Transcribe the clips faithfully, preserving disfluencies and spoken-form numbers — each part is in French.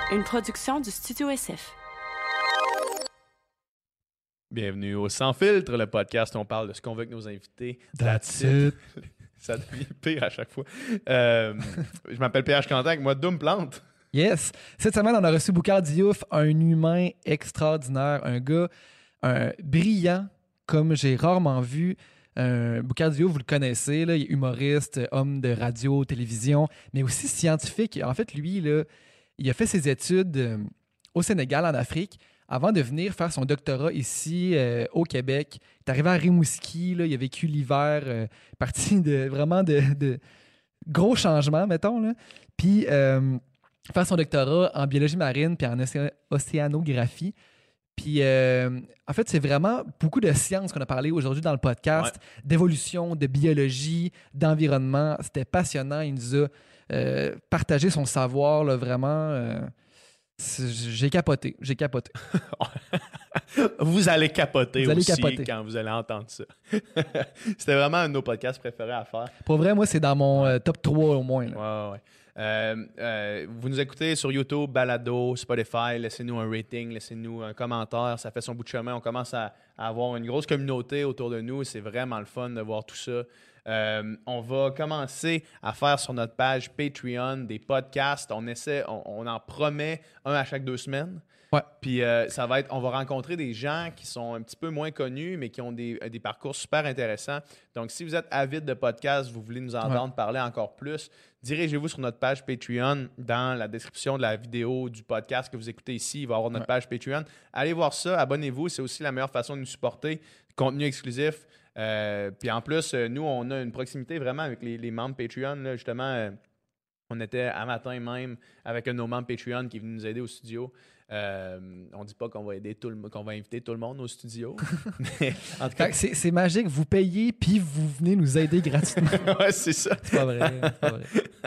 Une production du Studio S F. Bienvenue au Sans Filtre, le podcast où on parle de ce qu'on veut avec nos invités. That's it. Ça devient pire à chaque fois. Euh, je m'appelle P H Quentin, avec moi, Doom Plante. Yes. Cette semaine, on a reçu Boucard Diouf, un humain extraordinaire, un gars un brillant, comme j'ai rarement vu. Euh, Boucard Diouf, vous le connaissez, là, il est humoriste, homme de radio, télévision, mais aussi scientifique. En fait, lui, là, il a fait ses études euh, au Sénégal, en Afrique, avant de venir faire son doctorat ici euh, au Québec. Il est arrivé à Rimouski, là, il a vécu l'hiver, euh, parti de vraiment de, de gros changements, mettons. Là. Puis euh, faire son doctorat en biologie marine puis en océ- océanographie. Puis, euh, en fait, c'est vraiment beaucoup de sciences qu'on a parlé aujourd'hui dans le podcast, ouais. d'évolution, de biologie, d'environnement. C'était passionnant. Il nous a euh, partagé son savoir, là, vraiment. Euh, j'ai capoté. J'ai capoté. Vous allez capoter vous allez aussi capoter. Quand vous allez entendre ça. C'était vraiment un de nos podcasts préférés à faire. Pour vrai, moi, c'est dans mon ouais. euh, top trois au moins. Là. Ouais, ouais. Euh, euh, vous nous écoutez sur YouTube, Balado, Spotify, laissez-nous un rating, laissez-nous un commentaire, ça fait son bout de chemin. On commence à, à avoir une grosse communauté autour de nous, c'est vraiment le fun de voir tout ça. Euh, on va commencer à faire sur notre page Patreon des podcasts. On essaie, on, on en promet un à chaque deux semaines. Ouais. Puis euh, ça va être, on va rencontrer des gens qui sont un petit peu moins connus, mais qui ont des, des parcours super intéressants. Donc, si vous êtes avide de podcasts, vous voulez nous entendre ouais. parler encore plus, dirigez-vous sur notre page Patreon. Dans la description de la vidéo du podcast que vous écoutez ici, il va y avoir notre ouais. page Patreon. Allez voir ça, abonnez-vous. C'est aussi la meilleure façon de nous supporter. Contenu exclusif. Euh, puis en plus, nous, on a une proximité vraiment avec les, les membres Patreon. Là, justement, euh, on était à matin même avec un de nos membres Patreon qui est venu nous aider au studio. Euh, on ne dit pas qu'on va aider tout le, qu'on va inviter tout le monde au studio. Mais en tout cas, c'est, c'est magique. Vous payez puis vous venez nous aider gratuitement. Ouais, c'est ça. C'est pas vrai. C'est pas vrai.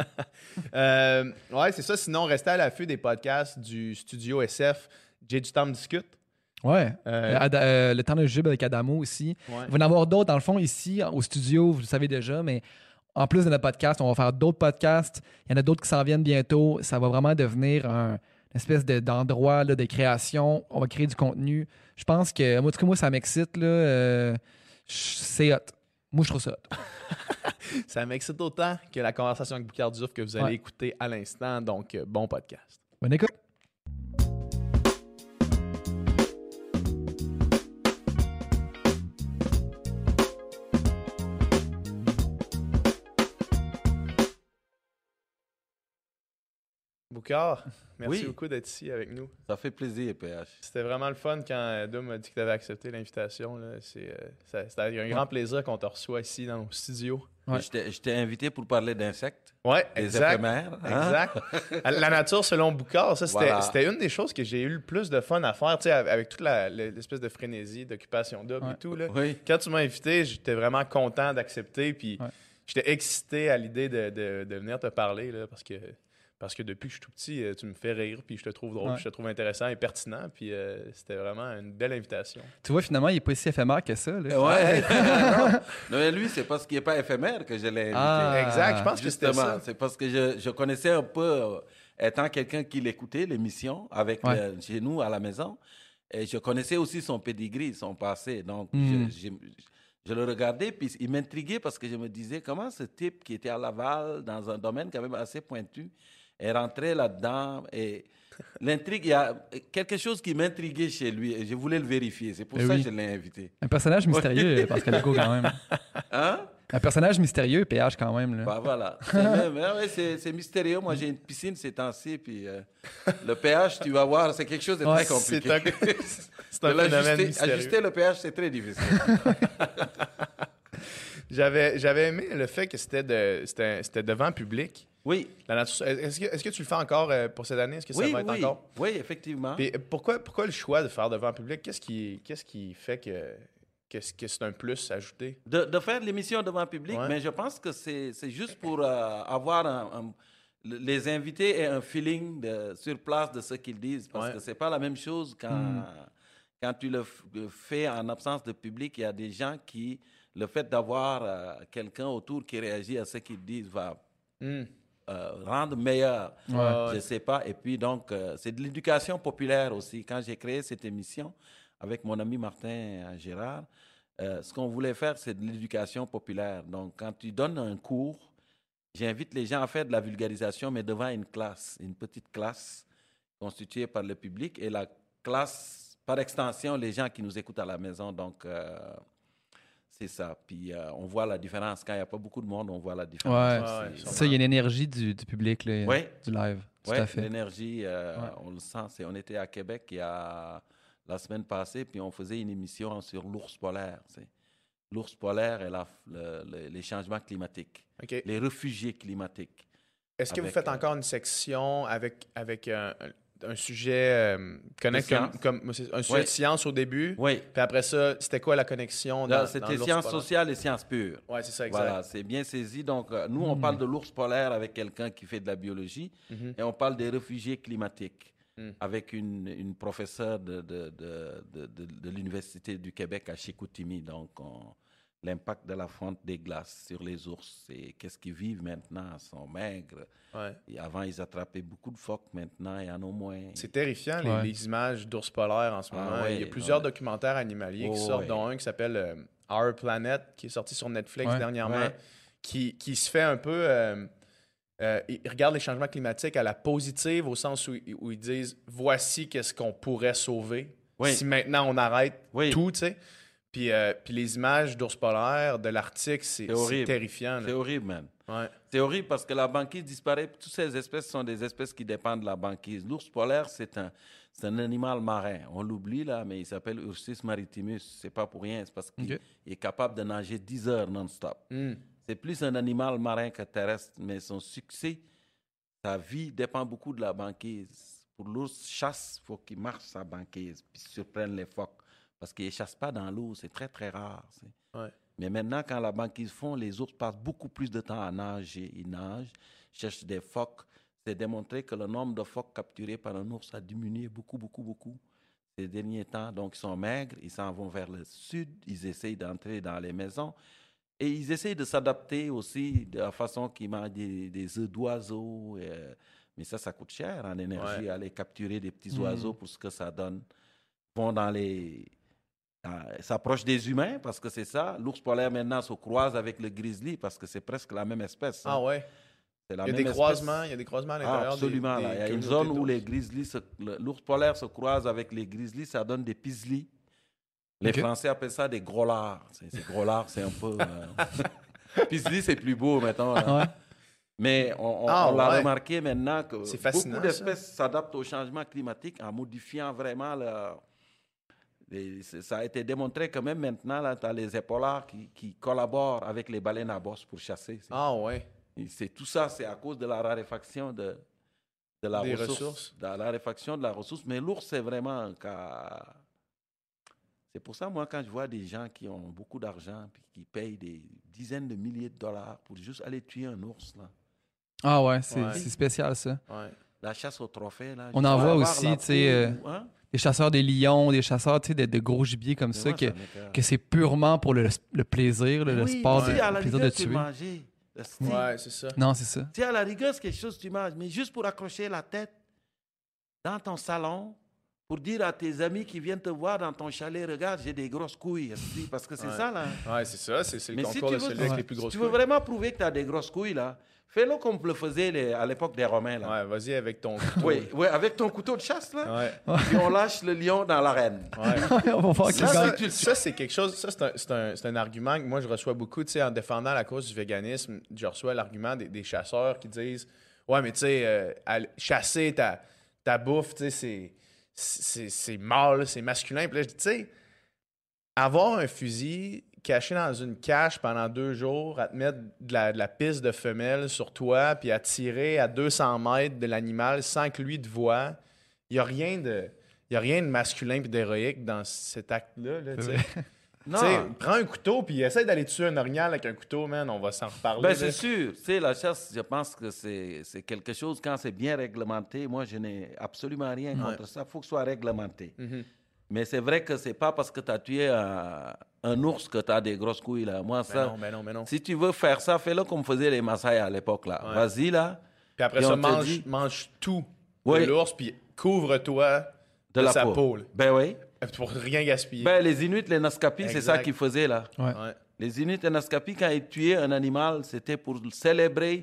euh, ouais, c'est ça. Sinon, restez à l'affût des podcasts du studio S F. J'ai du temps de discute. Ouais. Euh, Ad, euh, le temps de jube avec Adamo aussi. Ouais. Il va y en avoir d'autres, dans le fond, ici, au studio, vous le savez déjà, mais en plus de notre podcast, on va faire d'autres podcasts. Il y en a d'autres qui s'en viennent bientôt. Ça va vraiment devenir un, une espèce de, d'endroit là, de création. On va créer du contenu. Je pense que, moi, en tout cas, moi, ça m'excite. Là, euh, c'est hot. Moi, je trouve ça hot. Ça m'excite autant que la conversation avec Boucard Diouf que vous allez ouais. écouter à l'instant. Donc, bon podcast. Bonne écoute. Boucard, merci oui. beaucoup d'être ici avec nous. Ça fait plaisir, P H. C'était vraiment le fun quand Dom m'a dit que tu avais accepté l'invitation. Là. C'est, euh, ça, c'était un grand plaisir qu'on te reçoit ici dans nos studios. Ouais. Je, t'ai, je t'ai invité pour parler d'insectes. Oui, des exact. éphémères. Hein? Exact. La nature selon Boucard, ça, c'était, voilà. c'était une des choses que j'ai eu le plus de fun à faire, tu sais, avec toute la, l'espèce de frénésie, d'occupation double ouais. et tout. Là. Oui. Quand tu m'as invité, j'étais vraiment content d'accepter. Puis ouais. j'étais excité à l'idée de, de, de venir te parler là, parce que. Parce que depuis que je suis tout petit, tu me fais rire, puis je te trouve drôle, ouais. puis je te trouve intéressant et pertinent, puis euh, c'était vraiment une belle invitation. Tu vois, finalement, il n'est pas si éphémère que ça. Là. Ouais. non. non, mais lui, c'est parce qu'il n'est pas éphémère que je l'ai invité. Ah, exact, je pense Justement, que c'était ça. C'est parce que je, je connaissais un peu, euh, étant quelqu'un qui l'écoutait, l'émission, avec ouais. le, chez nous, à la maison, et je connaissais aussi son pedigree, son passé, donc mm. je, je, je le regardais, puis il m'intriguait parce que je me disais, comment ce type qui était à Laval, dans un domaine quand même assez pointu, est rentré là-dedans et l'intrigue, il y a quelque chose qui m'intriguait chez lui et je voulais le vérifier. C'est pour et ça oui. que je l'ai invité. Un personnage mystérieux, Pascal Legault, quand même. Hein? Un personnage mystérieux, P H, quand même. Là. Bah voilà. C'est, même, ouais, c'est, c'est mystérieux. Moi, j'ai une piscine ces temps-ci, puis euh, le P H, tu vas voir, c'est quelque chose de ouais, très compliqué. C'est un, c'est un phénomène mystérieux. Ajuster le P H, c'est très difficile. J'avais, j'avais aimé le fait que c'était, de, c'était, c'était devant public. Oui. La nature, est-ce, que, est-ce que tu le fais encore pour cette année? Est-ce que ça oui, va être oui. encore? Oui, effectivement. Puis pourquoi, pourquoi le choix de faire devant public? Qu'est-ce qui, qu'est-ce qui fait que, que, que c'est un plus ajouté? De, de faire l'émission devant public, ouais. mais je pense que c'est, c'est juste pour euh, avoir un, un, les invités aient un feeling de, sur place de ce qu'ils disent. Parce ouais. que c'est pas la même chose quand, mm. quand tu le, le fais en absence de public. Il y a des gens qui, le fait d'avoir euh, quelqu'un autour qui réagit à ce qu'ils disent va... Mm. euh, rendre meilleur. Ouais. Je ne sais pas. Et puis, donc, euh, c'est de l'éducation populaire aussi. Quand j'ai créé cette émission avec mon ami Martin Gérard, euh, ce qu'on voulait faire, c'est de l'éducation populaire. Donc, quand tu donnes un cours, j'invite les gens à faire de la vulgarisation, mais devant une classe, une petite classe constituée par le public et la classe, par extension, les gens qui nous écoutent à la maison. Donc, euh, c'est ça. Puis, euh, on voit la différence. Quand il n'y a pas beaucoup de monde, on voit la différence. Ouais, aussi. ouais, ça, il y a une énergie du, du public, là, Ouais. du live. Tout Oui, à fait. l'énergie, euh, Ouais. on le sent. C'est, on était à Québec il y a, la semaine passée, puis on faisait une émission sur l'ours polaire. C'est. L'ours polaire et la, le, le, les changements climatiques, OK. les réfugiés climatiques. Est-ce que avec, vous faites euh, encore une section avec, avec un, un sujet euh, connect De comme, science. comme c'est un sujet Oui. de science au début? Oui, Puis après ça, c'était quoi la connexion? là, dans, c'était dans l'ours sciences polaire? sociales et sciences pures. Oui, c'est ça, exact. Voilà, c'est bien saisi. Donc, euh, nous, on Mm. parle de l'ours polaire avec quelqu'un qui fait de la biologie Mhm. et on parle des réfugiés climatiques Mm. avec une, une professeure de, de, de, de, de, de l'Université du Québec à Chicoutimi. Donc, on- l'impact de la fonte des glaces sur les ours et qu'est-ce qu'ils vivent maintenant, ils sont maigres. Ouais. Et avant, ils attrapaient beaucoup de phoques, maintenant, il y en a moins. C'est terrifiant, les, Ouais. les images d'ours polaires en ce Ah moment. ouais, Il y a plusieurs ouais. documentaires animaliers Oh, qui sortent, ouais. dont un qui s'appelle euh, Our Planet, qui est sorti sur Netflix Ouais. dernièrement, Ouais. qui, qui se fait un peu... Euh, euh, ils regardent les changements climatiques à la positive, au sens où, où ils disent « Voici qu'est-ce qu'on pourrait sauver Oui. si maintenant on arrête Oui. tout, tu sais. » Puis, euh, puis les images d'ours polaires de l'Arctique, c'est, C'est c'est horrible. terrifiant. C'est là. horrible, man. Ouais. C'est horrible parce que la banquise disparaît. Toutes ces espèces sont des espèces qui dépendent de la banquise. L'ours polaire, c'est un, c'est un animal marin. On l'oublie là, mais il s'appelle Ursus maritimus. C'est pas pour rien. C'est parce qu'il Ok. il est capable de nager dix heures non-stop. Mm. C'est plus un animal marin que terrestre, mais son succès, sa vie dépend beaucoup de la banquise. Pour l'ours chasse, il faut qu'il marche sa banquise puis surprenne les phoques. Parce qu'il ne chasse pas dans l'eau, c'est très, très rare. c'est. Ouais. Mais maintenant, quand la banquise fond, les ours passent beaucoup plus de temps à nager. Ils nagent, cherchent des phoques. C'est démontré que le nombre de phoques capturés par un ours a diminué beaucoup, beaucoup, beaucoup ces derniers temps. Donc, ils sont maigres, ils s'en vont vers le sud, ils essayent d'entrer dans les maisons. Et ils essayent de s'adapter aussi de la façon qu'ils mangent des, des œufs d'oiseaux. euh, mais ça, ça coûte cher en énergie, Ouais. aller capturer des petits Mhm. oiseaux pour ce que ça donne. Ils vont dans les... euh, s'approche des humains parce que c'est ça. L'ours polaire maintenant se croise avec le grizzly parce que c'est presque la même espèce. hein. Ah ouais. C'est la Il y a même des espèce. croisements, il y a des croisements à Ah, l'intérieur des- absolument. des là. Il y a une communautés zone où d'ours. les grizzlies, se- le- l'ours polaire se croise avec les grizzlies, ça donne des pislis. Les Ok. Français appellent ça des grollards. C'est, c'est grollards, c'est un peu... Euh... pislis, c'est plus beau, mettons. là. Ouais. Mais on, on- Ah, on l'a ouais. remarqué maintenant que C'est fascinant, beaucoup d'espèces s'adaptent au changement climatique en modifiant vraiment leur... les- c'est- ça a été démontré que même maintenant, tu as les épaulards qui, qui collaborent avec les baleines à bosse pour chasser. C'est, Ah ouais. et c'est- tout ça, c'est à cause de la raréfaction de, de la Des ressource. ressources. De la raréfaction de la ressource. Mais l'ours, c'est vraiment un cas... C'est pour ça, moi, quand je vois des gens qui ont beaucoup d'argent puis qui payent des dizaines de milliers de dollars pour juste aller tuer un ours, là. Ah ouais, c'est Ouais. c'est spécial ça. Ouais. La chasse au trophée, là. On je en veux voit avoir aussi, la tu sais, peau, hein? Des chasseurs des lions, des chasseurs tu sais, de, de gros gibier comme Mais ça, moi, que, m'écoeure. que c'est purement pour le, le plaisir, le, Mais le oui, sport, mais de, si, à le la plaisir de rigueur, tu tuer. manger. Si, Ouais, c'est ça. Non, c'est ça. si à la rigueur, c'est quelque chose que tu manges, mais juste pour accrocher la tête dans ton salon, pour dire à tes amis qui viennent te voir dans ton chalet, regarde, j'ai des grosses couilles. esti, Parce que c'est Ouais. ça, là. Ouais, c'est ça. C'est, c'est le Mais si concours tu de veux- celui avec Ouais. les plus Si grosses tu veux couilles. vraiment prouver que tu as des grosses couilles, là, fais-le comme le faisait les- à l'époque des Romains, là. Ouais, vas-y avec ton couteau. Oui, oui, avec ton couteau de chasse, là, Ouais. puis on lâche le lion dans l'arène. Ouais. On va voir qui Ça, gagne. ça, ça, c'est quelque chose, ça, c'est un, c'est un- c'est un argument que moi, je reçois beaucoup, tu sais, en défendant la cause du véganisme, je reçois l'argument des, des chasseurs qui disent « Ouais, mais tu sais, euh, aller chasser ta, ta bouffe, tu sais, c'est, c'est, c'est mâle, c'est masculin. » Puis là, je dis « Tu sais, avoir un fusil caché dans une cache pendant deux jours, à te mettre de la, de la pisse de femelle sur toi, puis à tirer à deux cents mètres de l'animal sans que lui te voie, il n'y a rien de... Il n'y a rien de masculin et d'héroïque dans cet acte-là. Là, tu sais. Non, Tu sais, prends un couteau puis essaie d'aller tuer un orignal avec un couteau, man. On va s'en reparler. ben, là. c'est sûr. Tu sais, la chasse, je pense que c'est, c'est quelque chose, quand c'est bien réglementé, moi, je n'ai absolument rien Ouais. contre ça. Il faut que ce soit réglementé. Mhm. Mais c'est vrai que c'est pas parce que tu as tué un, un ours que tu as des grosses couilles, là. Moi, Mais ça... non, mais non, mais non. Si tu veux faire ça, fais-le comme faisaient les Maasai à l'époque, là. Ouais. Vas-y, là. Puis après Et ça, on te mange, dit- mange tout Oui. de l'ours, puis couvre-toi de, de la sa peau. peau, là, Ben oui. pour rien gaspiller. Ben, les Inuits, les Naskapi, c'est ça Exact. qu'ils faisaient là. Ouais. Ouais. Les Inuits et Naskapi, quand ils tuaient un animal, c'était pour célébrer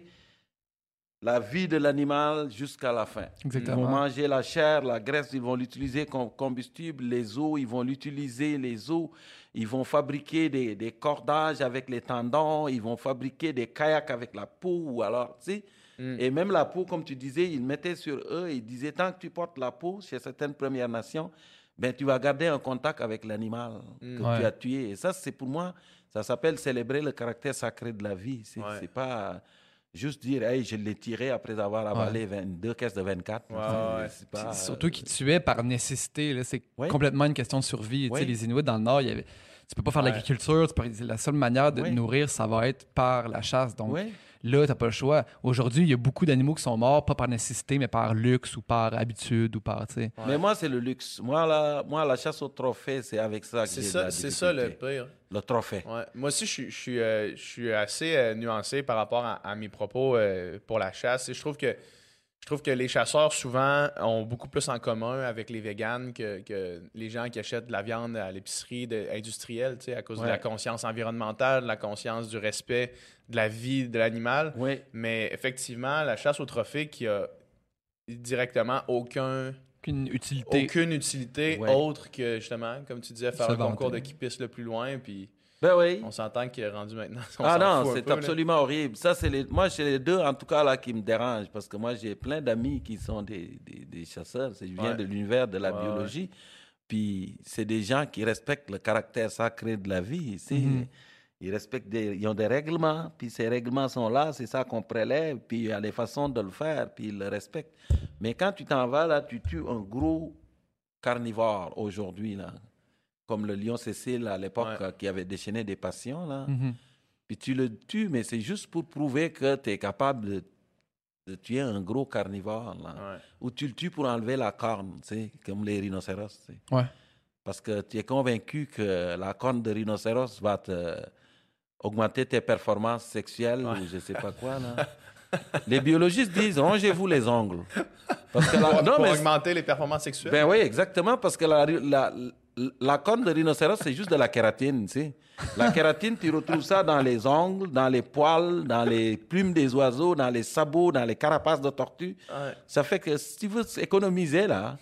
la vie de l'animal jusqu'à la fin. Ils vont Exactement. manger la chair, la graisse, ils vont l'utiliser comme combustible, les os, ils vont l'utiliser, les os. Ils vont fabriquer des, des cordages avec les tendons, ils vont fabriquer des kayaks avec la peau, ou alors, tu sais. Mm. Et même la peau, comme tu disais, ils mettaient sur eux, ils disaient, tant que tu portes la peau chez certaines Premières Nations, ben, tu vas garder un contact avec l'animal que Ouais. tu as tué. Et ça, c'est pour moi, ça s'appelle célébrer le caractère sacré de la vie. C'est Ouais. c'est pas juste dire, hey, je l'ai tiré après avoir avalé vingt deux caisses de vingt-quatre. Ouais, C'est- ouais. c'est pas, Surtout qu'ils tuaient par nécessité. Là. C'est Oui. complètement une question de survie. Tu sais, Oui. Les Inuits dans le Nord, il y avait... tu peux pas faire de Ouais. l'agriculture. tu peux- La seule manière de te Oui. nourrir, ça va être par la chasse. Donc Ouais. là, tu n'as pas le choix. Aujourd'hui, il y a beaucoup d'animaux qui sont morts, pas par nécessité, mais par luxe ou par habitude ou par... tu sais. Ouais. Mais moi, c'est le luxe. Moi, la, moi, la chasse au trophée, c'est avec ça que C'est j'ai de ça, la c'est ça le difficulté. pire. Le trophée. Ouais. Moi aussi, je suis, je suis, euh, je suis assez euh, nuancé par rapport à, à mes propos euh, pour la chasse. Et je trouve que je trouve que les chasseurs, souvent, ont beaucoup plus en commun avec les véganes que, que les gens qui achètent de la viande à l'épicerie de- industrielle, tu sais, à cause de Ouais. la conscience environnementale, de la conscience du respect de la vie de l'animal. Oui. Mais effectivement, la chasse au trophée qui a directement aucun, Aucune utilité. aucune utilité Ouais. autre que, justement, comme tu disais, faire Se un concours vanter. de qui pisse le plus loin, puis Ben oui. on s'entend qu'il est rendu maintenant. on Ah s'en non, fout un c'est peu, là. absolument horrible. Ça, c'est les... Moi, c'est les deux, en tout cas, là, qui me dérangent. Parce que moi, j'ai plein d'amis qui sont des, des, des chasseurs. C'est- Je viens Ouais. de l'univers de la Ouais, biologie. Puis, c'est des gens qui respectent le caractère sacré de la vie. c'est- Mhm. Ils respectent des... Ils ont des règlements. Puis, ces règlements sont là. C'est ça qu'on prélève. Puis, il y a des façons de le faire. Puis, ils le respectent. Mais quand tu t'en vas, là, tu tues un gros carnivore aujourd'hui, là. Comme le lion Cécile à l'époque, Ouais. euh, qui avait déchaîné des passions, là. Mhm. Puis tu le tues, mais c'est juste pour prouver que tu es capable de, de tuer un gros carnivore, là. Ouais. Ou tu le tues pour enlever la corne, tu sais, comme les rhinocéros, tu sais. Ouais. Parce que tu es convaincu que la corne de rhinocéros va te augmenter tes performances sexuelles ou je sais pas quoi, là. Les biologistes disent, rongez-vous les ongles. Parce que la... Pour, non, pour mais augmenter les performances sexuelles. ben oui, exactement, parce que la, la, la corne de rhinocéros, c'est juste de la kératine, tu sais. La kératine, tu retrouves ça dans les ongles, dans les poils, dans les plumes des oiseaux, dans les sabots, dans les carapaces de tortues. Ouais. Ça fait que si tu veux économiser, là,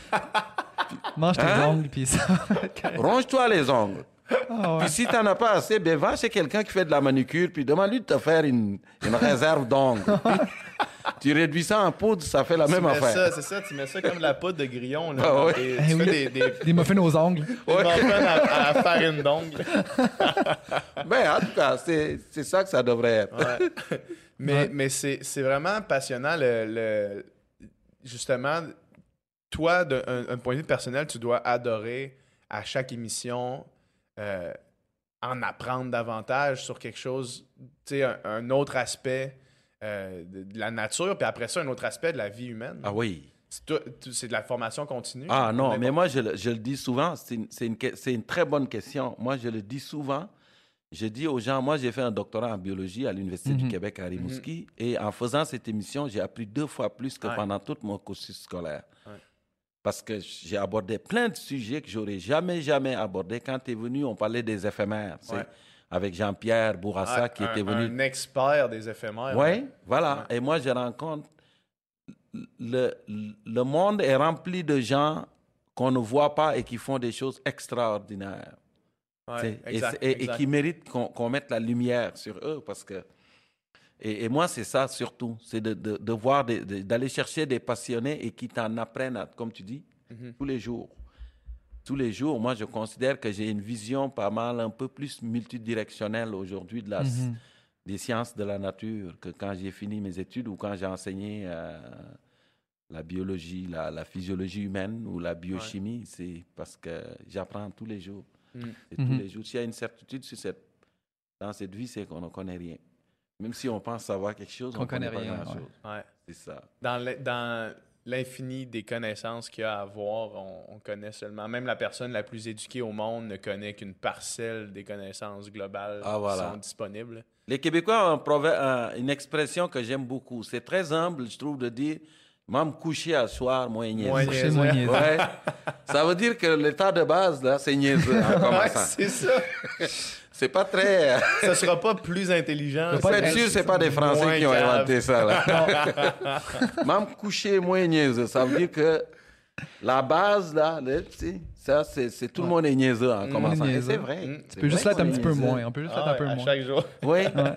Mange tes Hein? ongles, puis ça va être correct. ronge-toi les ongles. Ah ouais. Puis si tu n'en as pas assez, ben va chez quelqu'un qui fait de la manucure, puis demande-lui de te faire une, une réserve d'ongles. Tu réduis ça en poudre, ça fait la Tu même mets affaire. ça, c'est ça, tu mets ça comme la poudre de grillon. Là, Ah ouais. Et Eh tu oui. fais des, des, des Des muffins aux ongles. muffins à, à farine d'ongles. Ben, en tout cas, c'est c'est ça que ça devrait être. Ouais. Mais, Ouais. mais c'est c'est vraiment passionnant. Le, le- justement, toi, d'un un point de vue personnel, tu dois adorer à chaque émission euh, en apprendre davantage sur quelque chose, tu sais, un, un autre aspect euh, de, de la nature, puis après ça, un autre aspect de la vie humaine. Ah oui. C'est tout- tout- c'est de la formation continue. Ah non, Mais mais bon. moi, je, le- je le dis souvent, c'est une, c'est une que- c'est une très bonne question. Moi, je le dis souvent. Je dis aux gens, moi, j'ai fait un doctorat en biologie à l'Université du Mhm. Québec à Rimouski. Et en faisant cette émission, j'ai appris deux fois plus que Ouais. pendant tout mon cursus scolaire. Ouais. Parce que j'ai abordé plein de sujets que j'aurais jamais, jamais abordés. Quand tu es venu, on parlait des éphémères, tu sais, Ouais. avec Jean-Pierre Bourassa Ah, qui un, était venu. un expert des éphémères. Oui, voilà. Et moi, je rencontre. Le, le monde est rempli de gens qu'on ne voit pas et qui font des choses extraordinaires. Ouais, tu sais, et exact, c'est- et, et exact. qui méritent qu'on qu'on mette la lumière sur eux. Parce que. Et, et moi, c'est ça surtout. C'est de, de, de voir, des- de- d'aller chercher des passionnés et qui t'en apprennent, à- comme tu dis, Mhm. tous les jours. Tous les jours, moi, je considère que j'ai une vision pas mal, un peu plus multidirectionnelle aujourd'hui de la, Mhm. des sciences de la nature que quand j'ai fini mes études ou quand j'ai enseigné euh, la biologie, la, la physiologie humaine ou la biochimie. C'est parce que j'apprends tous les jours. Mm. C'est tous Mhm. les jours. S'il y a une certitude sur cette, dans cette vie, c'est qu'on ne connaît rien. Même si on pense savoir quelque chose, Qu'on on ne connaît connaît pas rien, grand-chose. Ouais. C'est ça. Dans, le- dans l'infini des connaissances qu'il y a à avoir, on, on connaît seulement. Même la personne la plus éduquée au monde ne connaît qu'une parcelle des connaissances globales Ah, voilà. qui sont disponibles. Les Québécois ont un proverbe- un- une expression que j'aime beaucoup. C'est très humble, je trouve, de dire « Même coucher à soir, moi, niaiseux. Moins Coucher, niaiseux. moins niaiseux. Ouais. Ça veut dire que l'état de base, là, c'est niaiseux en Ouais, commençant. c'est ça. C'est pas très... Ça sera pas plus intelligent. Ça Faut pas être être sûr, c'est pas des Français moins qui ont cave. inventé ça. Là. Même coucher moins niaiseux, ça veut dire que la base, là, là, tu sais, ça, c'est, c'est tout le monde est niaiseux en commençant. Et niaiseux. c'est vrai. Mm. Tu peux juste l'être un petit peu moins. On peut juste l'être Ah, un peu à moins. chaque jour. Oui.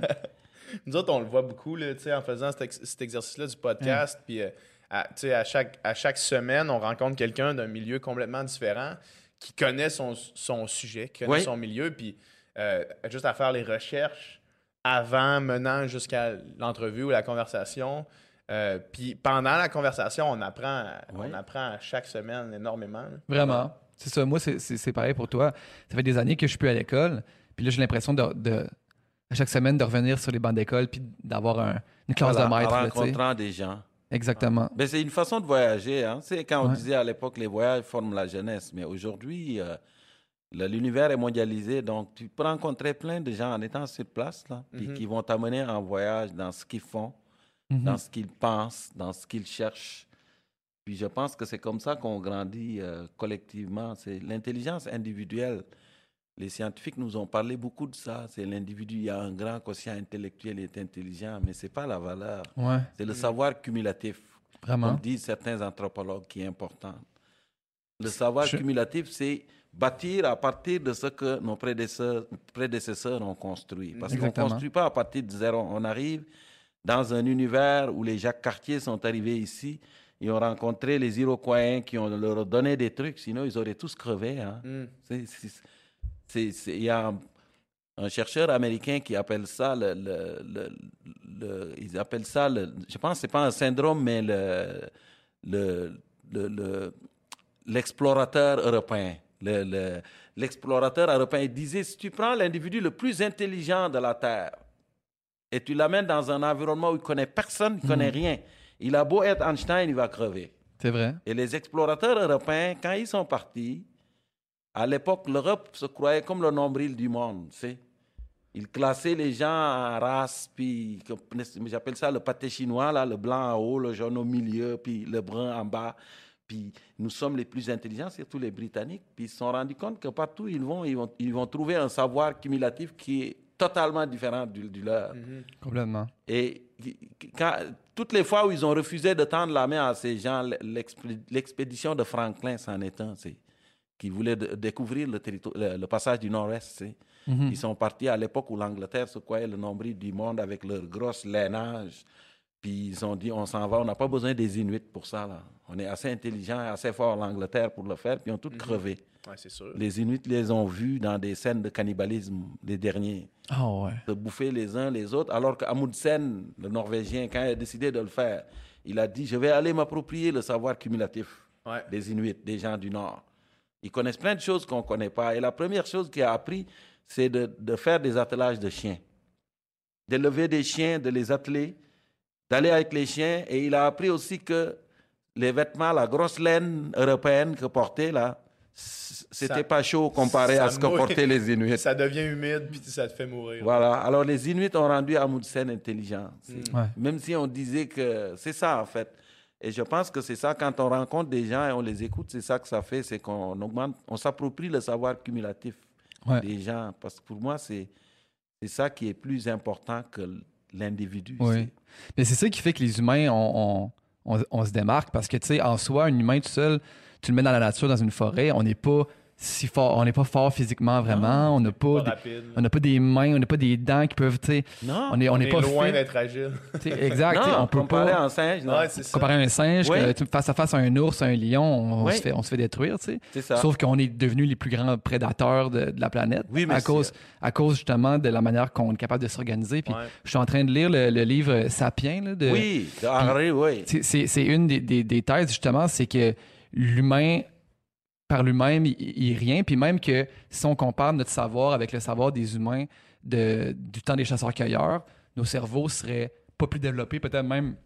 Nous autres, on le voit beaucoup là, tu sais, en faisant cet, ex- cet exercice-là du podcast. Puis, euh, à, tu sais, à, chaque, à chaque semaine, on rencontre quelqu'un d'un milieu complètement différent qui connaît son, son sujet, qui connaît Oui. son milieu. Puis, euh, juste à faire les recherches avant, menant jusqu'à l'entrevue ou la conversation. Euh, puis, pendant la conversation, on apprend, Oui. on apprend à chaque semaine énormément. là. Vraiment. C'est ça. Moi, c'est, c'est, c'est pareil pour toi. Ça fait des années que je suis plus à l'école. Puis là, j'ai l'impression de, de- à chaque semaine de revenir sur les bancs d'école puis d'avoir un- une classe Voilà, de maître. en là, tu sais. rencontrant des gens. Exactement. Ben, c'est une façon de voyager. Hein. C'est quand on Ouais. disait à l'époque les voyages forment la jeunesse. Mais aujourd'hui, euh, le- l'univers est mondialisé. Donc, tu peux rencontrer plein de gens en étant sur place là, puis Mhm. qui vont t'amener en voyage dans ce qu'ils font, Mhm. dans ce qu'ils pensent, dans ce qu'ils cherchent. Puis je pense que c'est comme ça qu'on grandit euh, collectivement. C'est l'intelligence individuelle. Les scientifiques nous ont parlé beaucoup de ça. C'est l'individu. Il y a un grand quotient intellectuel, il est intelligent, mais c'est pas la valeur. Ouais, C'est le savoir cumulatif, vraiment. comme disent certains anthropologues, qui est important. Le savoir Je- cumulatif, c'est bâtir à partir de ce que nos prédécesseurs, prédécesseurs ont construit. Parce qu'on ne Exactement. construit pas à partir de zéro. On arrive dans un univers où les Jacques Cartier sont arrivés ici. Ils ont rencontré les Iroquois qui ont leur donné des trucs, sinon ils auraient tous crevé. Hein. Mm. C'est- c'est- c'est- c'est- Il y a un, un chercheur américain qui appelle ça le, le, le, le- ils appellent ça le, je pense que c'est pas un syndrome, mais le, le, le, le- l'explorateur européen. Le, le- l'explorateur européen il disait, si tu prends l'individu le plus intelligent de la Terre et tu l'amènes dans un environnement où il connaît personne, il connaît rien, il a beau être Einstein, il va crever. C'est vrai. Et les explorateurs européens, quand ils sont partis, à l'époque, l'Europe se croyait comme le nombril du monde, tu sais. Ils classaient les gens en races, puis comme- j'appelle ça le pâté chinois, là, le blanc en haut, le jaune au milieu, puis le brun en bas. Puis nous sommes les plus intelligents, surtout les Britanniques. Puis ils se sont rendus compte que partout ils vont, ils vont, ils vont trouver un savoir cumulatif qui est totalement différent du, du leur. Complètement. Et quand, toutes les fois où ils ont refusé de tendre la main à ces gens, l'expé- l'expédition de Franklin, c'en est un, c'est qui voulait de- découvrir le, territoire- le, le passage du Nord-Est. C'est. Mhm. Ils sont partis à l'époque où l'Angleterre se croyait le nombril du monde avec leur grosse lainage. Puis ils ont dit, on s'en va, on n'a pas besoin des Inuits pour ça. Là. On est assez intelligent, assez fort l'Angleterre pour le faire, puis ils ont tous crevé. Ouais, c'est sûr. Les Inuits les ont vus dans des scènes de cannibalisme, les derniers, Ah ouais. de bouffer les uns les autres, alors qu'Amundsen, le Norvégien, quand il a décidé de le faire, il a dit, je vais aller m'approprier le savoir cumulatif Ouais. des Inuits, des gens du Nord. Ils connaissent plein de choses qu'on ne connaît pas. Et la première chose qu'il a appris, c'est de, de faire des attelages de chiens. D'élever des chiens, de les atteler, d'aller avec les chiens. Et il a appris aussi que les vêtements, la grosse laine européenne que portaient, là, c- c'était Ça- pas chaud comparé ça à ce que mouille. portaient les Inuits. Ça devient humide, puis ça te fait mourir. Voilà. Alors, les Inuits ont rendu Amundsen intelligent. C'est- Ouais. Même si on disait que c'est ça, en fait. Et je pense que c'est ça, quand on rencontre des gens et on les écoute, c'est ça que ça fait, c'est qu'on augmente, on s'approprie le savoir cumulatif Ouais. des gens. Parce que pour moi, c'est, c'est ça qui est plus important que l'individu. Oui. C'est- Mais c'est ça qui fait que les humains, on, on, on- on se démarque parce que, tu sais, en soi, un humain tout seul, tu le mets dans la nature, dans une forêt, on n'est pas si fort, on n'est pas fort physiquement vraiment, on n'a pas, Pas des- rapide. on n'a pas des mains, on n'a pas des dents qui peuvent, tu sais, Non, on est, on On n'est est pas loin fait. d'être agile. Tu sais, exact, tu sais, non, on peut comparé pas à un singe, non. Ouais, c'est ça. comparer à un singe, Oui. que, tu- face à face à un ours, à un lion, on, on Oui. se fait, on se fait détruire, tu sais. C'est ça. Sauf qu'on est devenus les plus grands prédateurs de, de la planète Oui, à monsieur. cause, à cause justement de la manière qu'on est capable de s'organiser. Puis Ouais. je suis en train de lire le, le livre Sapiens là, de, Oui, de Henri, oui. c'est- C'est c'est une des, des- des thèses, justement, c'est que l'humain, par lui-même, il, il est rien. Puis même que si on compare notre savoir avec le savoir des humains de, du temps des chasseurs-cueilleurs, nos cerveaux seraient pas plus développés, peut-être même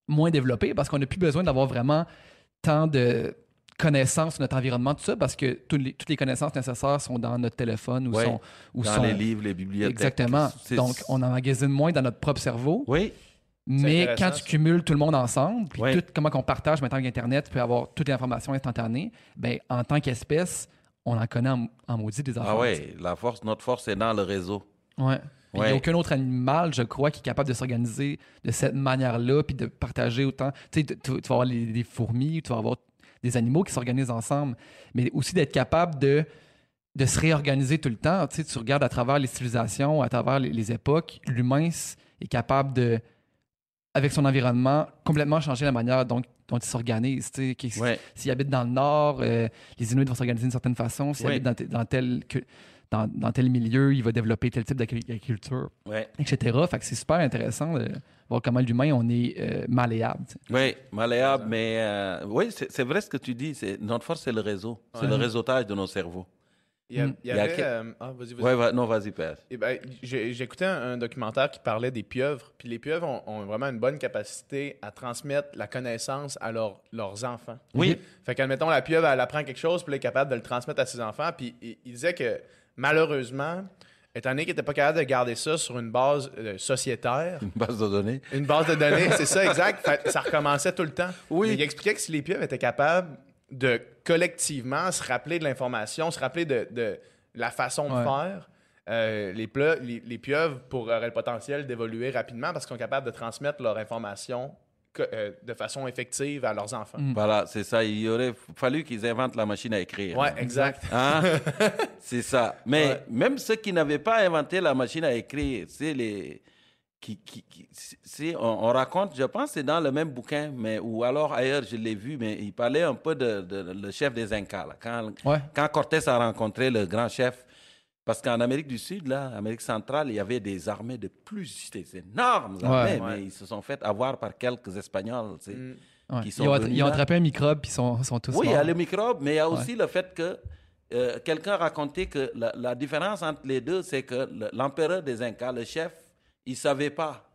moins développé parce qu'on n'a plus besoin d'avoir vraiment tant de connaissances sur notre environnement, tout ça, parce que toutes les, toutes les connaissances nécessaires sont dans notre téléphone ou Ouais, sont... Ou dans sont... les livres, les bibliothèques. Exactement. C'est- Donc, on emmagasine moins dans notre propre cerveau. Oui, Mais intéressant, quand tu ça. cumules tout le monde ensemble, puis Ouais. tout comment on partage maintenant avec Internet, puis avoir toute l'information instantanée, ben, en tant qu'espèce, on en connaît en, en maudit des enfants. ah ouais, la force, notre force est dans le réseau. Ouais. Puis Il n'y Ouais. a aucun autre animal, je crois, qui est capable de s'organiser de cette manière-là, puis de partager autant. Tu sais, tu, tu vas avoir les, des fourmis, tu vas avoir des animaux qui s'organisent ensemble, mais aussi d'être capable de, de se réorganiser tout le temps. Tu sais, tu regardes à travers les civilisations, à travers les, les époques, l'humain s- est capable de, avec son environnement, complètement changer la manière dont, dont il s'organise. Tu sais, qu'il- Ouais. S'il habite dans le nord, euh, les Inuits vont s'organiser d'une certaine façon. S'il Oui. habite dans, te- dans tel... que- Dans, dans tel milieu, il va développer tel type d'agri- d'agriculture, Ouais. et cetera. Fait que c'est super intéressant de voir comment l'humain, on est euh, malléable. tu sais. Oui, malléable, mais euh, oui, c'est c'est vrai ce que tu dis. c'est- Notre force, c'est le réseau. C'est Ouais. le réseautage de nos cerveaux. Il y, a- Mm. il y Il y a avait. quel- euh, Ah, vas-y, vas-y. Ouais, va- non, vas-y, Père. Eh ben, j'ai- j'écoutais un, un documentaire qui parlait des pieuvres. Puis les pieuvres ont, ont vraiment une bonne capacité à transmettre la connaissance à leur- leurs enfants. Oui. Fait qu'admettons, la pieuvre, elle apprend quelque chose, puis elle est capable de le transmettre à ses enfants. Puis il, il disait que malheureusement, étant donné qu'il n'était pas capable de garder ça sur une base euh, sociétaire, Une base de données. une base de données, c'est ça, exact. Fait que ça recommençait tout le temps. Oui. Mais il expliquait que si les pieuvres étaient capables de collectivement se rappeler de l'information, se rappeler de, de la façon de Ouais. faire, euh, les, pleu- les, les pieuvres pour- auraient le potentiel d'évoluer rapidement parce qu'ils sont capables de transmettre leur information co- euh, de façon effective à leurs enfants. Mm. Voilà, c'est ça. Il aurait fallu qu'ils inventent la machine à écrire. Ouais, exact. Hein? C'est ça. Mais Ouais. même ceux qui n'avaient pas inventé la machine à écrire, c'est les. Qui, qui, qui- c'est- on, on raconte, je pense, c'est dans le même bouquin, mais ou alors ailleurs, je l'ai vu, mais il parlait un peu de, de- le chef des Incas. Là. Quand, Ouais. quand Cortés a rencontré le grand chef, parce qu'en Amérique du Sud, là, Amérique centrale, il y avait des armées de plus, des énormes armées, Ouais. mais ils se sont fait avoir par quelques Espagnols, tu sais, Mm. Ouais. qui Ils, sont ont, venus ils ont là. attrapé un microbe puis ils sont, sont tous Oui, il y morts. a le microbe, mais il y a Ouais. aussi le fait que euh, quelqu'un racontait que la, la différence entre les deux, c'est que le- l'empereur des Incas, le chef, il ne savait pas.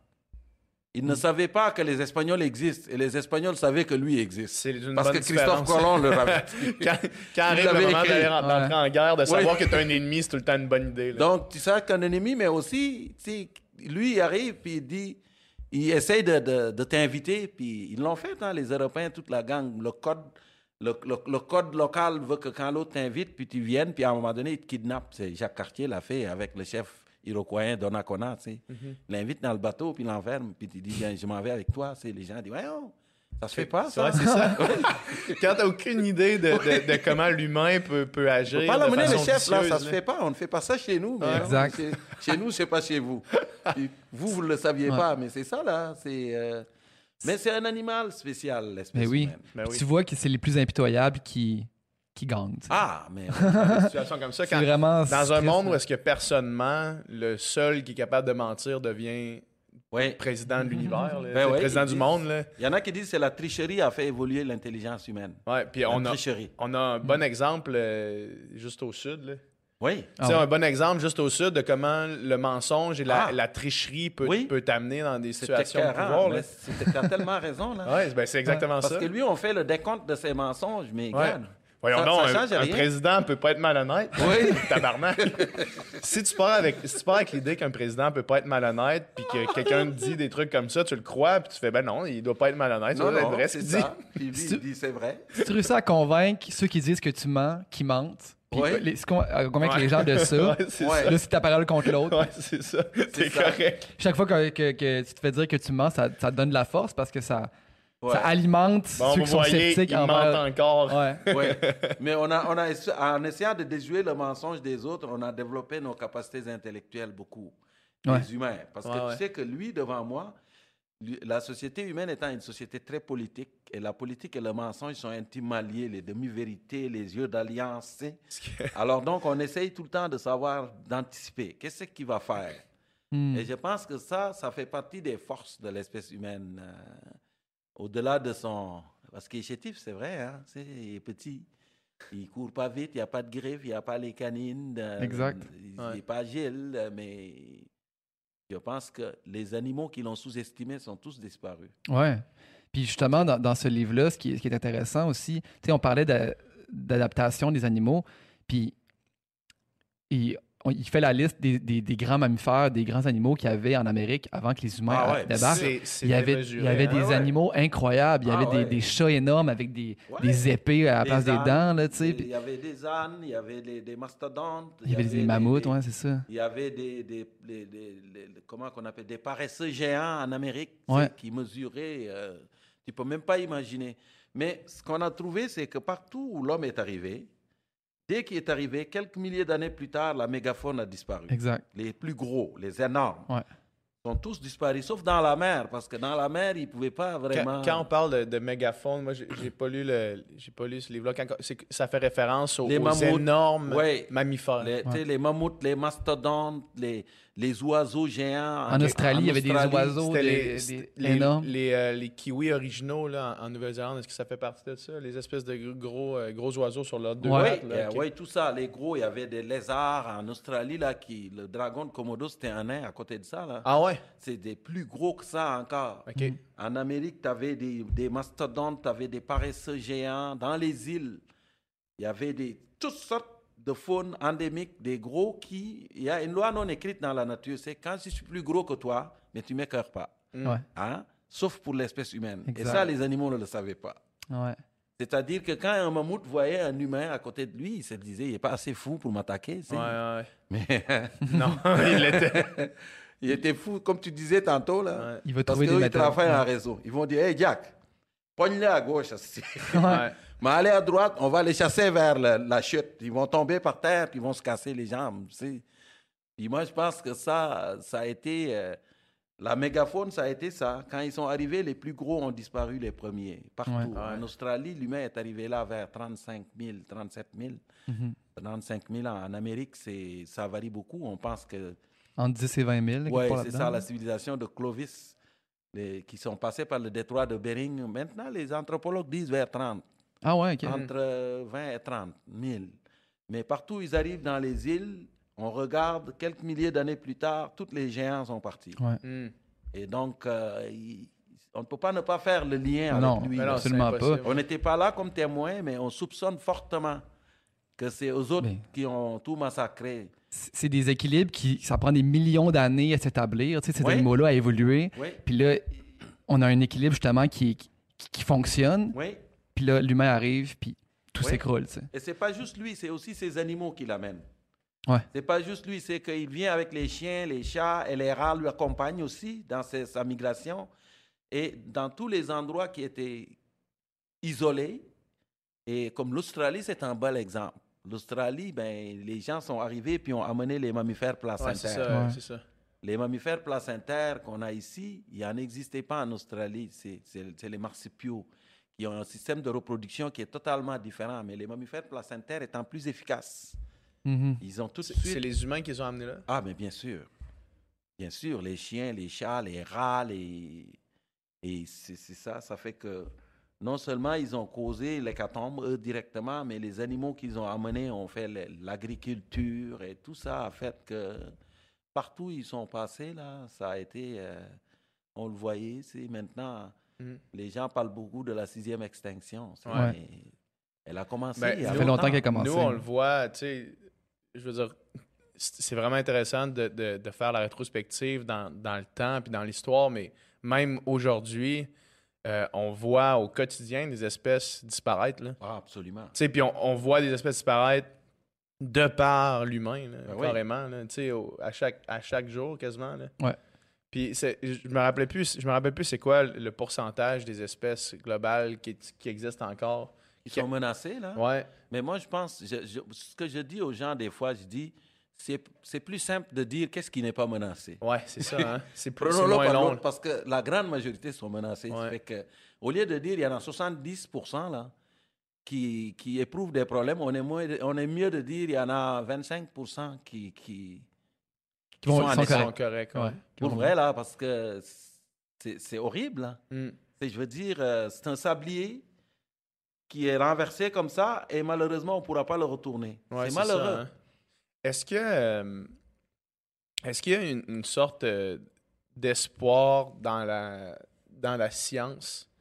Il ne savait pas que les Espagnols existent et les Espagnols savaient que lui existe. C'est une Parce que bonne Christophe différence. Colomb leur avait quand, quand arrive le l'avait moment écrit. d'aller en- d'entrer Ouais. en guerre, de savoir Oui. que tu un ennemi, c'est tout le temps une bonne idée. là. Donc, tu sais qu'un ennemi, mais aussi, tu sais, lui, il arrive, puis il dit, il essaye de, de, de t'inviter, puis ils l'ont fait, hein, les Européens, toute la gang. Le code, le, le- le code local veut que quand l'autre t'invite, puis tu viennes, puis à un moment donné, il te kidnappe. C'est Jacques Cartier l'a fait avec le chef iroquoien Donnacona, tu sais. Mhm. Il l'invite dans le bateau, puis il l'enferme, puis il dit, viens, je m'en vais avec toi. C'est les gens disent, ouais, oh, ça se fait pas, ça. Ouais, c'est ça. Quand t'as aucune idée de, de- de comment l'humain peut, peut agir. Faut pas de l'amener le façon chef, là, ça vicieuse, se là. fait pas. On ne fait pas ça chez nous. Mais Ouais. non, Exact. Chez, chez nous, c'est pas chez vous. Puis vous, vous ne le saviez Ouais. pas, mais c'est ça, là. C'est, euh, Mais c'est un animal spécial, l'espèce Mais oui. humaine. Ben oui. Tu vois que c'est les plus impitoyables qui, qui gagnent. tu sais. Ah, mais Des situations comme ça, c'est quand, vraiment dans un triste, monde où là. est-ce que personne ment, le seul qui est capable de mentir devient oui. président de l'univers, là, Ben le ouais, président ils du disent- monde. Là. Il y en a qui disent que c'est la tricherie a fait évoluer l'intelligence humaine. Ouais, puis La on a, tricherie. on a un bon exemple euh, juste au sud. Là. Oui. Ah Tu sais, ouais. un bon exemple juste au sud de comment le mensonge et la, Ah. la tricherie peut, Oui. peut t'amener dans des C'est situations de écœurant, pouvoir. mais Là. c'est- T'as tellement raison, là. Ouais, ben, c'est exactement Parce ça. que lui, on fait le décompte de ses mensonges, mais Ouais. regarde. Voyons ça- donc, ça un, change un rien. président peut pas être malhonnête. Oui. Tabarnak. si tu pars avec, si tu pars avec l'idée qu'un président peut pas être malhonnête, puis que quelqu'un dit des trucs comme ça, tu le crois, puis tu fais ben non, il doit pas être malhonnête. Ça Non, doit être non, vrai ce c'est qu'il dit. ça. Puis lui, il dit, c'est vrai. Si tu réussis à convaincre ceux qui disent que tu mens, qui mentent, puis Ouais. les- si con- à convaincre Ouais. les gens de ça, Ouais, c'est Ouais. ça. là, c'est ta parole contre l'autre. Ouais, c'est ça. C'est ça. correct. Chaque fois que, que- que tu te fais dire que tu mens, ça, ça te donne de la force parce que ça, Ouais. ça alimente Bon, ceux vous qui sont voyez, sceptiques il envers... ment encore. Ouais. Oui, mais on a, on a, essa- en essayant de déjouer le mensonge des autres, on a développé nos capacités intellectuelles beaucoup, Ouais. les humains. Parce que Ouais, tu ouais. sais que lui, devant moi, lui- la société humaine étant une société très politique, et la politique et le mensonge sont intimement liés, les demi-vérités, les yeux d'alliance. tu sais. Alors donc, on essaye tout le temps de savoir, d'anticiper. Qu'est-ce qu'il va faire? Hmm. Et je pense que ça, ça fait partie des forces de l'espèce humaine. euh, au-delà de son... Parce qu'il est chétif, c'est vrai, hein? Tu sais, il est petit. Il court pas vite, il n'y a pas de griffes, il n'y a pas les canines. euh, Exact. Il n'est Ouais. pas agile, euh, mais je pense que les animaux qui l'ont sous-estimé sont tous disparus. Ouais. Puis justement, dans, dans ce livre-là, ce qui, est- ce qui est intéressant aussi, tu sais, on parlait d'a- d'adaptation des animaux, puis il, on- il fait la liste des, des- des grands mammifères, des grands animaux qu'il y avait en Amérique avant que les humains Ah euh, ouais, débarquent. C'est- c'est Il y avait, démesuré, il y avait hein. des Ouais, ouais. animaux incroyables. Il y Ah avait des, ouais. des chats énormes avec des, Ouais. des épées à la place des ânes, dents, là, tu sais. des- Puis Il y avait des ânes, il y avait des, des mastodontes. il y avait des mammouths, ouais, c'est ça. Il y avait des, des, des- des- des- comment qu'on appelle, des paresseux géants en Amérique tu Ouais. sais, qui mesuraient, euh, tu peux même pas imaginer. Mais ce qu'on a trouvé, c'est que partout où l'homme est arrivé, dès qu'il est arrivé, quelques milliers d'années plus tard, la mégafaune a disparu. Exact. Les plus gros, les énormes, Ouais. sont tous disparus, sauf dans la mer, parce que dans la mer, ils ne pouvaient pas vraiment... Quand, quand on parle de, de mégafaune, moi, j'ai j'ai pas lu le, j'ai pas lu ce livre-là. Quand- c'est que ça fait référence aux, Les aux mammouths, énormes ouais. mammifères. Les, tu sais, les mammouths, les mastodontes, les, les oiseaux géants. En Australie, il y avait des Australie, oiseaux C'était des- les, des- c'était les, énormes. les, euh, les kiwis originaux là, en, en Nouvelle-Zélande. Est-ce que ça fait partie de ça? Les espèces de gros, euh, gros oiseaux sur leurs deux Ouais. pattes, Oui, là, ok. ouais, tout ça, les gros, il y avait des lézards en Australie, là, qui, le dragon de Komodo, c'était un nain à côté de ça, là. Ah ouais? C'est des plus gros que ça encore. OK. En Amérique, tu avais des, des mastodontes, tu avais des paresseux géants. Dans les îles, il y avait des, toutes sortes de faune endémique, des gros qui... Il y a une loi non écrite dans la nature, c'est quand je suis plus gros que toi, mais tu ne m'écœures pas. Ouais. Hein? Sauf pour l'espèce humaine. Exact. Et ça, les animaux ne le savaient pas. Ouais. C'est-à-dire que quand un mammouth voyait un humain à côté de lui, il se disait, il n'est pas assez fou pour m'attaquer. tu sais. Ouais, ouais. Mais Non, il l'était. il était fou, comme tu disais tantôt, là. Ouais. Il va Parce trouver des qu'eux, ils méthodes. travaillent Ouais. en réseau. Ils vont dire, hey Jack, pogne-le à gauche. asti. Ouais. Mais allez à droite, on va les chasser vers la, la chute. Ils vont tomber par terre, puis ils vont se casser les jambes. Tu sais. Puis moi, je pense que ça, ça a été... euh, la mégafaune, ça a été ça. Quand ils sont arrivés, les plus gros ont disparu les premiers, partout. Ouais. Ouais. En Australie, l'humain est arrivé là vers trente-cinq mille, trente-sept mille. Mhm. trente-cinq mille ans. En Amérique, c'est, ça varie beaucoup. On pense que... Entre dix et vingt mille. quelque Oui, part c'est là-dedans. ça, la civilisation de Clovis, les- qui sont passés par le détroit de Bering. Maintenant, les anthropologues disent vers trente. Ah ouais, OK. Entre euh, vingt et trente mille. Mais partout où ils arrivent dans les îles, on regarde, quelques milliers d'années plus tard, tous les géants sont partis. Ouais. Hmm. Et donc, euh, il- on ne peut pas ne pas faire le lien Non, avec lui. Mais non, là. c'est absolument impossible. pas. On n'était pas là comme témoin, mais on soupçonne fortement que c'est eux autres Mais- qui ont tout massacré. C'est c'est des équilibres qui... Ça prend des millions d'années à s'établir, tu sais, ces Oui. animaux-là à évoluer. Oui, Puis là, on a un équilibre justement qui, qui, qui fonctionne. oui. Puis là, l'humain arrive, puis tout Oui. s'écroule, tu sais. Et c'est pas juste lui, c'est aussi ces animaux qui l'amènent. Ouais. C'est pas juste lui, c'est qu'il vient avec les chiens, les chats et les rats lui accompagnent aussi dans ses- sa migration. Et dans tous les endroits qui étaient isolés, et comme l'Australie, c'est un bel exemple. L'Australie, ben, les gens sont arrivés puis ont amené les mammifères Ouais, c'est placentaires. ça. Ouais. C'est ça. Les mammifères placentaires qu'on a ici, il n'en existait pas en Australie. C'est, c'est- c'est les marsupiaux qui ont un système de reproduction qui est totalement différent. Mais les mammifères placentaires étant plus efficaces, Mhm. ils ont tout de C'est suite... c'est les humains qui les ont amenés là? Ah, mais bien sûr. Bien sûr, les chiens, les chats, les rats, les... et c'est c'est ça, ça fait que non seulement ils ont causé l'hécatombe, eux, directement, mais les animaux qu'ils ont amenés ont fait le- l'agriculture et tout ça a fait que partout où ils sont passés, là, ça a été... euh, on le voyait, c'est maintenant... Mhm. Les gens parlent beaucoup de la sixième extinction. c'est- Ouais. mais Elle a commencé Ben, il y a Ça fait longtemps qu'elle a longtemps. commencé. Nous, on le voit, tu sais, je veux dire, c'est c'est vraiment intéressant de, de- de faire la rétrospective dans, dans le temps puis dans l'histoire, mais même aujourd'hui, euh, on voit au quotidien des espèces disparaître, là. Ah, absolument. Tu sais, puis on, on voit des espèces disparaître de par l'humain, là, Ben oui. carrément, là, tu sais, au- à chaque, à chaque jour, quasiment, là. Ouais. Puis c'est- je me rappelais plus, je me rappelle plus c'est quoi le pourcentage des espèces globales qui, qui existent encore. Ils sont menacés, là. Ouais. Mais moi, je pense, je- je- ce que je dis aux gens des fois, je dis, c'est c'est plus simple de dire qu'est-ce qui n'est pas menacé. Ouais, c'est ça, hein. C'est plus c'est Prenons-le moins par long. l'autre, parce que la grande majorité sont menacés. Ça Ouais. fait que, au lieu de dire il y en a soixante-dix pour cent là, qui, qui éprouvent des problèmes, on est, moins, on est mieux de dire il y en a vingt-cinq pour cent qui, qui, qui vont- sont en sont Ils échec. sont corrects. ouais. Ouais. Pour vrai, là, parce que c'est c'est horrible. Là. Mm. C'est- Je veux dire, euh, c'est un sablier qui est renversé comme ça et malheureusement, on ne pourra pas le retourner. Ouais, c'est ça, malheureux. hein. Est-ce que euh, est-ce qu'il y a une, une sorte euh, d'espoir dans la dans la science?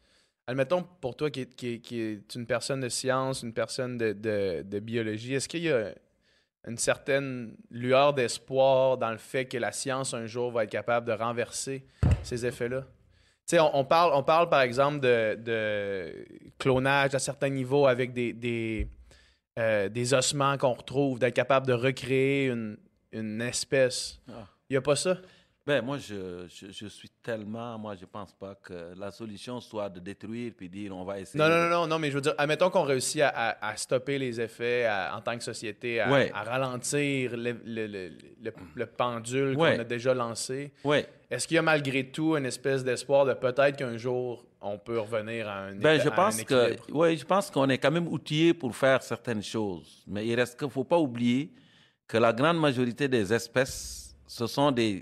admettons pour toi qui est, qui est- qui est une personne de science, une personne de, de- de biologie, est-ce qu'il y a une certaine lueur d'espoir dans le fait que la science un jour va être capable de renverser ces effets-là? Tu sais, on, on parle, on parle par exemple de, de clonage à certains niveaux avec des, des, euh, des ossements qu'on retrouve, d'être capable de recréer une, une espèce. Il Ah. n'y a pas ça? Ben, moi, je, je, je suis tellement... Moi, je pense pas que la solution soit de détruire puis dire on va essayer... Non, non, de- non, non, non, mais je veux dire, admettons qu'on réussit à, à- à stopper les effets à- en tant que société, à, Ouais. à ralentir le, le- le- le- le pendule Ouais. qu'on a déjà lancé. Oui. Est-ce qu'il y a malgré tout une espèce d'espoir de peut-être qu'un jour on peut revenir à un, Ben, éta- je à un pense que, équilibre? ouais, je pense qu'on est quand même outillé pour faire certaines choses. Mais il reste qu'il faut pas oublier que la grande majorité des espèces, ce sont des,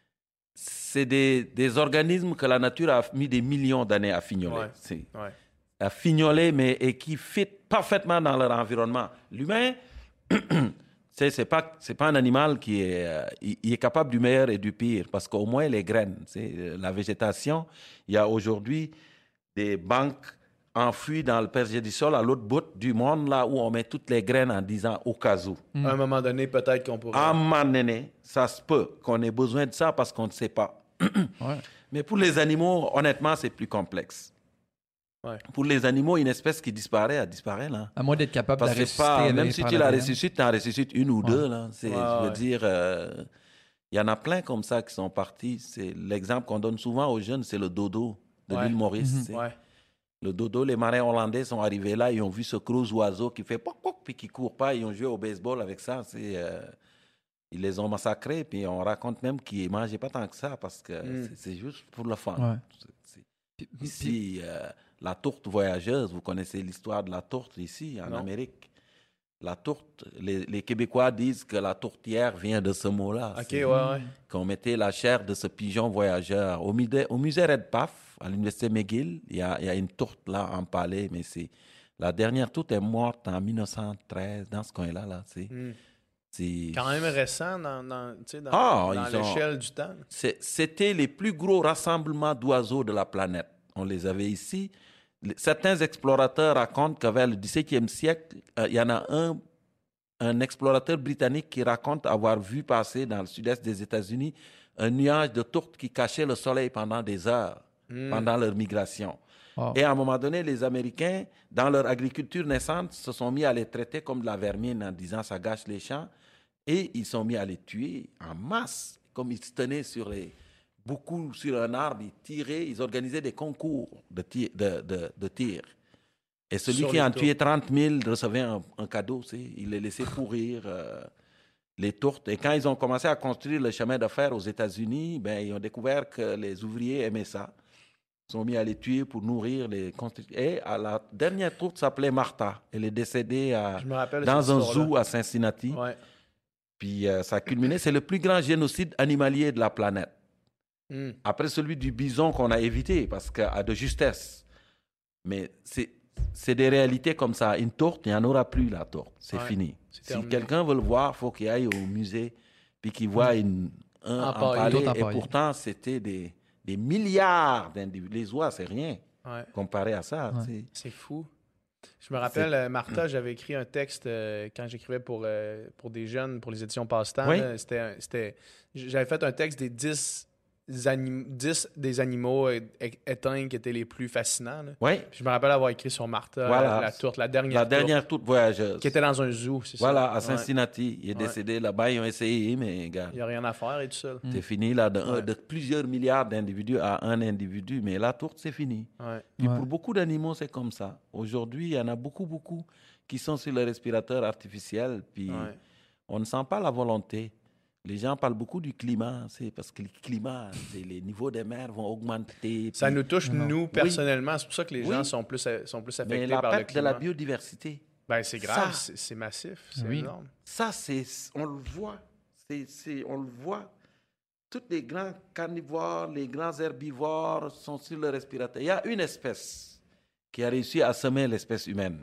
c'est des, des organismes que la nature a mis des millions d'années à fignoler. Ouais. C'est- Ouais. à fignoler, mais et qui fit parfaitement dans leur environnement. L'humain, c'est c'est pas c'est pas un animal qui est euh, il, il est capable du meilleur et du pire parce qu'au moins les graines, c'est euh, la végétation. Il y a aujourd'hui des banques enfouies dans le pergélisol à l'autre bout du monde là où on met toutes les graines en disant au cas où. À un moment donné, peut-être qu'on pourrait. À un moment donné, ça se peut qu'on ait besoin de ça parce qu'on ne sait pas. Ouais. Mais pour les animaux, honnêtement, c'est plus complexe. Ouais. Pour les animaux, une espèce qui disparaît, elle disparaît là. À moins d'être capable Parce de la que ressusciter. pas, aller même si par tu la l'A D N. ressuscites, tu en ressuscites une ou Ouais. deux. Là. C'est, Ouais, je veux ouais. dire, euh, il y en a plein comme ça qui sont partis. C'est l'exemple qu'on donne souvent aux jeunes, c'est le dodo de Ouais. l'île Maurice. Mhm. c'est- Ouais. Le dodo, les marins hollandais sont arrivés là, ils ont vu ce gros oiseau qui fait poc poc puis qui court pas, ils ont joué au baseball avec ça. C'est, euh, ils les ont massacrés, puis on raconte même qu'ils mangeaient pas tant que ça parce que Mm. c'est, c'est juste pour le fun. Ouais. C'est- c'est- Puis- puis- Ici, euh, la tourte voyageuse, vous connaissez l'histoire de la tourte ici, en Non. Amérique. La tourte, les, les Québécois disent que la tourtière vient de ce mot-là. OK, C'est ouais, ouais. qu'on mettait la chair de ce pigeon voyageur. Au musée, au musée Redpath, à l'université McGill, il y a, il y a une tourte là empalée, mais c'est la dernière tourte est morte en mille neuf cent treize, dans ce coin-là. Là, c'est, Hmm. c'est- Quand même récent dans, dans, tu sais, dans, Ah, dans ils ont- l'échelle du temps. C'est- C'était les plus gros rassemblements d'oiseaux de la planète. On les avait ici. Les- Certains explorateurs racontent qu'à vers le dix-septième siècle, euh, il y en a un, un explorateur britannique qui raconte avoir vu passer dans le sud-est des États-Unis un nuage de tourtes qui cachait le soleil pendant des heures, Hmm. pendant leur migration. Wow. Et à un moment donné, les Américains, dans leur agriculture naissante, se sont mis à les traiter comme de la vermine en disant ça gâche les champs. Et ils sont mis à les tuer en masse. Comme ils se tenaient sur les, beaucoup sur un arbre, ils tiraient, ils organisaient des concours de tir. De, de, de tir. Et celui Sur qui les en tourtes. tuait trente mille recevait un, un cadeau. Tu sais. Il les laissait pourrir euh, les tourtes. Et quand ils ont commencé à construire le chemin de fer aux États-Unis, ben, ils ont découvert que les ouvriers aimaient ça. Ils sont mis à les tuer pour nourrir les constructeurs. Et à la dernière tourte s'appelait Martha. Elle est décédée à- Je me rappelle de dans cette un histoire-là. zoo à Cincinnati. Ouais. Puis euh, ça a culminé. C'est le plus grand génocide animalier de la planète. Hmm. Après celui du bison qu'on a évité, parce qu'à de justesse. Mais c'est, c'est des réalités comme ça. Une tourte, il n'y en aura plus, la tourte. C'est Ouais, fini. c'est Si terminé. quelqu'un veut le voir, il faut qu'il aille au musée puis qu'il voit une, un Empaillé. empalé. D'autres Et empaillés. pourtant, c'était des, des milliards d'individus. Les oies, c'est rien Ouais. comparé à ça. Ouais. tu sais. C'est fou. Je me rappelle, euh, Martha, j'avais écrit un texte euh, quand j'écrivais pour, euh, pour des jeunes, pour les éditions Passe-Temps. Oui. là. C'était, un- c'était, j'avais fait un texte des dix, anim- dix des animaux é- é- éteints qui étaient les plus fascinants. là. Oui, Puis je me rappelle avoir écrit sur Martha, Voilà. la tourte, la dernière la tourte, dernière tourte voyageuse. qui était dans un zoo, c'est Voilà, ça? à Cincinnati. Il est Ouais. décédé là-bas. Ils ont essayé, mais gars, Il n'y a rien à faire et tout ça. là. c'est fini là, de, Ouais. de plusieurs milliards d'individus à un individu. Mais la tourte, c'est fini. Ouais. Puis Ouais. pour beaucoup d'animaux, c'est comme ça. Aujourd'hui, il y en a beaucoup, beaucoup qui sont sur le respirateur artificiel. Puis Ouais. on ne sent pas la volonté. Les gens parlent beaucoup du climat, c'est parce que le climat, c'est les niveaux des mers vont augmenter. Ça puis- nous touche, Non. nous, personnellement. C'est pour ça que les Oui. gens sont plus, sont plus affectés Mais la par le perte de climat. la biodiversité, Ben, c'est grave, Ça- c'est, c'est massif, c'est Oui. énorme. ça, c'est, on le voit. C'est, c'est- on le voit. Tous les grands carnivores, les grands herbivores sont sur le respirateur. Il y a une espèce qui a réussi à semer l'espèce humaine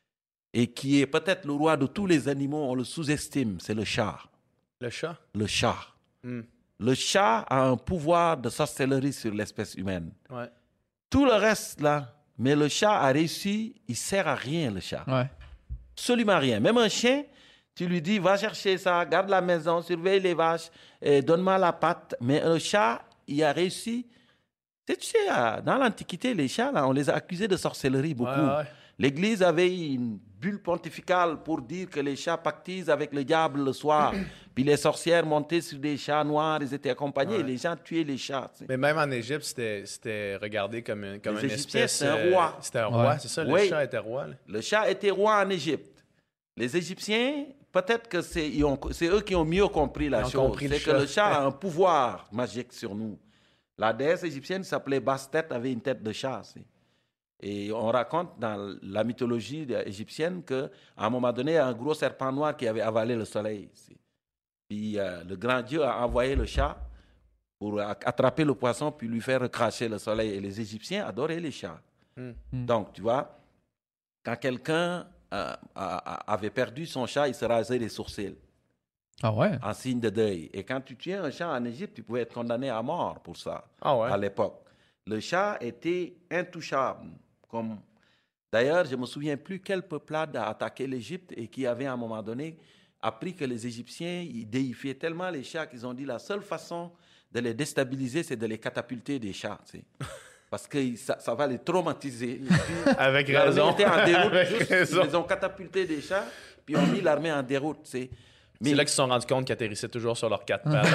et qui est peut-être le roi de tous les animaux. On le sous-estime, c'est le chat. Le chat? Le chat. Hmm. Le chat a un pouvoir de sorcellerie sur l'espèce humaine. Ouais. Tout le reste, là, Mais le chat a réussi, il ne sert à rien, le chat. Ouais. Absolument rien. Même un chien, tu lui dis, va chercher ça, garde la maison, surveille les vaches, et donne-moi la pâte. Mais un chat, il a réussi. Tu sais, dans l'Antiquité, les chats, là, on les a accusés de sorcellerie beaucoup. Ouais, ouais. L'Église avait une bulle pontificale pour dire que les chats pactisent avec le diable le soir. Puis les sorcières montaient sur des chats noirs, ils étaient accompagnés, Ouais. et les gens tuaient les chats. Tu sais. Mais même en Égypte, c'était, c'était regardé comme, une- comme Les une Égyptiens, espèce... c'était un euh, roi. C'était un roi, Ouais. c'est ça, Oui. le chat était roi. Là. Le chat était roi en Égypte. Les Égyptiens, peut-être que c'est, ils ont- c'est eux qui ont mieux compris la Ils ont chose. compris le C'est que chat. le chat a un pouvoir magique sur nous. La déesse égyptienne s'appelait Bastet, avait une tête de chat. C'est. Et on raconte dans la mythologie égyptienne qu'à un moment donné, il y a un gros serpent noir qui avait avalé le soleil. C'est. Puis euh, le grand Dieu a envoyé le chat pour attraper le poisson puis lui faire cracher le soleil. Et les Égyptiens adoraient les chats. Hmm. Hmm. Donc, tu vois, quand quelqu'un euh, a- a- avait perdu son chat, il se rasait les sourcils Ah ouais? en signe de deuil. Et quand tu tuais un chat en Égypte, tu pouvais être condamné à mort pour ça, Ah ouais? à l'époque. Le chat était intouchable. Comme... D'ailleurs, je ne me souviens plus quelle peuplade a attaqué l'Égypte et qui avait à un moment donné appris que les Égyptiens ils déifiaient tellement les chats qu'ils ont dit la seule façon de les déstabiliser, c'est de les catapulter des chats. Tu sais. Parce que ça, ça va les traumatiser. Et puis, Avec l'armée raison. était en déroute. Avec Juste, raison. ils les ont catapultés des chats, puis ont mis l'armée en déroute. Tu sais. Mais C'est là qu'ils se sont rendus compte qu'ils atterrissaient toujours sur leurs quatre pattes.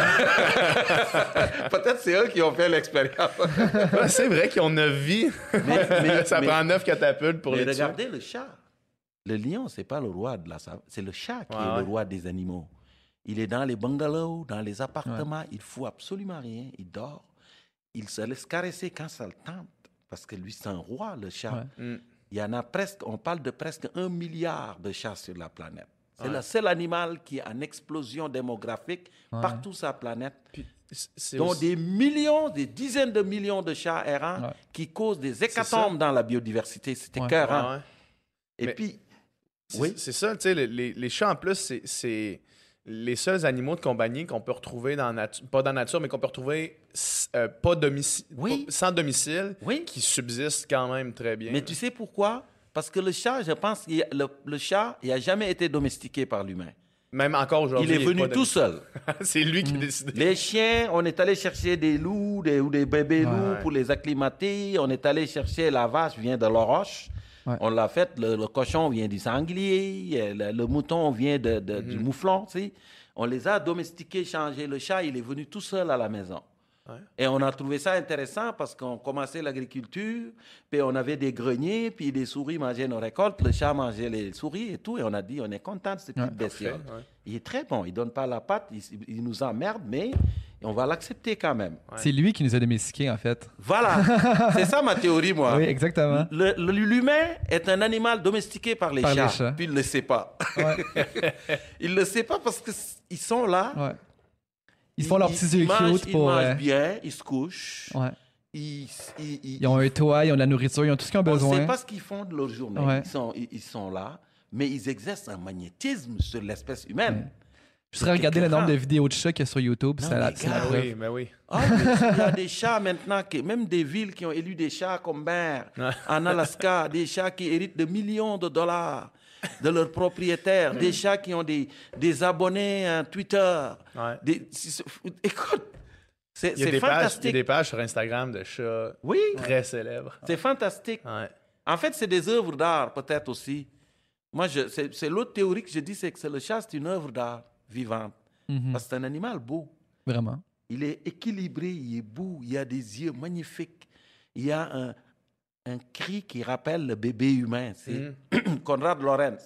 peut-être c'est eux qui ont fait l'expérience. Ouais, c'est vrai qu'ils ont neuf vies. Mais- mais- ça mais- prend neuf catapultes pour Mais les tuer. regardez le chat. Le lion, c'est pas le roi de la savane. C'est le chat qui Ouais, est ouais. le roi des animaux. Il est dans les bungalows, dans les appartements. Il fout absolument rien. Il dort. Il se laisse caresser quand ça le tente. Parce que lui, c'est un roi, le chat. Ouais. Hmm. Il y en a presque, on parle de presque un milliard de chats sur la planète. C'est Ouais. le seul animal qui est en explosion démographique Ouais. partout sur la planète. Puis, c'est- c'est dont aussi- des millions, des dizaines de millions de chats errants Ouais. qui causent des hécatombes dans la biodiversité. C'est Ouais. écœurant. Ouais, ouais. Et Mais- puis, C'est, oui, c'est ça, tu sais, les, les- les chats, en plus, c'est, c'est les seuls animaux de compagnie qu'on peut retrouver dans la nature, pas dans la nature, mais qu'on peut retrouver euh, pas domici- Oui. pas- sans domicile, oui. qui subsistent quand même très bien. Mais tu sais pourquoi? Parce que le chat, je pense, que le, le chat, il n'a jamais été domestiqué par l'humain. Même encore aujourd'hui. Il est venu pas tout seul. C'est lui Mm. qui a décidé. Les chiens, on est allé chercher des loups des, ou des bébés Ouais. loups pour les acclimater. On est allé chercher la vache, vient de l'oroche. Ouais. On l'a fait. Le, le cochon vient du sanglier. Le, le mouton vient de, de- du mouflon. Tu sais. On les a domestiqués, changés. Le chat, il est venu tout seul à la maison. Ouais. Et on a trouvé ça intéressant parce qu'on commençait l'agriculture, puis on avait des greniers, puis les souris mangeaient nos récoltes, le chat mangeait les souris et tout. Et on a dit, on est content de cette petite bestiole. Parfait, ouais. Il est très bon. Il donne pas la patte, il, il nous emmerde, mais on va l'accepter quand même. Ouais. C'est lui qui nous a domestiqués, en fait. Voilà. C'est ça ma théorie, moi. Oui, exactement. Le- le- L'humain est un animal domestiqué par les, Par les chats, chats. puis il ne le sait pas. Ouais. Il ne le sait pas parce qu'ils sont là. Ouais. Ils se font leurs petits yeux mangent, cute ils pour. mangent euh, bien, ils se couchent. ouais. Ils, ils- ils- Ils ont un toit, ils ont de la nourriture, ils ont tout ce qu'ils ont On ne besoin. sait pas ce qu'ils font de leur journée. Ouais. Ils, sont, ils, ils sont là, mais ils exercent un magnétisme sur l'espèce humaine. Je serais regarder le écœurant. nombre de vidéos de chats qu'il y a sur YouTube, Non, c'est la, mais c'est la gars, Ah preuve. oui, mais oui. Ah, mais il y a des chats maintenant, qui, même des villes qui ont élu des chats comme maire, en Alaska, des chats qui héritent de millions de dollars de leurs propriétaires, des chats qui ont des, des abonnés à Twitter. Ouais. Des- c'est- écoute, c'est Il y, a c'est des pages, il y a fantastique. des pages sur Instagram de chats Oui, très célèbres. c'est fantastique. Ouais. En fait, c'est des œuvres d'art, peut-être aussi. Moi, je- c'est c'est l'autre théorie que je dis, c'est que c'est le chat, c'est une œuvre d'art vivante. Mhm. Parce que c'est un animal beau. Vraiment. Il est équilibré, il est beau, il a des yeux magnifiques. Il y a un, un cri qui rappelle le bébé humain. C'est Mhm. Konrad Lorenz.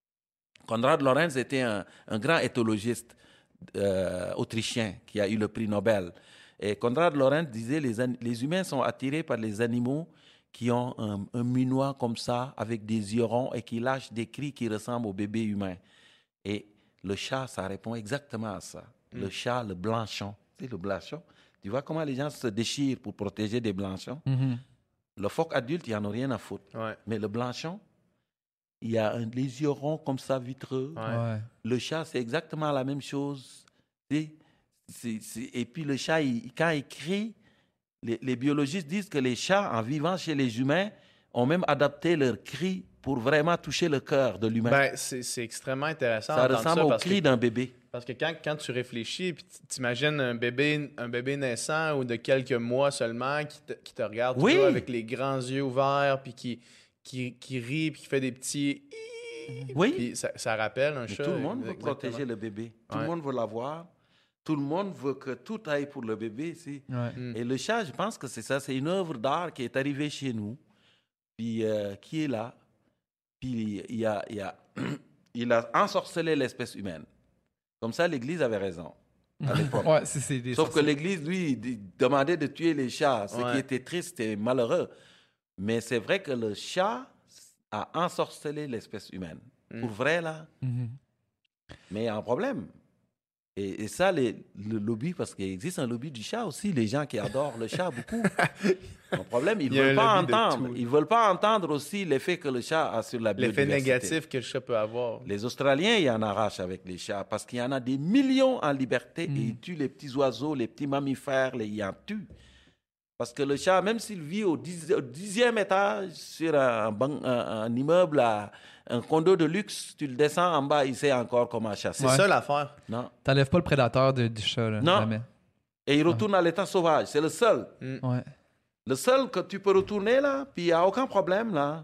Konrad Lorenz était un, un grand éthologiste euh, autrichien qui a eu le prix Nobel. Et Konrad Lorenz disait les les humains sont attirés par les animaux qui ont un, un munois comme ça, avec des yeux ronds et qui lâchent des cris qui ressemblent au bébé humain. Et le chat, ça répond exactement à ça. Mm. Le chat, le blanchon. Tu sais, le blanchon. Tu vois comment les gens se déchirent pour protéger des blanchons? Mhm. Le phoque adulte, il n'en a rien à foutre. Ouais. Mais le blanchon, il a un, les yeux ronds comme ça, vitreux. Ouais. Ouais. Le chat, c'est exactement la même chose. Tu sais, c'est- c'est- et puis le chat, il- quand il crie, les, les biologistes disent que les chats, en vivant chez les humains, ont même adapté leurs cris pour vraiment toucher le cœur de l'humain. Ben, c'est, c'est extrêmement intéressant. Ça d'entendre ressemble ça au parce cri que, d'un bébé. parce que quand, quand tu réfléchis, puis t'imagines un bébé, un bébé naissant ou de quelques mois seulement qui te, qui te regarde Oui. toujours avec les grands yeux ouverts, puis qui, qui, qui rit, puis qui fait des petits... Oui. Puis ça, ça rappelle un Mais chat. tout le monde veut exactement. protéger le bébé. Tout Ouais. le monde veut l'avoir. Tout le monde veut que tout aille pour le bébé ici. Ouais. Mm. Et le chat, je pense que c'est ça. C'est une œuvre d'art qui est arrivée chez nous, puis euh, qui est là. Puis il, a, il, a, il a ensorcelé l'espèce humaine. Comme ça, l'Église avait raison à l'époque. Ouais, c'est, c'est des Sauf que sorciers. l'Église, lui, d- demandait de tuer les chats, ce Ouais. qui était triste et malheureux. Mais c'est vrai que le chat a ensorcelé l'espèce humaine. Mm. Pour vrai, là. Mhm. Mais il y a un problème. Et, et ça, les- le lobby, parce qu'il existe un lobby du chat aussi, les gens qui adorent le chat beaucoup. Un problème, ils Il y a ne veulent un pas lobby de entendre. tout. Ils veulent pas entendre aussi l'effet que le chat a sur la L'effet biodiversité. négatif que le chat peut avoir. Les Australiens, ils en arrachent avec les chats parce qu'il y en a des millions en liberté Mm. et ils tuent les petits oiseaux, les petits mammifères, les, ils en tuent. Parce que le chat, même s'il vit au, dix, au dixième étage sur un, ban- un- un immeuble, à, un condo de luxe, tu le descends en bas, il sait encore comment chasser. C'est Ouais. ça l'affaire. Non. T'enlèves pas le prédateur de- du chat, là. Non. Jamais. Et il retourne à l'état sauvage. C'est le seul. Ouais. Le seul que tu peux retourner là, puis il n'y a aucun problème là.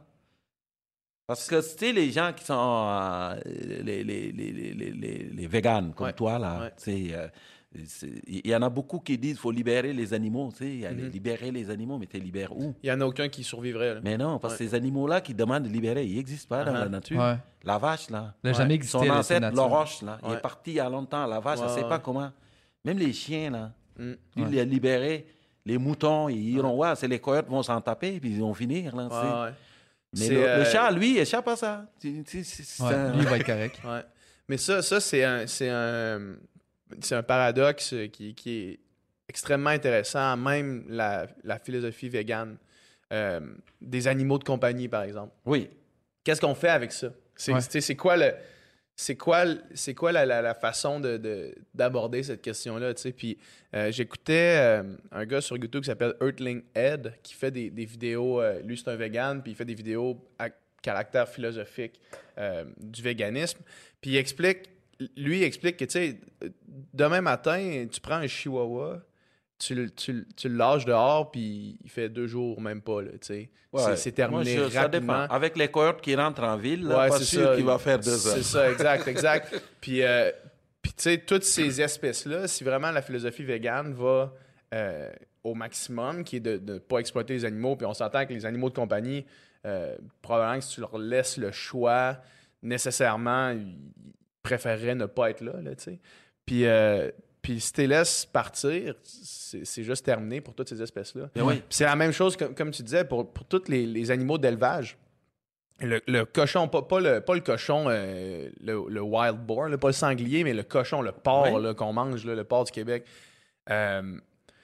Parce que tu sais, les gens qui sont euh, les, les, les, les, les, les, les véganes comme Ouais. toi là, Ouais. tu sais, euh, c'est- il y en a beaucoup qui disent qu'il faut libérer les animaux, tu sais, aller Mhm. libérer les animaux, mais tu les libères où? Il n'y en a aucun qui survivrait. là. Mais non, parce que Ouais. ces animaux-là qui demandent de libérer, ils n'existent pas dans Uh-huh. la nature. Ouais. La vache là, Il n'a Ouais. jamais existé. son là, c'est ancêtre, nature. l'oroche là, il Ouais. est parti il y a longtemps. La vache, Ouais, elle ne sait ouais. pas comment. Même les chiens là, Mm. il Ouais. les a libérés. Les moutons, ils iront voir, c'est les coyotes vont s'en taper, puis ils vont finir là. tu sais. Ouais, ouais. Mais C'est, le, le euh, chat, lui, il échappe à ça. Tu- tu- c'est- c'est Ouais, un- lui, il va être correct. Ouais. Mais ça, ça c'est un, c'est un, c'est un paradoxe qui, qui est extrêmement intéressant, même la, la philosophie végane. Euh, des animaux de compagnie, par exemple. Oui. Qu'est-ce qu'on fait avec ça? C'est, Ouais. tu sais, c'est quoi le. C'est quoi, le- c'est quoi la, la- la façon de, de- d'aborder cette question-là? tu sais? Puis euh, j'écoutais euh, un gars sur YouTube qui s'appelle Earthling Ed qui fait des, des vidéos. euh, lui, c'est un vegan, puis il fait des vidéos à caractère philosophique euh, du véganisme. Puis il explique, lui, il explique que, tu sais, demain matin, tu prends un chihuahua, tu, le- tu, le- tu le lâches dehors, puis il fait deux jours, même pas, là, tu sais. Ouais. C'est, c'est terminé Moi, je- ça dépend. rapidement. Avec les coyotes qui rentrent en ville, là, Ouais, pas c'est sûr ça. qu'il va faire deux heures. C'est ça, exact, exact. Puis, euh, puis tu sais, toutes ces espèces-là, si vraiment la philosophie végane va euh, au maximum, qui est de ne pas exploiter les animaux, puis on s'entend que les animaux de compagnie, euh, probablement que si tu leur laisses le choix, nécessairement, ils préféreraient ne pas être là, là, tu sais. Puis, euh, puis si tu les laisses partir, c'est, c'est juste terminé pour toutes ces espèces-là. Mais oui. Puis c'est la même chose, comme, comme tu disais, pour, pour tous les, les animaux d'élevage. Le, le cochon, pas, pas, le, pas le cochon, euh, le, le wild boar, là, pas le sanglier, mais le cochon, le porc Oui. là, qu'on mange, là, le porc du Québec. Euh,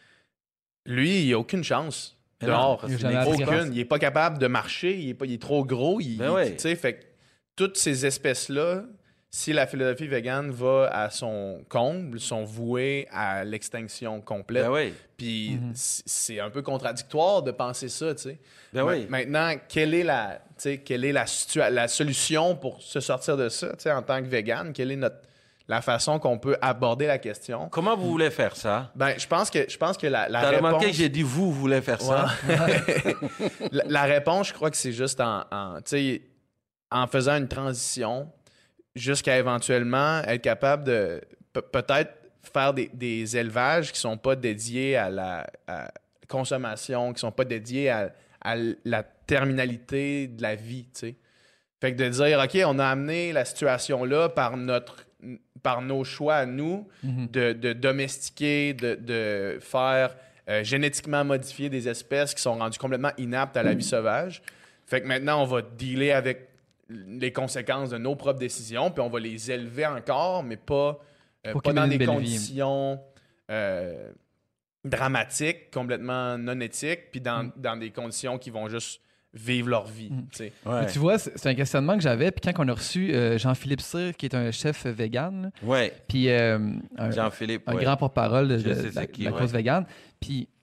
lui, il n'a aucune chance Mais non, dehors. parce qu'il Aucune. n'a jamais appris à Il n'est pas capable de marcher, il est, pas, il est trop gros. Il, Ben il- oui. tu sais, fait que toutes ces espèces-là, si la philosophie végane va à son comble, sont vouées à l'extinction complète. Ben oui. Puis Mhm. c- c'est un peu contradictoire de penser ça, tu sais. Ben Ma- oui. Maintenant, quelle est la, tu sais, quelle est la, situa- la solution pour se sortir de ça, tu sais, en tant que vegan? Quelle est notre, la façon qu'on peut aborder la question? Comment vous voulez faire ça? Ben, je pense que, je pense que la, la T'as réponse... remarqué que j'ai dit vous voulez faire ça? Ouais. la, la réponse, je crois que c'est juste en, en, tu sais, en faisant une transition jusqu'à éventuellement être capable de pe- peut-être faire des, des élevages qui sont pas dédiés à la à consommation, qui sont pas dédiés à, à la terminalité de la vie, tu sais. Fait que de dire, OK, on a amené la situation là par notre par nos choix à nous Mhm. de, de domestiquer, de, de faire euh, génétiquement modifier des espèces qui sont rendues complètement inaptes à la vie sauvage. Fait que maintenant, on va dealer avec les conséquences de nos propres décisions, puis on va les élever encore, mais pas, euh, Pour pas qu'ils dans mènent des une belle vie. conditions euh, dramatiques, complètement non éthiques, puis dans, Mm. dans des conditions qui vont juste vivre leur vie. Mm. tu sais. Ouais. Mais tu vois, c'est c'est un questionnement que j'avais. Puis quand on a reçu euh, Jean-Philippe Cyr, qui est un chef vegan, là, Ouais. puis euh, un, Jean-Philippe. un ouais. grand porte-parole de, Je de- sais de la, c'est qui, de la ouais. cause végane. Puis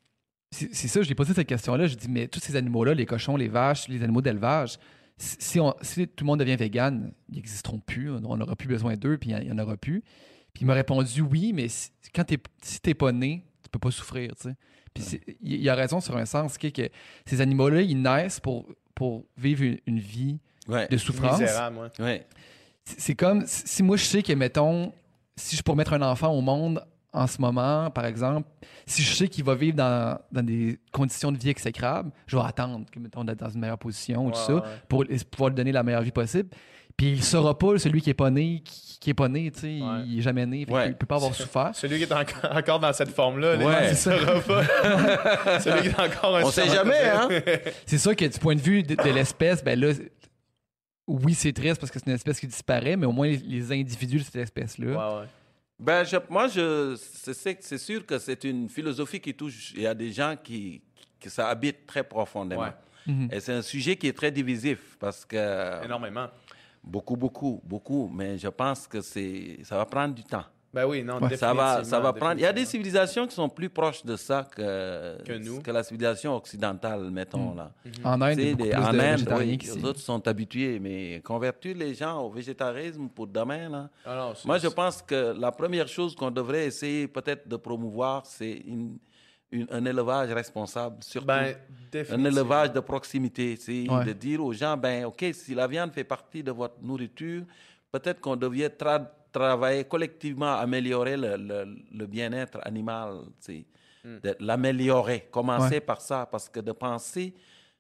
C'est, c'est ça, je lui ai posé cette question-là. Je dis, mais tous ces animaux-là, les cochons, les vaches, les animaux d'élevage, si, on, si tout le monde devient vegan, ils n'existeront plus. On n'aura plus besoin d'eux, puis il n'y en aura plus. Puis il m'a répondu oui, mais si, quand t'es, si tu n'es pas né, tu ne peux pas souffrir. Tu sais. Puis c'est, il, il a raison sur un sens, que, que ces animaux-là, ils naissent pour, pour vivre une, une vie Ouais. de souffrance. Misérable, ouais. Ouais. C'est, c'est comme si moi je sais que, mettons, si je pourrais mettre un enfant au monde en ce moment, par exemple, si je sais qu'il va vivre dans, dans des conditions de vie exécrables, je vais attendre que, mettons, d'être dans une meilleure position ou tout Ouais, ça ouais. pour pouvoir lui donner la meilleure vie possible. Puis il ne saura pas, celui qui est pas né, qui, qui est pas né, tu sais, Ouais. il est jamais né, fait Ouais. qu'il peut pas avoir souffert. Celui qui est encore, encore dans cette forme-là, les Ouais. gens, il ne saura pas. Celui qui est encore un On sait jamais, hein? C'est sûr que du point de vue de, de l'espèce, ben là, oui, c'est triste parce que c'est une espèce qui disparaît, mais au moins les, les individus de cette espèce-là. Ouais, ouais. Ben, je- moi, je, c'est, c'est- c'est sûr que c'est une philosophie qui touche. Il y a des gens qui, que ça habite très profondément. Ouais. Mhm. Et c'est un sujet qui est très divisif parce que Énormément. beaucoup, beaucoup, beaucoup. Mais je pense que c'est, ça va prendre du temps. Ben oui, non, Ouais. Ça va, ça va définitivement, prendre. Il y a des définitivement. civilisations qui sont plus proches de ça que, Que nous. que la civilisation occidentale, mettons là. En Inde, il y Tu a sais, beaucoup des- plus en de Inde, végétariens oui, qu'ici. les autres sont habitués, mais convertir les gens au végétarisme pour demain, là. Ah non, c'est- Moi, je pense que la première chose qu'on devrait essayer peut-être de promouvoir, c'est une, une- un élevage responsable, surtout Ben, un définitivement. élevage de proximité. C'est Ouais. de dire aux gens, ben, OK, si la viande fait partie de votre nourriture, peut-être qu'on devrait tra- travailler collectivement à améliorer le, le- le bien-être animal, tu sais, de l'améliorer. Commencer Ouais. par ça, parce que de penser,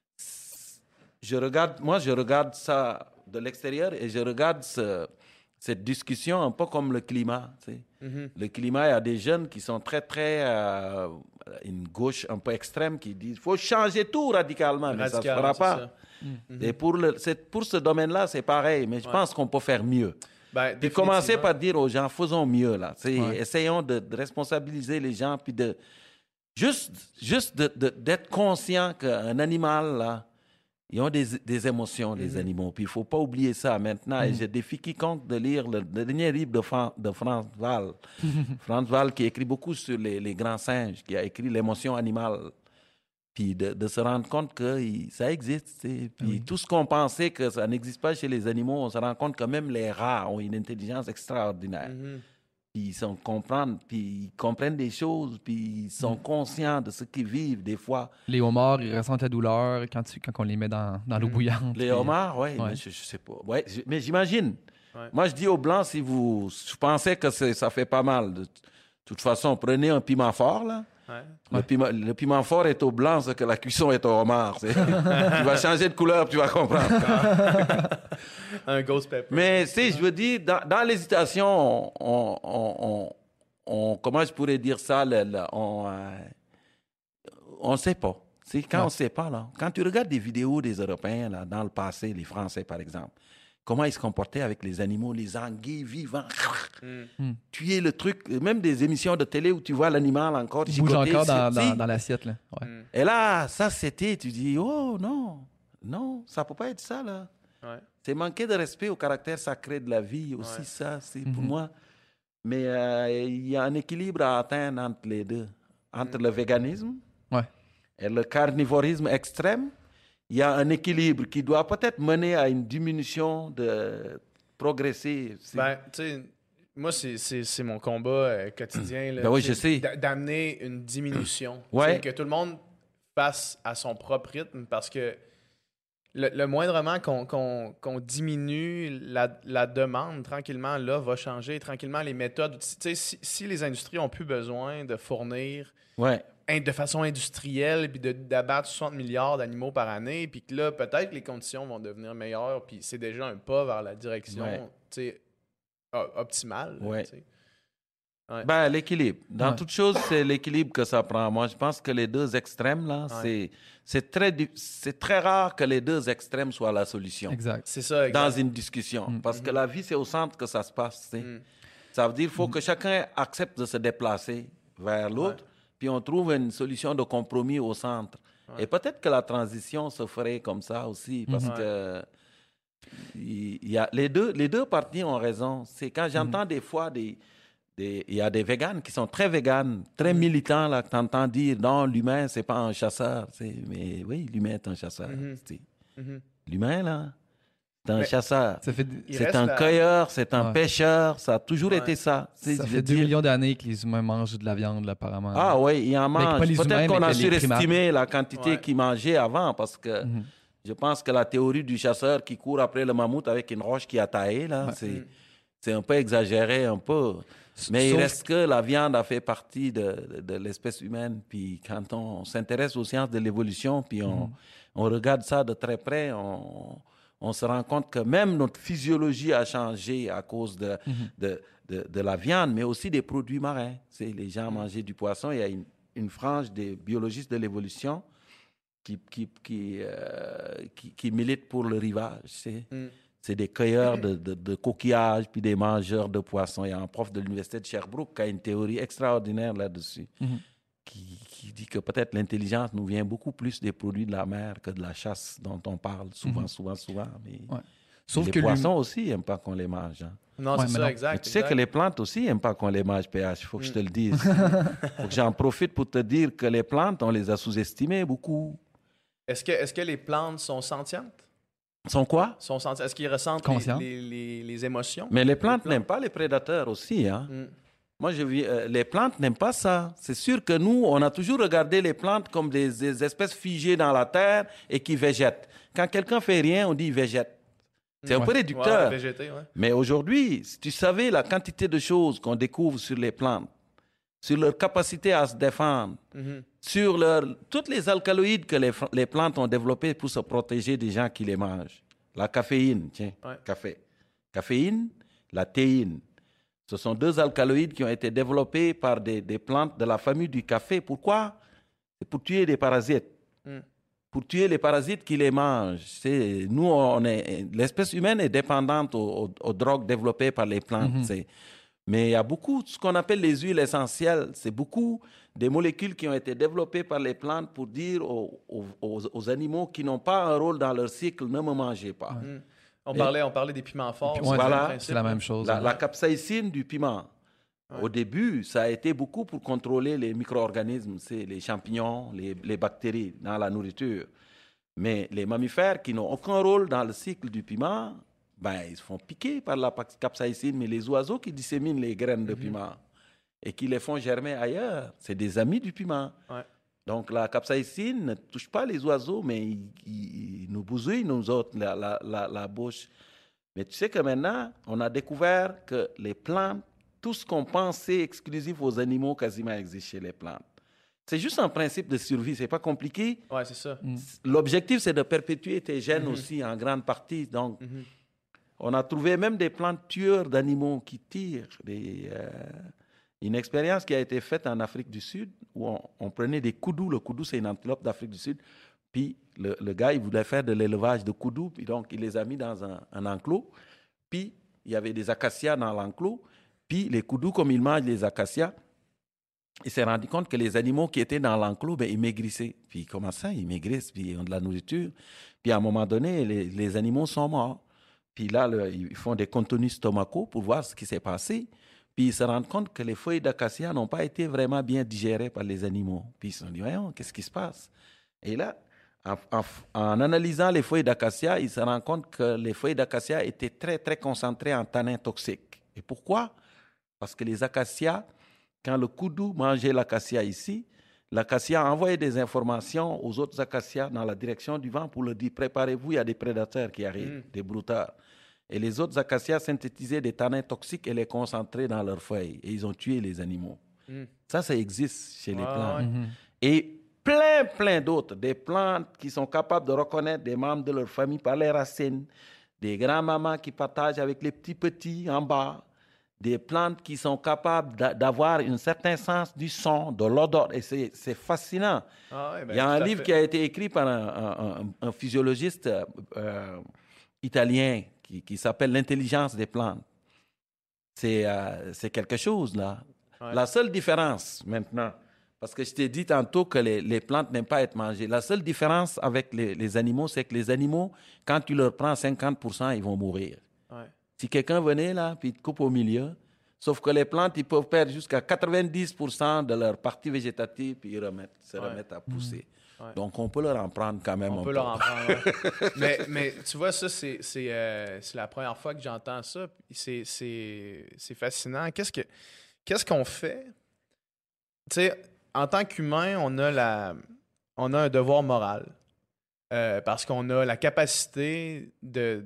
je regarde, moi, je regarde ça de l'extérieur et je regarde ce- cette discussion un peu comme le climat. Tu sais. Mhm. Le climat, il y a des jeunes qui sont très, très. Euh, une gauche un peu extrême qui disent il faut changer tout radicalement, mais ça ne se Radical, fera c'est pas. ça. Et pour, le, c'est- pour ce domaine-là, c'est pareil, mais je Ouais. pense qu'on peut faire mieux. Ben, Puis commencer définitivement. par dire aux gens, faisons mieux, là. Tu sais, Ouais. essayons de, de responsabiliser les gens, puis de juste, juste de- de- d'être conscient qu'un animal, là, ils ont des, des émotions, les Mhm. animaux. Puis il ne faut pas oublier ça maintenant. Et je défie quiconque de lire le, le dernier livre de, Fran- de Franz Val. Franz Val qui écrit beaucoup sur les, les grands singes, qui a écrit l'émotion animale. Puis de, de se rendre compte que il- ça existe. tu sais. Puis Oui. tout ce qu'on pensait que ça n'existe pas chez les animaux, on se rend compte que même les rats ont une intelligence extraordinaire. Mhm. Puis ils sont comprennent, puis ils comprennent des choses, puis ils sont conscients de ce qu'ils vivent des fois. Les homards, ils ressentent la douleur quand, tu, quand on les met dans, dans l'eau Mhm. bouillante. Les puis- homards, oui, Ouais. mais je, je sais pas. Ouais, je- mais j'imagine. Ouais. Moi, je dis aux Blancs, si vous je pensez que c'est- ça fait pas mal, de toute façon, prenez un piment fort, là. Ouais. Le, piment, le piment fort est au blanc, ce que la cuisson est au homard. c'est- tu vas changer de couleur, tu vas comprendre. Un ghost pepper. Mais, tu sais, je veux dire, dans, dans l'hésitation, on, on, on, on- comment je pourrais dire ça, le- le- on ne sait pas. C'est quand Ouais. on ne sait pas, là. Quand tu regardes des vidéos des Européens, là, dans le passé, les Français, par exemple, comment ils se comportaient avec les animaux, les anguilles vivants, Mm. tuer le truc, même des émissions de télé où tu vois l'animal encore Ils bougent gigoter encore sur- dans, si. dans, dans l'assiette. Là. Ouais. Mm. Et là, ça, c'était, tu dis, oh non, non, ça peut pas être ça, là. Ouais. C'est manquer de respect au caractère sacré de la vie aussi, Ouais. ça, c'est pour Mhm. moi. Mais euh, il y a un équilibre à atteindre entre les deux. Entre le véganisme Ouais. et le carnivorisme extrême, il y a un équilibre qui doit peut-être mener à une diminution de progresser. C'est- Ben, tu sais, moi, c'est- c'est c'est mon combat euh, quotidien. Là, Ben oui, tu sais, je sais. d'a- D'amener une diminution. Ouais. Tu sais, que tout le monde fasse à son propre rythme parce que le, le moindrement qu'on qu'on- qu'on diminue la, la demande, tranquillement, là, va changer. Tranquillement, les méthodes. Tu sais, si, si les industries ont plus besoin de fournir Ouais. in- de façon industrielle puis de- d'abattre soixante milliards d'animaux par année, puis que là, peut-être que les conditions vont devenir meilleures, puis c'est déjà un pas vers la direction Ouais. tu sais, o- optimale. là, Ouais. tu sais. Ben, l'équilibre. Dans Ouais. toute chose, c'est l'équilibre que ça prend. Moi, je pense que les deux extrêmes, là, Ouais. c'est, c'est, très, di- c'est très rare que les deux extrêmes soient la solution Exact. C'est ça, exact. dans une discussion. Mm. Parce que la vie, c'est au centre que ça se passe. tu sais. Mm. Ça veut dire qu'il faut que chacun accepte de se déplacer vers l'autre, puis on trouve une solution de compromis au centre. Ouais. Et peut-être que la transition se ferait comme ça aussi, parce Mhm. que il il y a, les, deux, les deux parties ont raison. C'est quand j'entends des fois des, des, il y a des véganes qui sont très véganes, très mm. militants, là, que tu entends dire, non, l'humain, c'est pas un chasseur. C'est, mais oui, l'humain est un chasseur. Mm-hmm. C'est, mm-hmm. L'humain, là, c'est un mais chasseur. Ça fait, c'est un la... cueilleur, c'est un ouais. pêcheur. Ça a toujours ouais. été ça. Ça fait deux dire... millions d'années que les humains mangent de la viande, là, apparemment. Ah oui, ils en mangent. Peut-être humains, qu'on a surestimé la quantité ouais. qu'ils mangeaient avant, parce que mm-hmm. je pense que la théorie du chasseur qui court après le mammouth avec une roche qui a taillé, là, ouais. c'est, mm. c'est un peu exagéré, un peu. Mais Sauf... il reste que la viande a fait partie de, de, de l'espèce humaine. Puis quand on s'intéresse aux sciences de l'évolution, puis on, mm. on regarde ça de très près, on, on se rend compte que même notre physiologie a changé à cause de, mm-hmm. de, de, de la viande, mais aussi des produits marins. C'est, les gens mm. mangeaient du poisson. Il y a une, une frange des biologistes de l'évolution qui, qui, qui, euh, qui, qui militent pour le rivage. C'est, mm. c'est des cueilleurs de, de, de coquillages puis des mangeurs de poissons. Il y a un prof de l'université de Sherbrooke qui a une théorie extraordinaire là-dessus, mm-hmm. qui, qui dit que peut-être l'intelligence nous vient beaucoup plus des produits de la mer que de la chasse dont on parle souvent, mm-hmm. souvent, souvent. Mais ouais. Sauf les que poissons lui... aussi n'aiment pas qu'on les mange. Hein. Non, ouais, c'est ça, non. exact. Mais tu exact. sais que les plantes aussi n'aiment pas qu'on les mange, P H. Il faut que mm. je te le dise. Il faut que j'en profite pour te dire que les plantes, on les a sous-estimées beaucoup. Est-ce que, est-ce que les plantes sont sentientes? Sont quoi? Sont senti- Est-ce qu'ils ressentent les, les, les, les émotions? Mais les plantes, les plantes n'aiment pas les prédateurs aussi. Hein? Mm. Moi, je vis, euh, les plantes n'aiment pas ça. C'est sûr que nous, on a toujours regardé les plantes comme des, des espèces figées dans la terre et qui végètent. Quand quelqu'un fait rien, on dit végète. C'est ouais. un peu réducteur. Ouais, végéter, ouais. Mais aujourd'hui, si tu savais la quantité de choses qu'on découvre sur les plantes, sur leur capacité à se défendre, mm-hmm. sur leur, toutes les alcaloïdes que les, les plantes ont développées pour se protéger des gens qui les mangent. La caféine, tiens, ouais. café. Caféine, la théine. Ce sont deux alcaloïdes qui ont été développés par des, des plantes de la famille du café. Pourquoi? C'est pour tuer des parasites. Mm. Pour tuer les parasites qui les mangent. C'est, nous, on est, l'espèce humaine est dépendante aux, aux, aux drogues développées par les plantes. Mm-hmm. C'est, mais il y a beaucoup, ce qu'on appelle les huiles essentielles, c'est beaucoup des molécules qui ont été développées par les plantes pour dire aux, aux, aux animaux qui n'ont pas un rôle dans leur cycle, ne me mangez pas. Mm. On, Et, parlait, on parlait des piments forts. Ouais, voilà, c'est la même chose. La, la capsaïcine du piment. Ouais. Au début, ça a été beaucoup pour contrôler les micro-organismes, c'est les champignons, les, les bactéries dans la nourriture. Mais les mammifères qui n'ont aucun rôle dans le cycle du piment, ben, ils se font piquer par la capsaïcine, mais les oiseaux qui disséminent les graines de mm-hmm. piment et qui les font germer ailleurs, c'est des amis du piment. Ouais. Donc la capsaïcine ne touche pas les oiseaux, mais ils, ils, ils nous bousillent, nous autres, la, la, la, la bouche. Mais tu sais que maintenant, on a découvert que les plantes, tout ce qu'on pensait exclusif aux animaux quasiment existe chez les plantes. C'est juste un principe de survie, c'est pas compliqué. Ouais, c'est ça. Mm. L'objectif, c'est de perpétuer tes gènes mm-hmm. aussi en grande partie. Donc, mm-hmm. on a trouvé même des plantes tueurs d'animaux qui tirent. Des, euh, une expérience qui a été faite en Afrique du Sud où on, on prenait des koudous. Le koudou, c'est une antilope d'Afrique du Sud. Puis le, le gars, il voulait faire de l'élevage de koudous. Puis donc, il les a mis dans un, un enclos. Puis, il y avait des acacias dans l'enclos. Puis, les koudous, comme ils mangent les acacias, il s'est rendu compte que les animaux qui étaient dans l'enclos, ben, ils maigrissaient. Puis, comment ça, ils maigrissent, puis ils ont de la nourriture. Puis, à un moment donné, les, les animaux sont morts. Puis là, le, ils font des contenus stomacaux pour voir ce qui s'est passé. Puis, ils se rendent compte que les feuilles d'acacia n'ont pas été vraiment bien digérées par les animaux. Puis, ils se sont dit, voyons, qu'est-ce qui se passe? Et là, en, en, en analysant les feuilles d'acacia, ils se rendent compte que les feuilles d'acacia étaient très, très concentrées en tanins toxiques. Et pourquoi? Parce que les acacias, quand le koudou mangeait l'acacia ici, l'acacia envoyait des informations aux autres acacias dans la direction du vent pour leur dire « Préparez-vous, il y a des prédateurs qui arrivent, mmh. des broutards ». Et les autres acacias synthétisaient des tanins toxiques et les concentraient dans leurs feuilles. Et ils ont tué les animaux. Mmh. Ça, ça existe chez les ah, plantes. Mmh. Et plein, plein d'autres. Des plantes qui sont capables de reconnaître des membres de leur famille par les racines. Des grands-mamans qui partagent avec les petits-petits en bas. Des plantes qui sont capables d'avoir un certain sens du son, de l'odeur. Et c'est, c'est fascinant. Ah ouais, ben, il y a un livre fait. qui a été écrit par un, un, un, un physiologiste euh, italien qui, qui s'appelle « L'intelligence des plantes ». C'est, euh, c'est quelque chose, là. Ouais. La seule différence, maintenant, parce que je t'ai dit tantôt que les, les plantes n'aiment pas être mangées. La seule différence avec les, les animaux, c'est que les animaux, quand tu leur prends cinquante pour cent, ils vont mourir. Ouais. Si quelqu'un venait là, puis il te coupe au milieu, Sauf que les plantes, ils peuvent perdre jusqu'à quatre-vingt-dix pour cent de leur partie végétative, puis ils remettent, se Ouais. remettent à pousser. Ouais. Donc, on peut leur en prendre quand même On un peut peu. leur en prendre. Ouais. mais, mais tu vois, ça, c'est, c'est, euh, c'est la première fois que j'entends ça. Puis C'est, c'est, c'est fascinant. Qu'est-ce, que, qu'est-ce qu'on fait? Tu sais, en tant qu'humain, on a, la, on a un devoir moral. Euh, parce qu'on a la capacité de,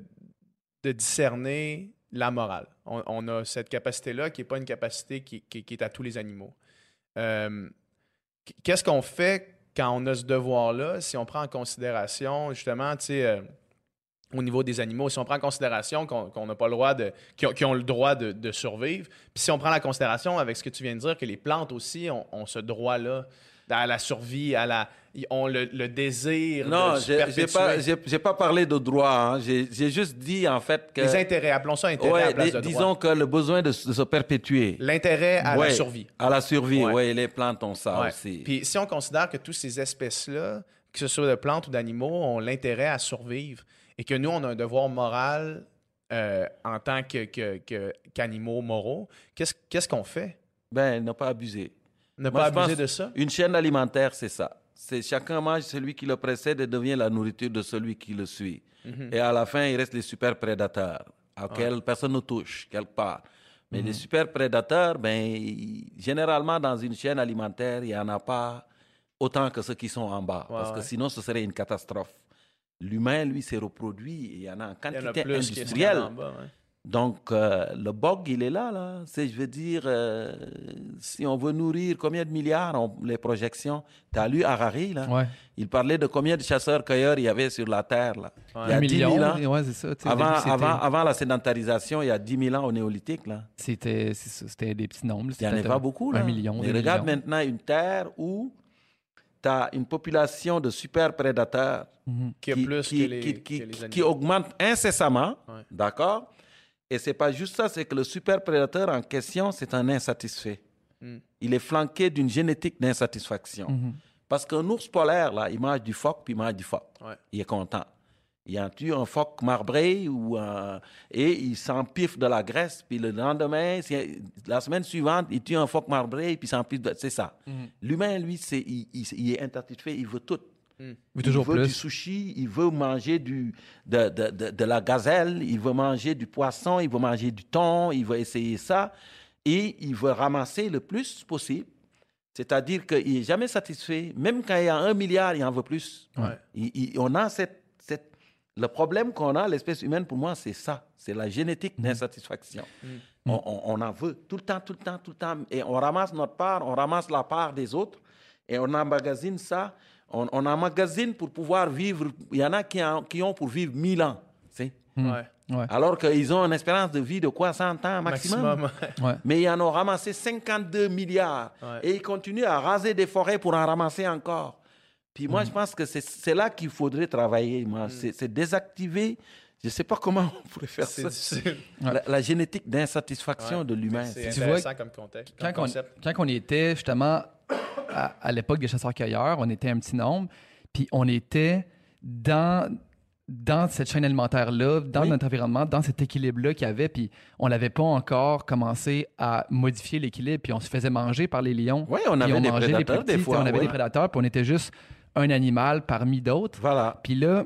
de discerner la morale. On, on a cette capacité-là qui n'est pas une capacité qui, qui, qui est à tous les animaux. Euh, qu'est-ce qu'on fait quand on a ce devoir-là, si on prend en considération, justement, tu sais, euh, au niveau des animaux, si on prend en considération qu'on qu'on n'a pas le droit de... qu'ils ont, qu'ils ont le droit de, de survivre, puis si on prend la considération avec ce que tu viens de dire, que les plantes aussi ont, ont ce droit-là à la survie, à la... ils ont le, le désir Non, de se j'ai j'ai perpétuer. pas, j'ai, j'ai pas parlé de droit. Hein. J'ai, j'ai juste dit, en fait, que... Les intérêts, appelons ça intérêt Ouais, à la place les- de droit. disons que le besoin de, s- de se perpétuer. L'intérêt à Ouais, la survie. À la survie, Ouais. oui, les plantes ont ça Ouais. aussi. Puis si on considère que toutes ces espèces-là, que ce soit de plantes ou d'animaux, ont l'intérêt à survivre et que nous, on a un devoir moral euh, en tant que, que- que- qu'animaux moraux, qu'est-ce, qu'est-ce qu'on fait? Ben, ne pas abuser. Ne Moi, pas je pense abuser de ça? Une chaîne alimentaire, c'est ça. C'est chacun mange celui qui le précède et devient la nourriture de celui qui le suit. Mhm. Et à la fin, il reste les super prédateurs, auxquels personne ne touche, quelque part. Mais les super prédateurs, ben, ils- généralement, dans une chaîne alimentaire, il n'y en a pas autant que ceux qui sont en bas. Ouais, parce que ouais. sinon, ce serait une catastrophe. L'humain, lui, s'est reproduit. Et il y en a en Il y en a quantité plus qui sont industrielle. en bas. Ouais. Donc, euh, le bug, il est là, là. C'est, je veux dire, euh, si on veut nourrir combien de milliards, on- les projections. Tu as lu Harari, là? Ouais. Il parlait de combien de chasseurs-cueilleurs il y avait sur la Terre, là. Ouais. Il y a Un dix million. mille ans. Ouais, c'est ça. tu sais, au Avant, début, c'était- avant, avant la sédentarisation, il y a dix mille ans au néolithique, là. C'était, c'est ça, c'était des petits nombres. Il n'y en a C'était pas beaucoup, là. Un million. Mais deux regarde millions. maintenant une Terre où tu as une population de super prédateurs Mhm. Qui a plus qui, que les, qui- qui- que les qui animaux. augmente incessamment, Ouais. d'accord? Et c'est pas juste ça, c'est que le super prédateur en question, c'est un insatisfait. Mm. Il est flanqué d'une génétique d'insatisfaction. Mhm. Parce qu'un ours polaire, là, il mange du phoque, puis il mange du phoque. Ouais. Il est content. Il en tue un phoque marbré ou un- et il s'empiffe de la graisse, puis le lendemain, c'est- la semaine suivante, il tue un phoque marbré, puis il s'empiffe de... C'est ça. Mhm. L'humain, lui, c'est, il, il- il est insatisfait, il veut tout. Il veut toujours il veut plus. du sushi, il veut manger du, de, de, de, de la gazelle, il veut manger du poisson, il veut manger du thon, il veut essayer ça. Et il veut ramasser le plus possible. C'est-à-dire qu'il n'est jamais satisfait. Même quand il y a un milliard, il en veut plus. Ouais. Il- il- on a cette, cette- le problème qu'on a, l'espèce humaine, pour moi, c'est ça. C'est la génétique d'insatisfaction. On, on- on en veut tout le temps, tout le temps, tout le temps. Et on ramasse notre part, on ramasse la part des autres et on emmagasine ça. On, on emmagasine pour pouvoir vivre. Il y en a qui, en- qui ont pour vivre mille ans. Tu sais. Ouais. Ouais. Alors qu'ils ont une espérance de vie de quoi, cent ans maximum? Maximum. ouais. Ouais. Mais ils en ont ramassé cinquante-deux milliards. Ouais. Et ils continuent à raser des forêts pour en ramasser encore. Puis moi, je pense que c'est, c'est là qu'il faudrait travailler. Moi. C'est, c'est désactiver, je ne sais pas comment on pourrait faire C'est ça, difficile. la, la génétique d'insatisfaction Ouais. de l'humain. C'est Tu intéressant comme contexte. Quand, comme on, concept. quand on était justement à, à l'époque des chasseurs-cueilleurs, on était un petit nombre, puis on était dans, dans cette chaîne alimentaire-là, dans Oui. notre environnement, dans cet équilibre-là qu'il y avait, puis on n'avait pas encore commencé à modifier l'équilibre, puis on se faisait manger par les lions. Oui, on puis avait des mangeait les prédateurs plus des petits, fois. on avait oui. des prédateurs, puis on était juste un animal parmi d'autres. Voilà. Puis là,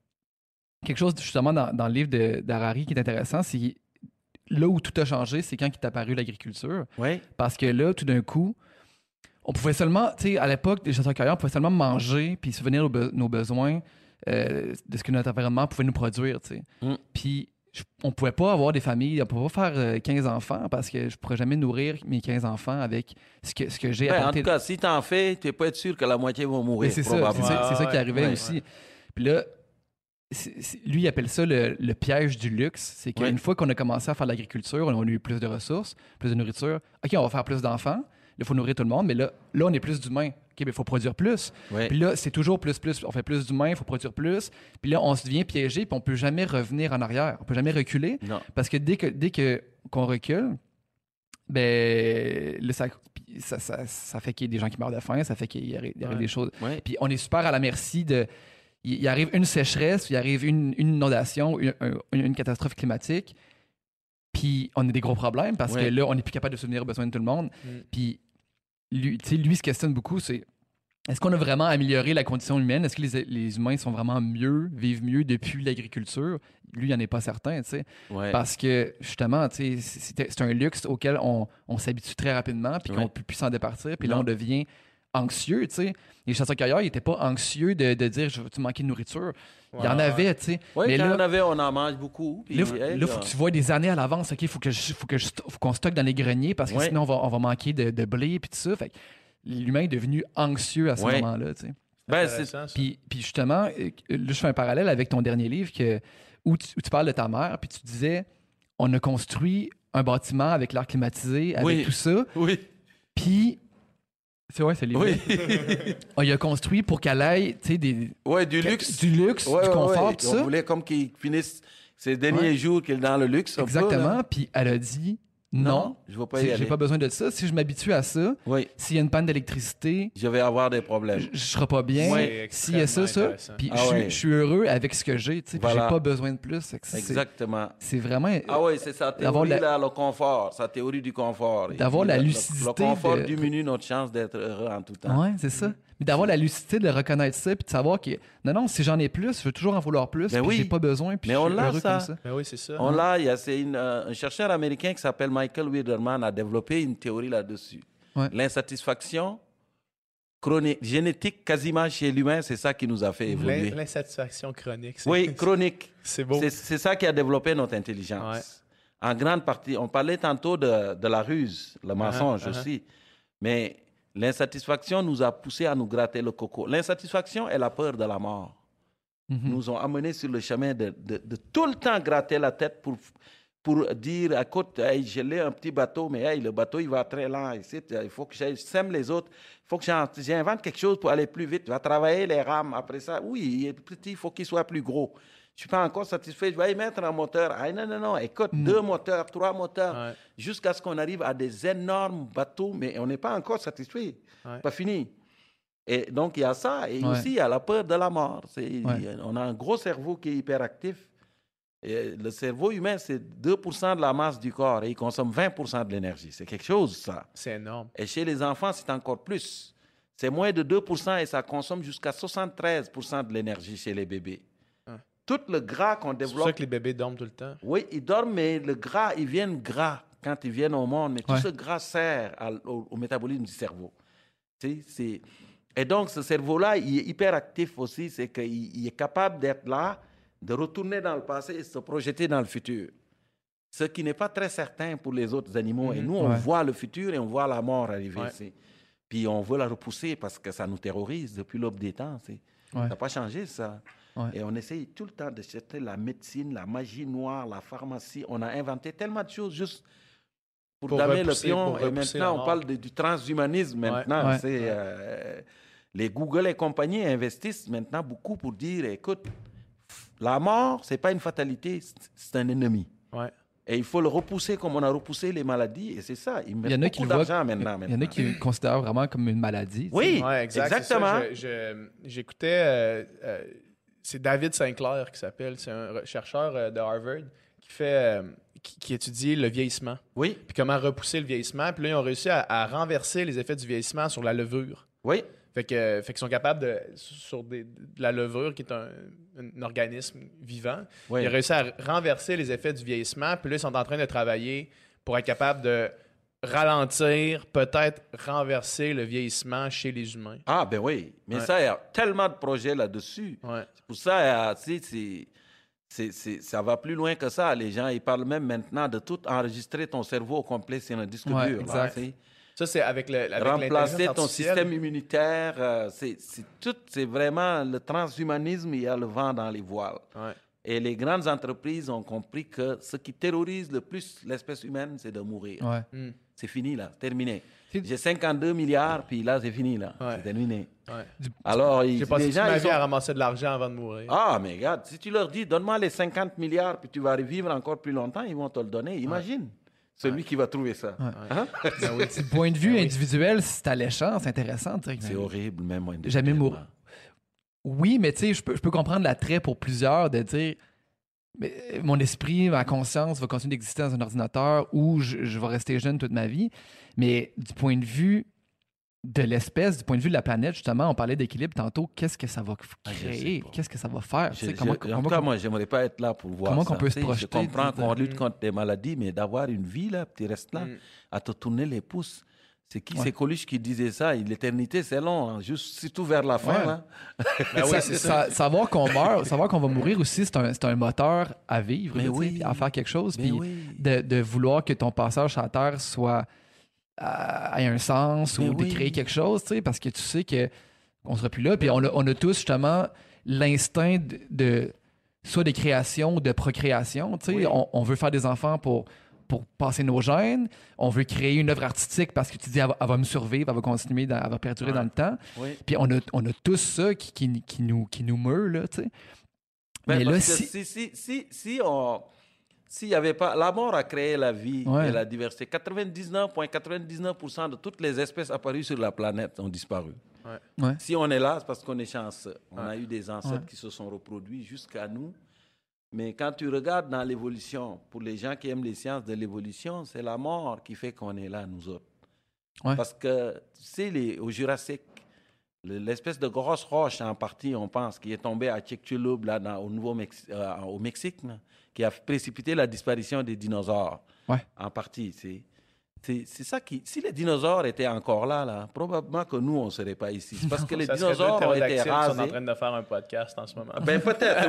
quelque chose justement dans, dans le livre de- d'Harari qui est intéressant, c'est là où tout a changé, c'est quand il est apparu l'agriculture. Oui. Parce que là, tout d'un coup, on pouvait seulement, tu sais, à l'époque, les chasseurs-cueilleurs, on pouvait seulement manger puis subvenir aux be- nos besoins euh, de ce que notre environnement pouvait nous produire, tu sais. Mm. Puis je- on pouvait pas avoir des familles, on pouvait pas faire euh, quinze enfants parce que je pourrais jamais nourrir mes quinze enfants avec ce que, ce que j'ai Ben, en apporté. tout cas, si tu en fais, tu n'es pas être sûr que la moitié vont Mais mourir, c'est ça, c'est probablement. ça, c'est ça qui Ouais, arrivait ouais, aussi. ouais. Puis là, c'est- c'est- lui, il appelle ça le, le piège du luxe. C'est qu'une Ouais. fois qu'on a commencé à faire de l'agriculture, on a eu plus de ressources, plus de nourriture. OK, on va faire plus d'enfants. Là, il faut nourrir tout le monde, mais là, là on est plus d'humains. OK, mais il faut produire plus. Ouais. Puis là, c'est toujours plus, plus. On fait plus d'humains, il faut produire plus. Puis là, on se devient piégé, puis on peut jamais revenir en arrière. On peut jamais reculer. Non. Parce que dès que dès que qu'on recule, ben là, ça, puis ça, ça, ça fait qu'il y ait des gens qui meurent de faim, ça fait qu'il y arrive, il arrive Ouais. des choses. Ouais. Puis on est super à la merci de. Il, il arrive une sécheresse, il arrive une, une inondation, une, un- une catastrophe climatique. Puis on a des gros problèmes parce Ouais. que là, on n'est plus capable de soutenir aux besoins de tout le monde. Mm. Puis lui, tu sais, lui se questionne beaucoup, c'est est-ce qu'on a vraiment amélioré la condition humaine? Est-ce que les, les humains sont vraiment mieux, vivent mieux depuis l'agriculture? Lui, il n'en est pas certain, tu sais. Ouais. Parce que, justement, tu sais, c'est c'est un luxe auquel on, on s'habitue très rapidement puis qu'on Ouais. ne peut plus s'en départir. Puis là, Non. on devient anxieux, tu sais. Les chasseurs-cueilleurs, ils n'étaient pas anxieux de, de dire « je vais manquer de nourriture ». Il y en Ouais, avait, tu sais. Oui, Mais quand là, on avait, on en mange beaucoup. Puis, Là, il faut, hey, là, faut que tu vois des années à l'avance. OK, il faut que je- faut que je- faut qu'on stocke dans les greniers parce que Ouais. sinon, on va, on va manquer de, de blé puis tout ça. Fait que l'humain est devenu anxieux à ce Ouais. moment-là. Tu sais. Ben, c'est c'est- Puis, puis justement, euh, là, je fais un parallèle avec ton dernier livre que, où, tu, où tu parles de ta mère, puis tu disais on a construit un bâtiment avec l'air climatisé, avec Oui. tout ça. Oui, Puis, c'est vrai, c'est le livre. oui. On y a construit pour qu'elle aille, tu sais, des. Ouais, du que- luxe. Du luxe, Ouais, du ouais, confort, ouais. tout On ça. voulait comme qu'il finisse ses derniers Ouais. jours qu'il est dans le luxe. un peu, Exactement. là. Puis elle a dit non, Non, je veux pas y c'est- aller. j'ai pas besoin de ça. Si je m'habitue à ça, Oui, s'il y a une panne d'électricité, je vais avoir des problèmes. je, je serai pas bien. Ouais. S'il y a ça, extrêmement ça, intéressant. puis Ah je, suis- ouais. je suis heureux avec ce que j'ai, tu sais, puis Voilà. j'ai pas besoin de plus. Fait que c'est- Exactement. C'est vraiment. Ah oui, c'est sa D'avoir théorie, la- là, le confort, sa théorie du confort. D'avoir Et la le- le- lucidité Le confort de- diminue notre chance d'être heureux en tout temps. Ouais, c'est ça. Mais d'avoir la lucidité de reconnaître ça, puis de savoir que non, non, si j'en ai plus, je veux toujours en vouloir plus, Ben puis oui. j'ai pas besoin, puis Mais je on suis l'a, heureux ça. comme ça. Ben oui, c'est ça. On l'a, il y a, c'est une, euh, un chercheur américain qui s'appelle Michael Widerman a développé une théorie là-dessus. Ouais. L'insatisfaction chronique, génétique quasiment chez l'humain, c'est ça qui nous a fait évoluer. L'in- L'insatisfaction chronique. c'est- Oui, chronique. C'est beau. C'est, c'est ça qui a développé notre intelligence. En grande partie, on parlait tantôt de, de la ruse, le mensonge uh-huh. aussi. Mais l'insatisfaction nous a poussé à nous gratter le coco. L'insatisfaction et la peur de la mort Mhm. nous ont amenés sur le chemin de, de- de tout le temps gratter la tête pour, pour dire, écoute, hey, j'ai l'ai un petit bateau, mais hey, le bateau, il va très lent ici. Il faut que j'aille- je sème les autres. Il faut que j'en- j'invente quelque chose pour aller plus vite. Je vais travailler les rames. Après ça, oui, il est petit, il faut qu'il soit plus gros. Je ne suis pas encore satisfait. Je vais y mettre un moteur. Ah, non, non, non. Écoute, deux moteurs, trois moteurs, Ouais. jusqu'à ce qu'on arrive à des énormes bateaux, mais on n'est pas encore satisfait. Ouais. Pas fini. Et donc, il y a ça. Et Ouais. aussi, il y a la peur de la mort. C'est- Ouais. On a un gros cerveau qui est hyperactif. Et le cerveau humain, c'est deux pour cent de la masse du corps et il consomme vingt pour cent de l'énergie. C'est quelque chose, ça. C'est énorme. Et chez les enfants, c'est encore plus. C'est moins de deux pour cent et ça consomme jusqu'à soixante-treize pour cent de l'énergie chez les bébés. Ouais. Tout le gras qu'on C'est pour ça développe, que les bébés dorment tout le temps. oui, ils dorment, mais le gras, ils viennent gras quand ils viennent au monde. Mais tout Ouais. ce gras sert à- au, au métabolisme du cerveau. Tu sais, c'est... Et donc, ce cerveau-là, il est hyper actif aussi. C'est qu'il il est capable d'être là, de retourner dans le passé et se projeter dans le futur. Ce qui n'est pas très certain pour les autres animaux. Et Mhm. nous, on Ouais. voit le futur et on voit la mort arriver Ouais. ici. Puis on veut la repousser parce que ça nous terrorise depuis l'aube des temps. c'est- Ouais. Ça n'a pas changé, ça. Ouais. Et on essaye tout le temps de chercher la médecine, la magie noire, la pharmacie. On a inventé tellement de choses juste pour, Pour damer le repousser- pion. pour Et repousser la maintenant, on mort. parle de- du transhumanisme maintenant. Ouais. C'est, euh, les Google et compagnie investissent maintenant beaucoup pour dire, écoute, la mort, c'est pas une fatalité, c'est- c'est un ennemi. Ouais. Et il faut le repousser comme on a repoussé les maladies. Et c'est ça. Ils Il mettent y en a beaucoup qui le voient. d'argent maintenant, Il y en a maintenant. qui le considèrent vraiment comme une maladie. tu sais. Oui, Ouais, exact, c'est exactement. ça. Je- je- J'écoutais. euh, euh, c'est David Sinclair qui s'appelle. C'est un re- chercheur euh, de Harvard qui fait. euh, qui, qui étudie le vieillissement. Oui, Puis comment repousser le vieillissement. Puis là, ils ont réussi à, à renverser les effets du vieillissement sur la levure. oui. Fait que, fait qu'ils sont capables de. Sur des- de la levure, qui est un, un organisme vivant, oui. ils ont réussi à renverser les effets du vieillissement. Puis là, ils sont en train de travailler pour être capables de ralentir, peut-être renverser le vieillissement chez les humains. Ah, ben oui. Mais Ouais. ça, il y a tellement de projets là-dessus. Ouais. C'est pour ça, euh, tu sais, c'est- c'est- c'est- ça va plus loin que ça. Les gens, ils parlent même maintenant de tout enregistrer ton cerveau au complet sur un disque Ouais, dur. là, exact. tu sais. Ça, c'est avec le. Avec Remplacer l'intelligence ton artificielle. système immunitaire. euh, c'est c'est tout, c'est vraiment le transhumanisme, il y a le vent dans les voiles. Ouais. Et les grandes entreprises ont compris que ce qui terrorise le plus l'espèce humaine, c'est de mourir. Ouais. Hmm. C'est fini, là, terminé. C'est- J'ai cinquante-deux milliards, puis là, c'est fini, là. Ouais. C'est terminé. Ouais. Alors, ils- J'ai passé les toute gens, ma ils vie ont- à ramasser de l'argent avant de mourir. Ah, mais regarde, si tu leur dis, donne-moi les cinquante milliards, puis tu vas vivre encore plus longtemps, ils vont te le donner. Imagine celui qui va trouver ça. Ouais. Hein? Ben oui. Du point de vue Ben oui. individuel, c'est alléchant, c'est intéressant. tu sais. C'est horrible, même moi. Jamais individuellement. mourir. Oui, mais tu sais, je peux, je peux comprendre l'attrait pour plusieurs de dire mais mon esprit, ma conscience va continuer d'exister dans un ordinateur où je, je vais rester jeune toute ma vie. Mais du point de vue de l'espèce, du point de vue de la planète, justement, on parlait d'équilibre tantôt, qu'est-ce que ça va créer? Ah, qu'est-ce que ça va faire? Je, je, je, comment, en comment, tout cas, moi, j'aimerais pas être là pour voir comment ça. qu'on peut se projeter? Je comprends qu'on lutte mm. contre des maladies, mais d'avoir une vie, là, tu restes là, mm. à te tourner les pouces. C'est qui? Ouais. C'est Coluche qui disait ça. L'éternité, c'est long, hein. Juste surtout vers la fin. Ouais. Là. Ben oui, c'est ça. Savoir qu'on meurt, savoir qu'on va mourir aussi, c'est un, c'est un moteur à vivre, là, oui. à faire quelque chose. Puis oui. de, de vouloir que ton passage à la Terre soit euh, ait un sens mais ou oui. de créer quelque chose, parce que tu sais que qu'on ne sera plus là. Puis on a, on a tous justement l'instinct de, de soit de création ou de procréation. Oui. On, on veut faire des enfants pour. pour passer nos gènes. On veut créer une œuvre artistique parce que tu dis, elle va, elle va me survivre, elle va continuer, dans, elle va perdurer ouais. dans le temps. Oui. Puis on a, on a tous ça qui, qui, qui, nous, qui nous meurt, là, tu sais. Ben, Mais là, si... Si, si, si, si on... S'il y avait pas... La mort a créé la vie ouais. et la diversité. quatre-vingt-dix-neuf virgule quatre-vingt-dix-neuf pour cent de toutes les espèces apparues sur la planète ont disparu. Ouais. Ouais. Si on est là, c'est parce qu'on est chanceux. On ouais. a eu des ancêtres ouais. qui se sont reproduits jusqu'à nous. Mais quand tu regardes dans l'évolution, pour les gens qui aiment les sciences de l'évolution, c'est la mort qui fait qu'on est là, nous autres. Ouais. Parce que, tu sais, les, au Jurassique, l'espèce de grosse roche, en partie, on pense, qui est tombée à Chicxulub, là, dans, au, Nouveau Mex- euh, au Mexique, là, qui a précipité la disparition des dinosaures, ouais. en partie, c'est... C'est, c'est ça qui... Si les dinosaures étaient encore là, là, probablement que nous, on ne serait pas ici. C'est parce que les dinosaures ont été rasés. Ils sont en train de faire un podcast en ce moment. Ben peut-être,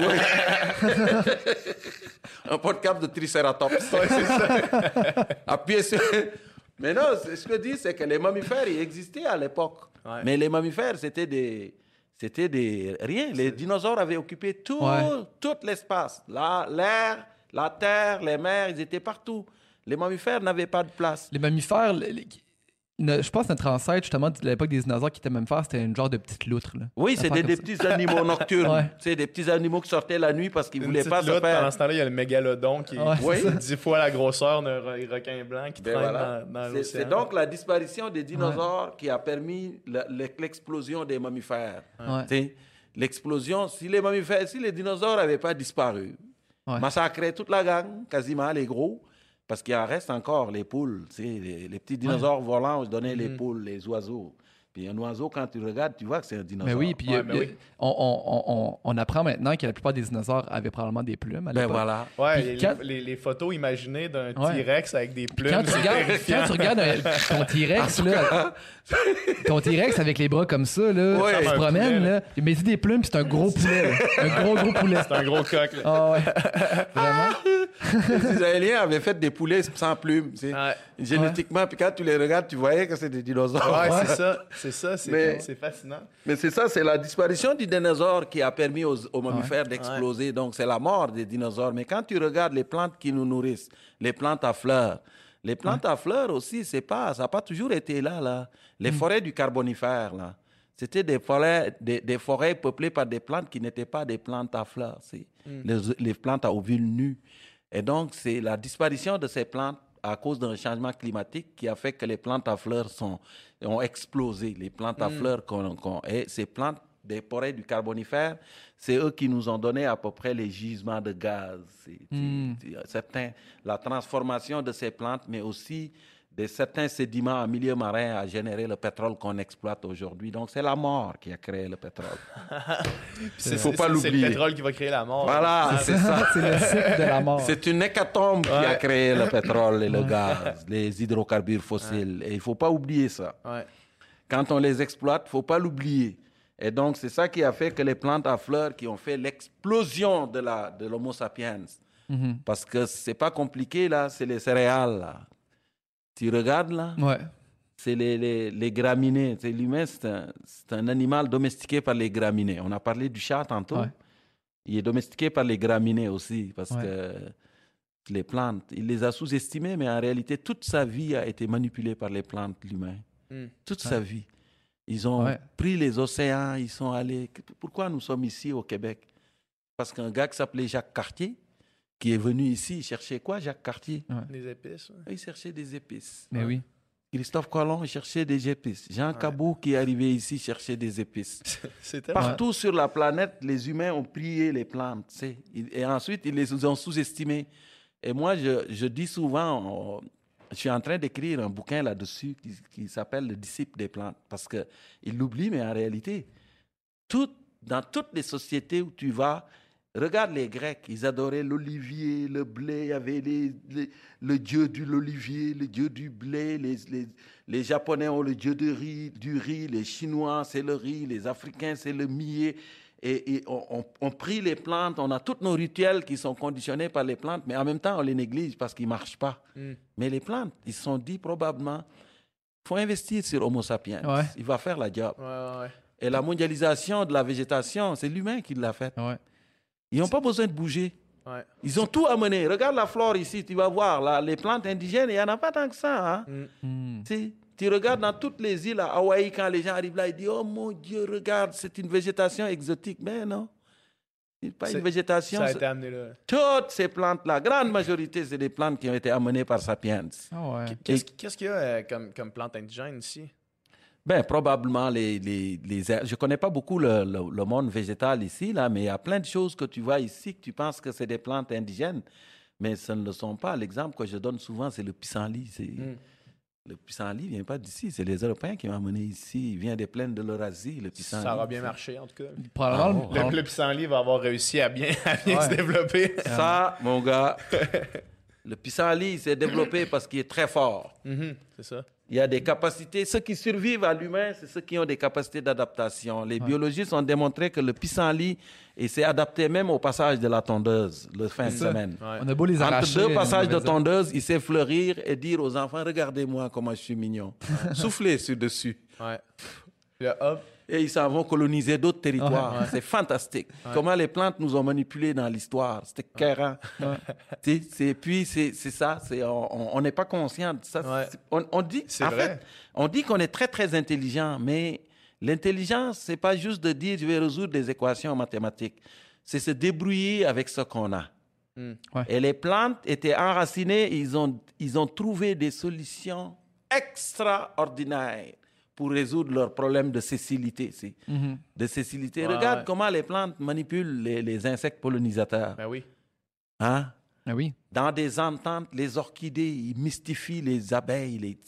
oui. Un podcast de Triceratops. Oui, c'est ça. Appuyez sur... Mais non, ce que je dis, c'est que les mammifères, ils existaient à l'époque. Ouais. Mais les mammifères, c'était des... C'était des... Rien. Les dinosaures avaient occupé tout, ouais. tout l'espace. La, l'air, la terre, les mers, ils étaient partout. Les mammifères n'avaient pas de place. Les mammifères, les, les, ne, je pense que notre ancêtre, justement, de l'époque des dinosaures qui étaient mammifères, c'était une genre de petite loutre. Là. Oui, c'était des, des petits animaux nocturnes. Ouais. Tu sais, des petits animaux qui sortaient la nuit parce qu'ils ne voulaient pas se faire... Pendant ce temps-là, il y a le mégalodon qui est ouais, dix fois la grosseur d'un requin blanc qui ben traîne voilà. dans, dans c'est, l'océan. C'est donc la disparition des dinosaures ouais. qui a permis la, l'explosion des mammifères. Ouais. Tu sais, l'explosion, si les mammifères, si les dinosaures n'avaient pas disparu, ouais. massacraient toute la gang, quasiment les gros, parce qu'il en reste encore les poules, tu sais, les, les petits dinosaures ouais. volants, on se donnait mm-hmm. les poules, les oiseaux. Puis un oiseau, quand tu regardes, tu vois que c'est un dinosaure. Mais oui, puis ouais, euh, oui. on, on, on, on apprend maintenant que la plupart des dinosaures avaient probablement des plumes à l'époque. Ben voilà. Ouais, les, quand... les, les photos imaginées d'un ouais. T-Rex avec des plumes. Quand tu regardes, quand tu regardes un, ton T-Rex, là, ton T-Rex avec les bras comme ça, là, ouais, il se promène, là, il met des plumes, puis c'est un gros poulet. un gros, gros poulet. C'est un gros coq. Là. Ah ouais. Vraiment? Les Israéliens avaient fait des poulets sans plumes, tu sais, ouais. génétiquement. Puis quand tu les regardes, tu voyais que c'est des dinosaures. Ouais, ouais. c'est ça. C'est ça, c'est, mais, c'est fascinant. Mais c'est ça, c'est la disparition du dinosaure qui a permis aux, aux mammifères ouais. d'exploser. Ouais. Donc, c'est la mort des dinosaures. Mais quand tu regardes les plantes qui nous nourrissent, les plantes à fleurs, les plantes ouais. à fleurs aussi, c'est pas, ça n'a pas toujours été là, là. Les mm. forêts du Carbonifère, là, c'était des forêts, des, des forêts peuplées par des plantes qui n'étaient pas des plantes à fleurs, c'est mm. les, les plantes à ovules nus. Et donc, c'est la disparition de ces plantes à cause d'un changement climatique qui a fait que les plantes à fleurs sont, ont explosé. Les plantes à mm. fleurs, qu'on, qu'on, et ces plantes des forêts du Carbonifère, c'est eux qui nous ont donné à peu près les gisements de gaz. C'est, mm. c'est, c'est, certains, la transformation de ces plantes, mais aussi de certains sédiments en milieu marin a généré le pétrole qu'on exploite aujourd'hui. Donc, c'est la mort qui a créé le pétrole. Il ne faut pas c'est, l'oublier. C'est le pétrole qui va créer la mort. Voilà, c'est ça. C'est le cycle de la mort. C'est une hécatombe ouais. qui a créé le pétrole et le gaz, les hydrocarbures fossiles. Ouais. Et il ne faut pas oublier ça. Ouais. Quand on les exploite, il ne faut pas l'oublier. Et donc, c'est ça qui a fait que les plantes à fleurs qui ont fait l'explosion de, la, de l'Homo sapiens. Mm-hmm. Parce que ce n'est pas compliqué, là, c'est les céréales, là. Tu regardes là, ouais. c'est les, les, les graminées. C'est, l'humain, c'est un, c'est un animal domestiqué par les graminées. On a parlé du chat tantôt. Ouais. Il est domestiqué par les graminées aussi, parce ouais. que les plantes, il les a sous-estimées, mais en réalité, toute sa vie a été manipulée par les plantes, l'humain. Mm. Toute ouais. sa vie. Ils ont ouais. pris les océans, ils sont allés... Pourquoi nous sommes ici au Québec? Parce qu'un gars qui s'appelait Jacques Cartier, qui est venu ici, il cherchait quoi, Jacques Cartier? Ouais. Des épices. Ouais. Il cherchait des épices. Mais ouais. oui. Christophe Colomb cherchait des épices. Jean ouais. Cabot qui est arrivé ici cherchait des épices. Partout sur la planète, les humains ont prié les plantes. C'est, et ensuite, ils les ont sous-estimées. Et moi, je, je dis souvent, je suis en train d'écrire un bouquin là-dessus qui, qui s'appelle « Le disciple des plantes ». Parce qu'ils l'oublient, mais en réalité, tout, dans toutes les sociétés où tu vas, regarde les Grecs, ils adoraient l'olivier, le blé, il y avait les, les, le dieu de l'olivier, le dieu du blé, les, les, les Japonais ont le dieu du riz, du riz, les Chinois, c'est le riz, les Africains, c'est le millet. Et, et on, on, on prie les plantes, on a tous nos rituels qui sont conditionnés par les plantes, mais en même temps, on les néglige parce qu'ils ne marchent pas. Mm. Mais les plantes, ils se sont dit probablement, il faut investir sur Homo sapiens, ouais. il va faire la job. Ouais, ouais, ouais. Et la mondialisation de la végétation, c'est l'humain qui l'a faite. Ouais. Ils n'ont pas besoin de bouger. Ouais. Ils ont tout amené. Regarde la flore ici, tu vas voir, là, les plantes indigènes, il n'y en a pas tant que ça. Hein? Mm. Tu, tu regardes dans toutes les îles, à Hawaï, quand les gens arrivent là, ils disent « Oh mon Dieu, regarde, c'est une végétation exotique. » Mais non, c'est pas c'est, une végétation. Ça a été amené là. Toutes ces plantes-là, grande majorité, c'est des plantes qui ont été amenées par Sapiens. Oh ouais. Qu'est-ce, qu'est-ce qu'il y a euh, comme, comme plantes indigènes ici? Ben, probablement, les, les, les, je ne connais pas beaucoup le, le, le monde végétal ici, là, mais il y a plein de choses que tu vois ici que tu penses que c'est des plantes indigènes, mais ce ne le sont pas. L'exemple que je donne souvent, c'est le pissenlit. C'est, mm. Le pissenlit ne vient pas d'ici, c'est les Européens qui l'ont amené ici. Il vient des plaines de l'Eurasie, le pissenlit. Ça aura bien marché, en tout cas. Probablement. Ah, le, le pissenlit va avoir réussi à bien, à bien ouais. se développer. Ça, mon gars, le pissenlit s'est développé parce qu'il est très fort. Mm-hmm, c'est ça. Il y a des capacités. Ceux qui survivent à l'humain, c'est ceux qui ont des capacités d'adaptation. Les ouais. biologistes ont démontré que le pissenlit s'est adapté même au passage de la tondeuse, le fin c'est de ça. Semaine. Ouais. On a beau les arracher. Entre deux passages de tondeuse, il sait fleurir et dire aux enfants, regardez-moi comment je suis mignon. Ouais. Soufflez sur dessus. Ouais. Là, hop. Et ils s'en vont coloniser d'autres territoires. Ouais. C'est fantastique. Ouais. Comment les plantes nous ont manipulés dans l'histoire. C'était écœurant. Ouais. C'est, puis, c'est, c'est ça. C'est, on n'est pas conscient de ça. Ouais. On, on, dit, c'est en vrai. Fait, on dit qu'on est très, très intelligent, mais l'intelligence, ce n'est pas juste de dire « je vais résoudre des équations mathématiques ». C'est se débrouiller avec ce qu'on a. Mm. Ouais. Et les plantes étaient enracinées. Ils ont, ils ont trouvé des solutions extraordinaires pour résoudre leurs problèmes de sessilité. Mm-hmm. De sessilité. Ouais, Regarde ouais. comment les plantes manipulent les, les insectes pollinisateurs. Ben oui. Hein? Ben oui. Dans des ententes, les orchidées, ils mystifient les abeilles. Les...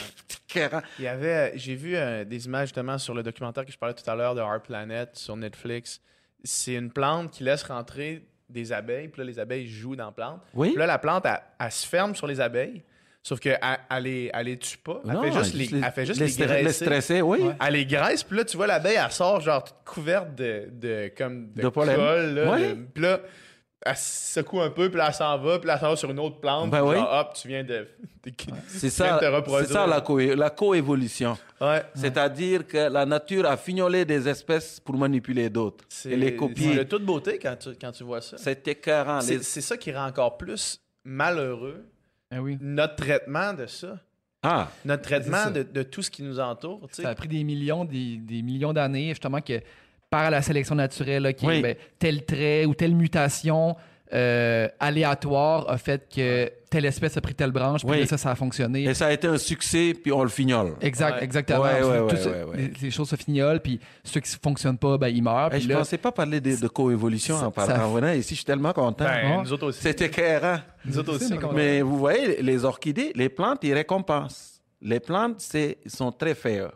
Il y avait, j'ai vu euh, des images justement sur le documentaire que je parlais tout à l'heure de Our Planet sur Netflix. C'est une plante qui laisse rentrer des abeilles, puis là, les abeilles jouent dans la plante. Oui? Puis là, la plante, elle, elle se ferme sur les abeilles. Sauf qu'elle elle les, elle les tue pas. Elle non, fait juste les, elle fait juste les, les graisser. Les stresser, oui. Ouais. Elle les graisse, puis là, tu vois, l'abeille, elle sort genre toute couverte de, de, comme de, de pollen. Colle. Là, oui. de, puis là, elle secoue un peu, puis là, elle s'en va, puis là, elle s'en va sur une autre plante. Ben puis oui. genre, hop, tu viens de, de, c'est ça, de te reproduire. C'est ça la, co- la coévolution. Ouais. C'est-à-dire que la nature a fignolé des espèces pour manipuler d'autres. C'est, et les copier. C'est de toute beauté quand tu, quand tu vois ça. C'est écœurant. C'est, les... c'est ça qui rend encore plus malheureux. Ah oui. Notre traitement de ça. Ah. Notre traitement de, de tout ce qui nous entoure. T'sais. Ça a pris des millions, des, des millions d'années, justement, que par la sélection naturelle, là, qui oui. ben, tel trait ou telle mutation euh, aléatoire a fait que telle espèce a pris telle branche, puis oui. là, ça, ça a fonctionné. Et ça a été un succès, puis on le fignole. Exact, ouais. Exactement. Ouais, ouais, ouais, ce, ouais, ouais. Les, les choses se fignolent, puis ceux qui ne fonctionnent pas, ben, ils meurent. Je ne pensais pas parler de, de coévolution en parlant. Voilà, ici, je suis tellement content. Ben, nous autres aussi. C'était écœurant. Nous autres aussi. Mais vous voyez, les orchidées, les plantes, ils récompensent. Les plantes, c'est, sont très faires.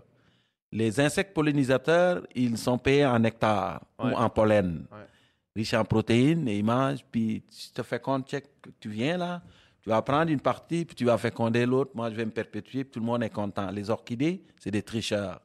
Les insectes pollinisateurs, ils sont payés en nectar ouais. ou en pollen. Ouais. Riches en protéines, et ils mangent, puis tu te fais compte, check, tu viens là, tu vas prendre une partie, puis tu vas féconder l'autre, moi je vais me perpétuer, puis tout le monde est content. Les orchidées, c'est des tricheurs.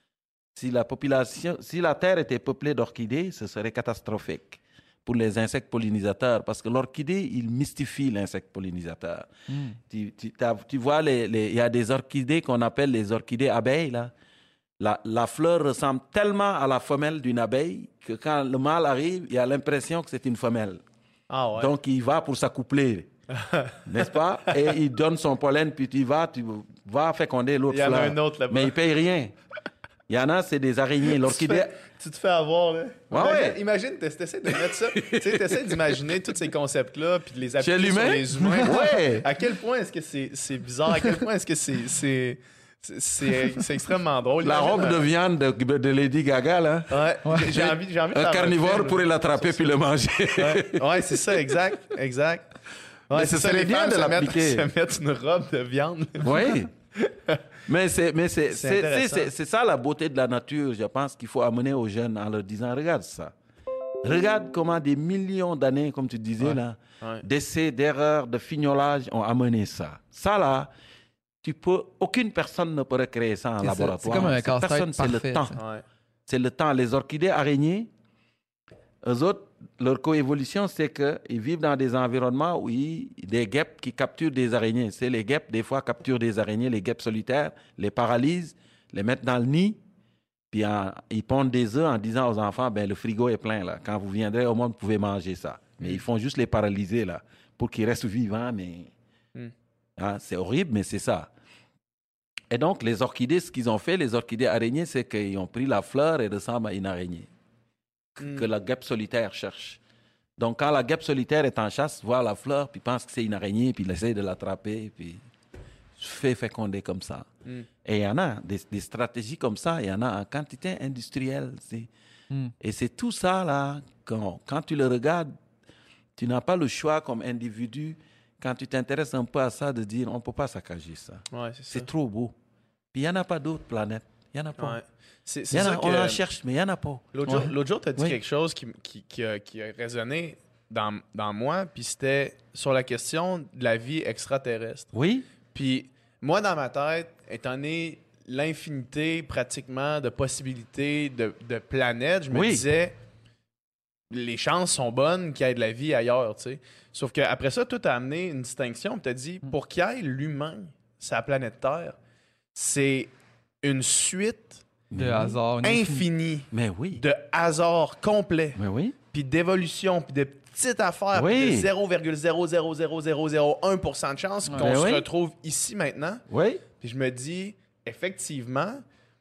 Si la population, si la Terre était peuplée d'orchidées, ce serait catastrophique pour les insectes pollinisateurs, parce que l'orchidée, il mystifie l'insecte pollinisateur. Mm. Tu, tu, tu vois, il les, les, y a des orchidées qu'on appelle les orchidées abeilles, là. La, la fleur ressemble tellement à la femelle d'une abeille que quand le mâle arrive, il a l'impression que c'est une femelle. Ah ouais. Donc, il va pour s'accoupler, n'est-ce pas? Et il donne son pollen, puis tu vas, tu vas féconder l'autre fleur. Il y en a un autre là-bas. Mais il ne paye rien. Il y en a, c'est des araignées. L'orchidée... Tu, te fais, tu te fais avoir, là. Ouais, imagine, ouais. imagine tu essaies de mettre ça. Tu sais, tu essaies d'imaginer tous ces concepts-là puis de les appliquer Chez sur l'humain? les humains. Ouais. À quel point est-ce que c'est, c'est bizarre? À quel point est-ce que c'est... c'est... C'est, c'est extrêmement drôle. La Imagine, robe euh, de viande de, de Lady Gaga, là. Ouais, j'ai, j'ai envie, j'ai envie de Un faire carnivore film, là, pourrait l'attraper sur puis ça. le manger. Ouais, ouais, c'est ça, exact, exact. Ouais, Mais c'est ce ça, serait les bien femmes de se mettent, l'appliquer. se mettent une robe de viande. Oui. Mais c'est mais c'est C'est c'est intéressant. c'est c'est ça la beauté de la nature, je pense qu'il faut amener aux jeunes en leur disant regarde ça. Regarde comment des millions d'années, comme tu disais Ouais. là, Ouais. d'essais, d'erreurs, de fignolage ont amené ça. Ça là, tu peux, aucune personne ne pourrait créer ça en C'est ça. laboratoire. C'est comme un Cette casse-tête personne, c'est le parfait, temps. ça. Ouais. C'est le temps. Les orchidées araignées, eux autres, leur coévolution, c'est qu'ils vivent dans des environnements où il y a des guêpes qui capturent des araignées. C'est les guêpes, des fois, capturent des araignées, les guêpes solitaires, les paralysent, les mettent dans le nid, puis en- ils pondent des œufs en disant aux enfants, ben le frigo est plein, là. Quand vous viendrez au monde, vous pouvez manger ça. Mais ils font juste les paralyser, là, pour qu'ils restent vivants, mais... Mm. Hein, c'est horrible, mais c'est ça. Et donc, les orchidées, ce qu'ils ont fait, les orchidées araignées, c'est qu'ils ont pris la fleur et ressemble à une araignée Mm. que la guêpe solitaire cherche. Donc, quand la guêpe solitaire est en chasse, voit la fleur, puis pense que c'est une araignée, puis il essaie de l'attraper, puis se fait féconder comme ça. Mm. Et il y en a des, des stratégies comme ça, il y en a en quantité industrielle. c'est- Mm. Et c'est tout ça, là, quand, quand tu le regardes, tu n'as pas le choix comme individu, quand tu t'intéresses un peu à ça, de dire, on ne peut pas saccager ça. Ouais, c'est ça. C'est trop beau. Puis il n'y en a pas d'autres planètes. Il n'y en a pas. Ouais. C'est, Il c'est y en ça a, que... on en cherche, mais il n'y en a pas. L'autre jour, Ouais. l'autre jour, tu as dit Oui. quelque chose qui, qui, qui, a, qui a résonné dans, dans moi, puis c'était sur la question de la vie extraterrestre. Oui? Puis moi, dans ma tête, étant donné l'infinité pratiquement de possibilités de, de planètes, je me Oui. disais, les chances sont bonnes qu'il y ait de la vie ailleurs, tu sais. Sauf qu'après ça, tout a amené une distinction, tu as dit, pour qu'il y ait l'humain sur la planète Terre, c'est une suite De hasard. une infinie Mais oui. de hasard complet, Mais oui. puis d'évolution, puis de petites affaires, Oui. puis de zéro virgule zéro zéro zéro zéro zéro un pour cent de chance qu'on Ben se oui. retrouve ici maintenant. Oui. Puis je me dis, effectivement,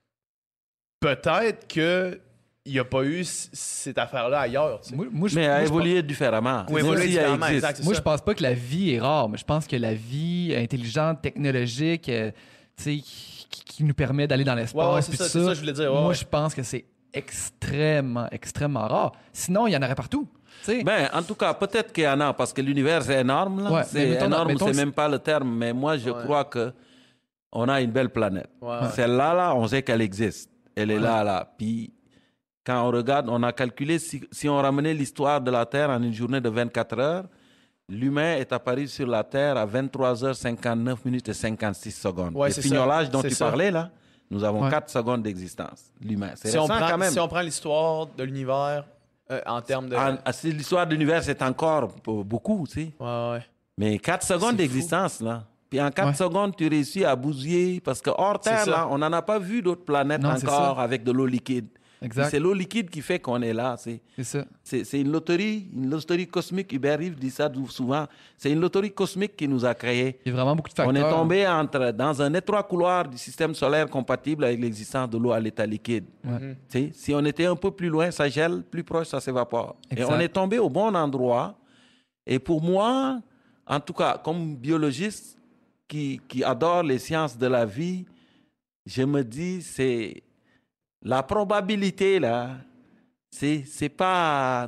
peut-être que il n'y a pas eu c- cette affaire-là ailleurs. tu sais. Moi, moi, je- Mais moi, à je évoluer différemment. Oui, Même évoluer si elle différemment, existe. exact. c'est Moi, ça. je pense pas que la vie est rare, mais je pense que la vie intelligente, technologique, euh, tu sais, qui, qui nous permet d'aller dans l'espace, Ouais, ouais, c'est puis ça, tout c'est ça que je voulais dire, ouais, moi, ouais. je pense que c'est extrêmement, extrêmement rare. Sinon, il y en aurait partout. tu sais. Ben, en tout cas, peut-être qu'il y en a, parce que l'univers, c'est énorme. Là. Ouais, mais c'est mettons- énorme, mettons c'est que même pas le terme, mais moi, je Ouais. crois que on a une belle planète. Ouais, ouais. Celle-là, là, on sait qu'elle existe. Elle est là, là. Puis, quand on regarde, on a calculé, si, si on ramenait l'histoire de la Terre en une journée de vingt-quatre heures, l'humain est apparu sur la Terre à vingt-trois heures cinquante-neuf minutes et cinquante-six secondes. Ouais, Le c'est ça. fignolage dont C'est tu ça. parlais, là, nous avons Ouais. quatre secondes d'existence, l'humain. C'est Si on, récent prend, quand même. si on prend l'histoire de l'univers euh, en termes de... En- c'est l'histoire de l'univers, c'est encore euh, beaucoup, tu sais. Ouais, ouais. Mais quatre secondes C'est d'existence, là. Puis en quatre Ouais. secondes, tu réussis à bousiller, parce que hors C'est Terre, ça. là, on n'en a pas vu d'autres planètes Non, c'est encore ça. avec de l'eau liquide. Puis Exact. c'est l'eau liquide qui fait qu'on est là. C'est, C'est ça. c'est, c'est une loterie, une loterie cosmique. Hubert Reeves dit ça souvent. C'est une loterie cosmique qui nous a créés. Il y a vraiment beaucoup de facteurs. On est tombé entre, dans un étroit couloir du système solaire compatible avec l'existence de l'eau à l'état liquide. Ouais. Tu sais, si on était un peu plus loin, ça gèle, plus proche, ça s'évapore. Et Exact. on est tombé au bon endroit. Et pour moi, en tout cas, comme biologiste qui, qui adore les sciences de la vie, je me dis, c'est la probabilité, là, c'est, c'est pas...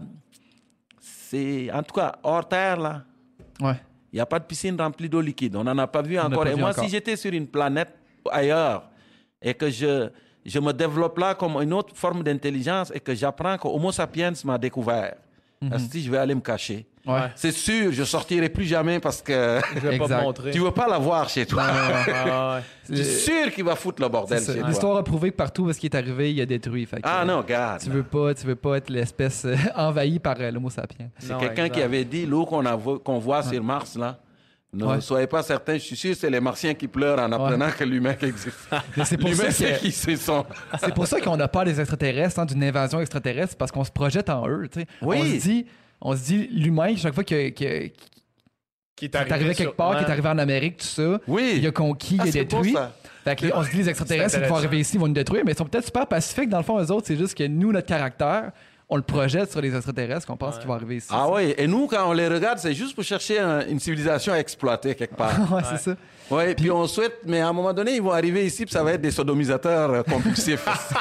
C'est, en tout cas, hors Terre, là, Ouais. il n'y a pas de piscine remplie d'eau liquide. On n'en a pas vu On n'a encore. pas Et vu moi, encore. si j'étais sur une planète ailleurs et que je, je me développe là comme une autre forme d'intelligence et que j'apprends que Homo sapiens m'a découvert, si je vais aller me cacher. Ouais. C'est sûr, je ne sortirai plus jamais parce que Je vais pas Exact. te montrer. tu ne veux pas la voir chez toi. Ah, ouais. Je suis sûr qu'il va foutre le bordel C'est ça. chez toi. L'histoire a prouvé que partout où ce qui est arrivé, il a détruit. Fait que, Ah euh, non, regarde. Tu veux pas, tu veux pas être l'espèce euh, envahie par euh, l'homo sapiens. C'est Non, quelqu'un exact. qui avait dit l'eau qu'on, a vo- qu'on voit sur Mars, là. Ne Ouais. soyez pas certains, je suis sûr que c'est les Martiens qui pleurent en apprenant que l'humain existe. Mais c'est pour L'humain, ça c'est que- qui c'est son. C'est pour ça qu'on a peur des extraterrestres, hein, d'une invasion extraterrestre, c'est parce qu'on se projette en eux. tu sais. Oui. On se dit, on se dit l'humain, chaque fois que, que, Qui qui est arrivé quelque sur- part, ouais. qui est arrivé en Amérique, tout ça, Oui. il a conquis, Ah, il a c'est beau, détruit. ça. Fait que les- on se dit les extraterrestres, ils vont intéressant. arriver ici, ils vont nous détruire, mais ils sont peut-être super pacifiques. Dans le fond, eux autres, c'est juste que nous, notre caractère, on le projette sur les extraterrestres, qu'on pense Ouais. qu'ils vont arriver ici. Ah oui, et nous, quand on les regarde, c'est juste pour chercher un- une civilisation à exploiter quelque part. ouais, c'est ça. Oui, puis on souhaite, mais à un moment donné, ils vont arriver ici, puis ça va être des sodomisateurs euh, compulsifs.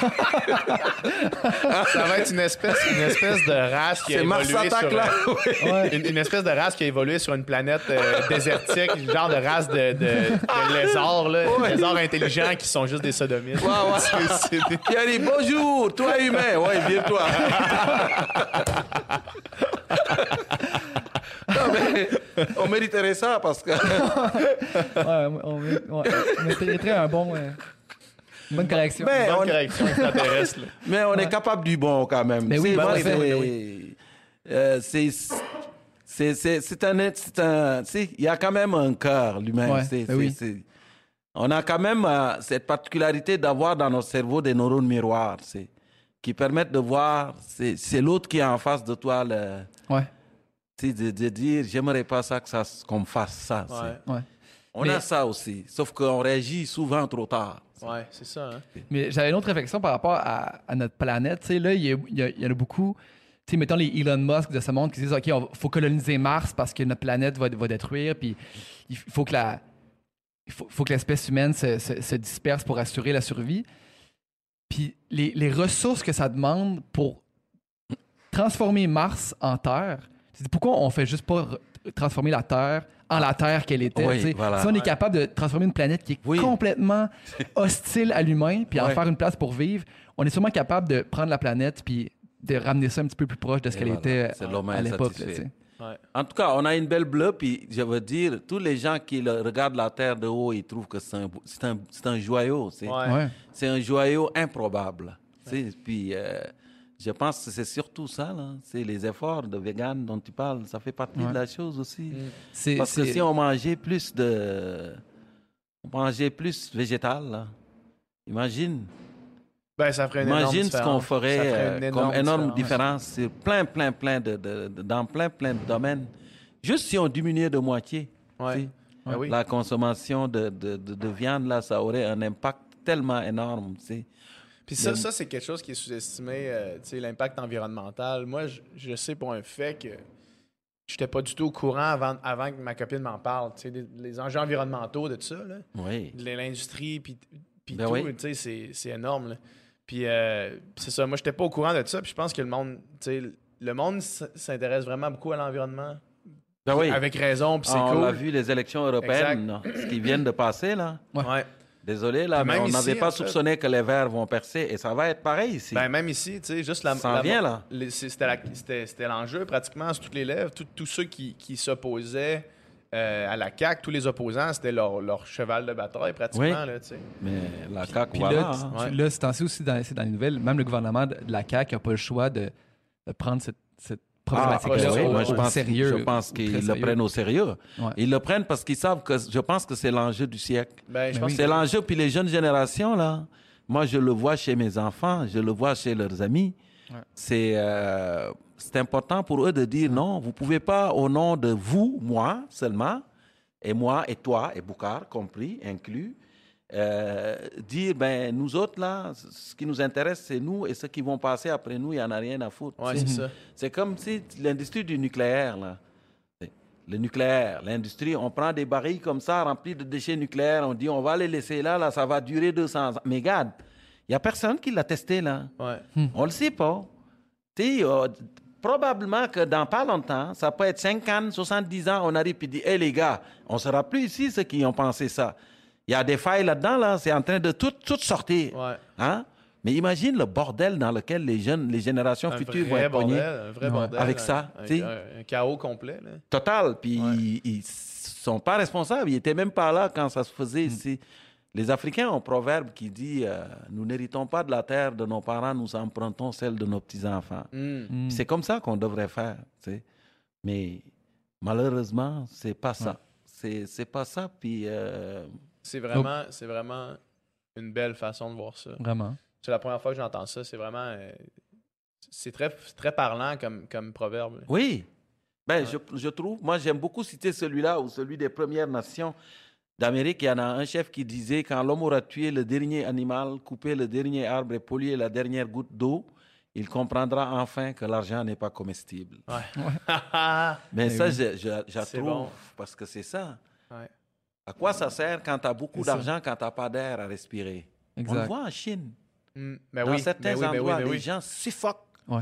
Ça va être une espèce, une espèce de race qui a C'est Mars évolué attaque sur... là. euh, Ouais. Une, une espèce de race qui a évolué sur une planète euh, désertique, genre de race de, de, de lézards, là, Ouais. lézards intelligents qui sont juste des sodomistes. Ouais, ouais. C'est- c'est des- Puis elle dit bonjour, toi humain. Ouais, viens-toi. Non, mais on mériterait ça parce que. Ouais, on, on, ouais, on mériterait un bon, euh, une bonne correction. Mais Bonne on, correction extraterrestre. là. mais on est capable du bon quand même. Mais oui, C'est- ben moi, oui, ben c'est- oui, euh, c'est. C'est c'est- c'est un. être- c'est un- tu sais, il y a quand même un cœur, l'humain. Ouais, C'est- ben c'est- oui. c'est- On a quand même euh, cette particularité d'avoir dans notre cerveau des neurones miroirs c'est- qui permettent de voir. C'est c'est l'autre qui est en face de toi. Le, Ouais, tu sais, de, de dire, j'aimerais pas ça que ça, qu'on me fasse ça. Ouais, c'est- ouais. On Mais- a ça aussi, sauf qu'on réagit souvent trop tard. ouais, c'est ça. Hein. Mais j'avais une autre réflexion par rapport à, à notre planète. Tu sais, là, il y, a- il y a- il y en a beaucoup. Tu sais, mettons les Elon Musk de ce monde qui disent OK, il faut coloniser Mars parce que notre planète va, va détruire. Puis il faut que la. Il faut, faut que l'espèce humaine se, se- se disperse pour assurer la survie. Puis les, les ressources que ça demande pour transformer Mars en Terre, c'est pourquoi on fait juste pas re- transformer la Terre en la Terre qu'elle était. Oui, tu sais. voilà. Si on est Ouais. capable de transformer une planète qui est Oui. complètement hostile à l'humain, puis en Ouais. faire une place pour vivre, on est sûrement capable de prendre la planète puis de ramener ça un petit peu plus proche de ce Et qu'elle voilà. était C'est à, l'homme à l'époque. là, insatisfait. tu sais. Ouais. En tout cas, on a une belle bleue, puis je veux dire, tous les gens qui le- regardent la Terre de haut, ils trouvent que c'est un, c'est un, c'est un joyau. C'est Ouais. Ouais. c'est un joyau improbable. Tu sais, puis euh, je pense que c'est surtout ça, là. C'est les efforts de vegan dont tu parles, ça fait partie Ouais. de la chose aussi. Mm. C'est- Parce que c'est- si on mangeait plus de... On mangeait plus végétal, là. Imagine. Ben, ça ferait une énorme Imagine ce qu'on différence. Ça ferait ferait une euh, comme énorme différence. différence sur plein, plein, plein de, de- de- dans plein, plein de domaines. Juste si on diminuait de moitié Ouais. tu sais, Ben oui. la consommation de, de, de- de viande, là, ça aurait un impact tellement énorme. Tu sais. Puis ça, Le- ça c'est quelque chose qui est sous-estimé, euh, tu sais, l'impact environnemental. Moi, je, je sais pour un fait que je n'étais pas du tout au courant avant, avant que ma copine m'en parle. Tu sais, des- les enjeux environnementaux de tout ça, là, Oui. de l'industrie, puis puis Ben tout, oui. tu sais, c'est- c'est énorme. Là. Puis euh, c'est ça, moi, je n'étais pas au courant de ça. Puis je pense que le monde, tu sais, le monde s- s'intéresse vraiment beaucoup à l'environnement. Ben oui. Avec raison, puis c'est on cool. l'a vu, les élections européennes, là, ce qui viennent de passer, là. Ouais. Désolé, là, Puis mais même on ici, n'avait en pas fait. soupçonné que les Verts vont percer. Et ça va être pareil ici. Ben, même ici, tu sais, juste la. Ça s'en la- vient, là. les- c'est- C'était la- c'était c'était l'enjeu pratiquement sur toutes les lèvres. Tout- Tous ceux qui, qui s'opposaient euh, à la C A Q, tous les opposants, c'était leur, leur cheval de bataille pratiquement. Oui. Là, tu sais. mais la C A Q, Puis voilà. là, hein. tu- Ouais. là, c'est ainsi aussi dans, c'est dans les nouvelles, même le gouvernement de, de la C A Q n'a pas le choix de, de prendre cette, cette Ah, problématique-là oui, au, moi, je au pense, sérieux. je pense très qu'ils le sérieux. prennent au sérieux. Ouais. Ils le prennent parce qu'ils savent que je pense que c'est l'enjeu du siècle. Ben, je Ben pense oui. que C'est l'enjeu, puis les jeunes générations, là, moi, je le vois chez mes enfants, je le vois chez leurs amis. Ouais. C'est euh, c'est important pour eux de dire non, vous ne pouvez pas, au nom de vous, moi seulement, et moi, et toi, et Boucar, compris, inclus, euh, dire, ben, nous autres, là, ce qui nous intéresse, c'est nous, et ceux qui vont passer après nous, il n'y en a rien à foutre. Ouais, tu sais. c'est ça. C'est comme si l'industrie du nucléaire, là. Le nucléaire, l'industrie, on prend des barils comme ça, remplis de déchets nucléaires, on dit on va les laisser là, là, ça va durer deux cents ans. Mais regarde, il n'y a personne qui l'a testé là. Ouais. On ne le sait pas. Tu sais, euh, probablement que dans pas longtemps, ça peut être cinquante, soixante-dix ans, on arrive et dit hé les gars, on ne sera plus ici ceux qui ont pensé ça. Il y a des failles là-dedans, là, c'est en train de tout, tout sortir. Ouais. Hein? Mais imagine le bordel dans lequel les jeunes, les générations Un futures vont vrai être pognées. bordel, un vrai Ouais. bordel. Avec un- ça, Un, tu sais. un- un chaos complet. Là. Total. Puis Ouais. ils, ils sont pas responsables. Ils n'étaient même pas là quand ça se faisait ici. Les Africains ont un proverbe qui dit euh, nous n'héritons pas de la terre de nos parents, nous empruntons celle de nos petits-enfants. Mm. Mm. C'est comme ça qu'on devrait faire. Tu sais. Mais malheureusement, c'est pas ça. Ouais. C'est, c'est pas ça. Puis. euh, C'est vraiment, c'est vraiment une belle façon de voir ça. Vraiment. C'est la première fois que j'entends ça. C'est vraiment. euh, c'est très, très parlant comme, comme proverbe. là. Oui. Ben, Ouais. je, je trouve, moi, j'aime beaucoup citer celui-là ou celui des Premières Nations. d'Amérique, il y en a un chef qui disait quand l'homme aura tué le dernier animal, coupé le dernier arbre et pollué la dernière goutte d'eau, il comprendra enfin que l'argent n'est pas comestible. Ouais. Mais, Mais ça, oui. je, je, j'approuve bon. parce que c'est ça. Ouais. À quoi ça sert quand tu as beaucoup C'est ça. d'argent, quand tu n'as pas d'air à respirer? Exact. On le voit en Chine. Mm, ben Dans oui, certains ben oui, ben endroits, oui, ben les oui. gens suffoquent. Ouais.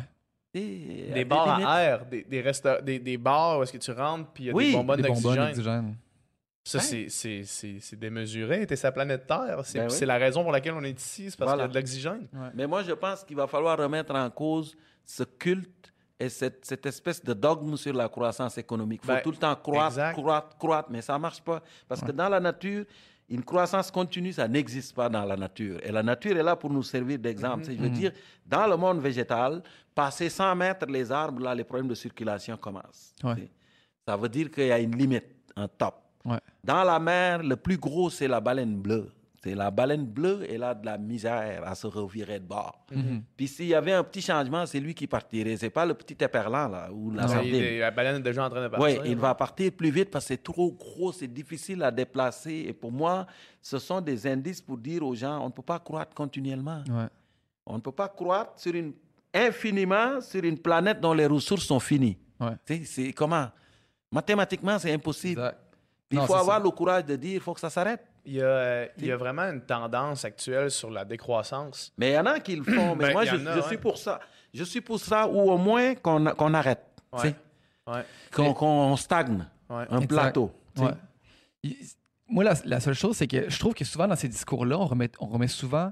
Et à Des bars limites. à air, des, des, resta- des, des bars où est-ce que tu rentres puis il y a Oui, des bonbonnes Des bonbonnes d'oxygène. d'oxygène. Ça, Ouais. c'est, c'est, c'est, c'est démesuré. T'es sa planète Terre. C'est, Ben oui. c'est la raison pour laquelle on est ici. C'est parce Voilà. qu'il y a de l'oxygène. Mais moi, je pense qu'il va falloir remettre en cause ce culte et cette, cette espèce de dogme sur la croissance économique. Il faut Ben, tout le temps croître, exact. croître, croître, mais ça ne marche pas. Parce que dans la nature, une croissance continue, ça n'existe pas dans la nature. Et la nature est là pour nous servir d'exemple. Mm-hmm. Je veux dire, dans le monde végétal, passer cent mètres les arbres, là, les problèmes de circulation commencent. Ouais. Tu sais. Ça veut dire qu'il y a une limite, un top. Ouais. Dans la mer, le plus gros, c'est la baleine bleue. C'est la baleine bleue, elle a de la misère à se revirer de bord. Puis s'il y avait un petit changement, c'est lui qui partirait. C'est pas le petit éperlan, là, ou la Ça, il sardine. est- la baleine est déjà en train de Oui, partir. il va partir plus vite parce que c'est trop gros, c'est difficile à déplacer. Et pour moi, ce sont des indices pour dire aux gens, on ne peut pas croître continuellement. Ouais. On ne peut pas croître sur une, infiniment sur une planète dont les ressources sont finies. Ouais. Tu sais, c'est comment? Mathématiquement, c'est impossible. Exact. Puis il Non, faut c'est avoir ça. le courage de dire, il faut que ça s'arrête. Il y, a, euh, il y a vraiment une tendance actuelle sur la décroissance. Mais il y en a qui le font. Mais Ben, moi, il y je, en a, je ouais. suis pour ça. Je suis pour ça, ou au moins qu'on qu'on arrête. tu sais. Ouais. Ouais. Qu'on qu'on stagne. Ouais. Un Exact. plateau. tu sais. Ouais. Il- Moi, la, la seule chose, c'est que je trouve que souvent dans ces discours-là, on remet, on remet souvent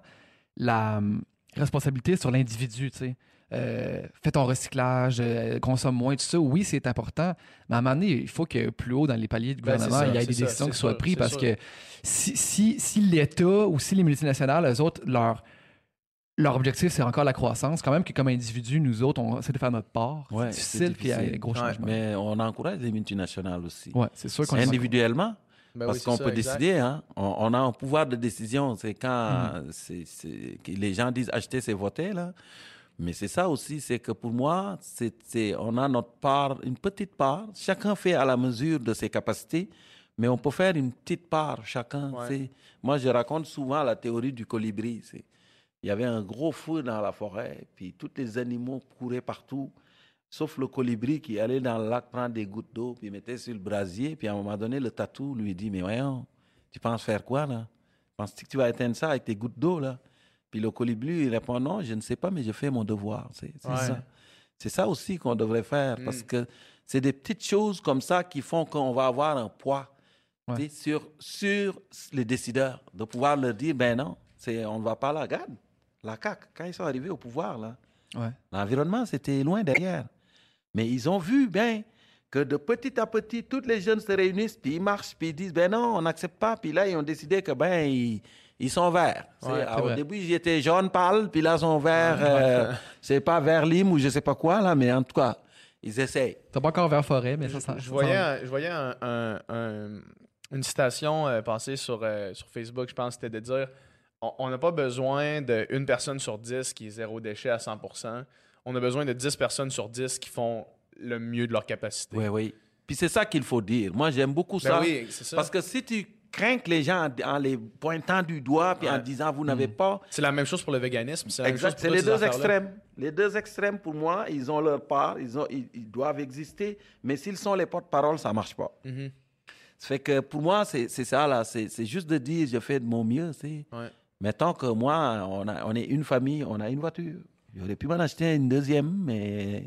la hum, responsabilité sur l'individu. Tu sais. Euh, fais ton recyclage, euh, consomme moins, tout ça. Oui, c'est important, mais à un moment donné, il faut que plus haut dans les paliers du Ben, c'est gouvernement, ça, il y ait c'est des ça, décisions c'est qui soient sûr, prises c'est parce sûr. que si, si, si l'État ou si les multinationales, eux autres, leur, leur objectif, c'est encore la croissance, quand même que comme individu, nous autres, on essaie de faire notre part. Ouais, c'est c'est difficile, puis il y a difficile. des gros Ouais, changements. Mais on encourage les multinationales aussi. Ouais, c'est sûr qu'on est Individuellement. Ben Parce oui, qu'on c'est peut ça, exact. décider, hein. on, on a un pouvoir de décision. C'est quand Mm-hmm. c'est, c'est, que les gens disent acheter, c'est voter. Là. Mais c'est ça aussi, c'est que pour moi, c'est, c'est, on a notre part, une petite part. Chacun fait à la mesure de ses capacités, mais on peut faire une petite part, chacun. Ouais. c'est- Moi, je raconte souvent la théorie du colibri. C'est, il y avait un gros feu dans la forêt, puis tous les animaux couraient partout, sauf le colibri qui allait dans le lac prendre des gouttes d'eau, puis mettait sur le brasier, puis à un moment donné, le tatou lui dit, mais voyons, tu penses faire quoi, là? Penses-tu que tu vas éteindre ça avec tes gouttes d'eau, là? Puis le colibri, il répond, non, je ne sais pas, mais je fais mon devoir. C'est, c'est Ouais. ça. C'est ça aussi qu'on devrait faire, Mm. parce que c'est des petites choses comme ça qui font qu'on va avoir un poids Ouais. tu sais, sur, sur les décideurs, de pouvoir leur dire, ben non, c'est, on ne va pas là. Regarde, la C A Q, quand ils sont arrivés au pouvoir, là, Ouais. l'environnement, c'était loin derrière. Mais ils ont vu bien que de petit à petit, tous les jeunes se réunissent, puis ils marchent, puis ils disent, ben non, on n'accepte pas. Puis là, ils ont décidé que, ben, ils, ils sont verts. C'est- Ouais, alors, c'est au vrai. début, ils étaient jaune pâle, puis là, ils sont verts, euh, c'est pas vert lime ou je sais pas quoi, là, mais en tout cas, ils essayent. T'as pas encore vers forêt, mais ça, ça Je ça voyais, s'en- un- je voyais un- un- un- une citation euh, passée sur, euh, sur Facebook, je pense, c'était de dire on- on n'a pas besoin d'une personne sur dix qui est zéro déchet à cent pour cent. On a besoin de dix personnes sur dix qui font le mieux de leur capacité. Oui, oui. Puis c'est ça qu'il faut dire. Moi, j'aime beaucoup Ben ça. oui, c'est ça. Parce que si tu crains que les gens en, en les pointant du doigt puis en Ouais. disant vous n'avez pas. C'est la même chose pour le véganisme. C'est la même Exact, chose c'est pour les toutes ces deux affaires-là. extrêmes. Les deux extrêmes, pour moi, ils ont leur part, ils, ont, ils, ils doivent exister, mais s'ils sont les porte-parole, ça ne marche pas. Mhm. Ça fait que pour moi, c'est c'est ça, là. C'est c'est juste de dire je fais de mon mieux. C'est... Ouais. Mettons que moi, on, a, on est une famille, on a une voiture. J'aurais pu m'en acheter une deuxième, mais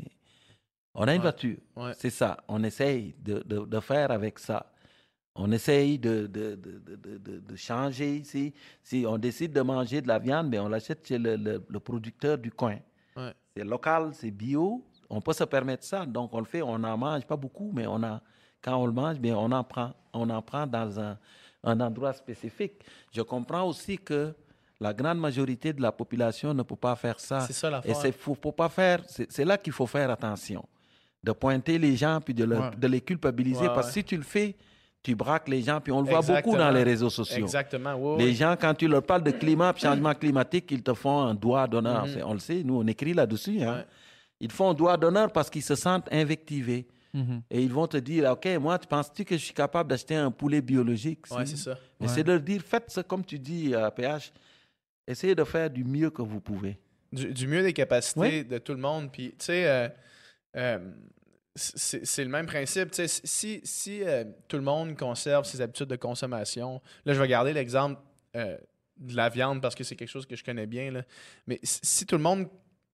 on a une Ouais. voiture. Ouais. C'est ça. On essaye de, de, de faire avec ça. On essaye de, de, de, de, de, de changer. Si, si on décide de manger de la viande, mais on l'achète chez le, le, le producteur du coin. Ouais. C'est local, c'est bio. On peut se permettre ça. Donc, on le fait. On n'en mange pas beaucoup, mais on a, quand on le mange, bien, on en prend. On en prend dans un, un endroit spécifique. Je comprends aussi que la grande majorité de la population ne peut pas faire ça. C'est ça Et l'affaire. c'est faut, faut pas faire. C'est, c'est là qu'il faut faire attention. De pointer les gens puis de, le- Ouais. de les culpabiliser. Ouais, parce que ouais. si tu le fais, tu braques les gens. Puis on le voit beaucoup Exactement. dans les réseaux sociaux. Exactement. Oui, Les oui. gens, quand tu leur parles de climat et changement climatique, ils te font un doigt d'honneur. Mhm. C'est- On le sait, nous, on écrit là-dessus. Hein. Ouais. Ils font un doigt d'honneur parce qu'ils se sentent invectivés. Mhm. Et ils vont te dire, OK, moi, tu penses-tu que je suis capable d'acheter un poulet biologique? Oui, Si. c'est ça. Mais Ouais. c'est de leur dire, faites ça comme tu dis à P H. Essayez de faire du mieux que vous pouvez. Du, du mieux des capacités Oui. de tout le monde. Puis, tu sais, euh, euh, c'est c'est le même principe. Tu sais, si si euh, tout le monde conserve ses habitudes de consommation, là, je vais garder l'exemple euh, de la viande parce que c'est quelque chose que je connais bien. Là. Mais si, si tout le monde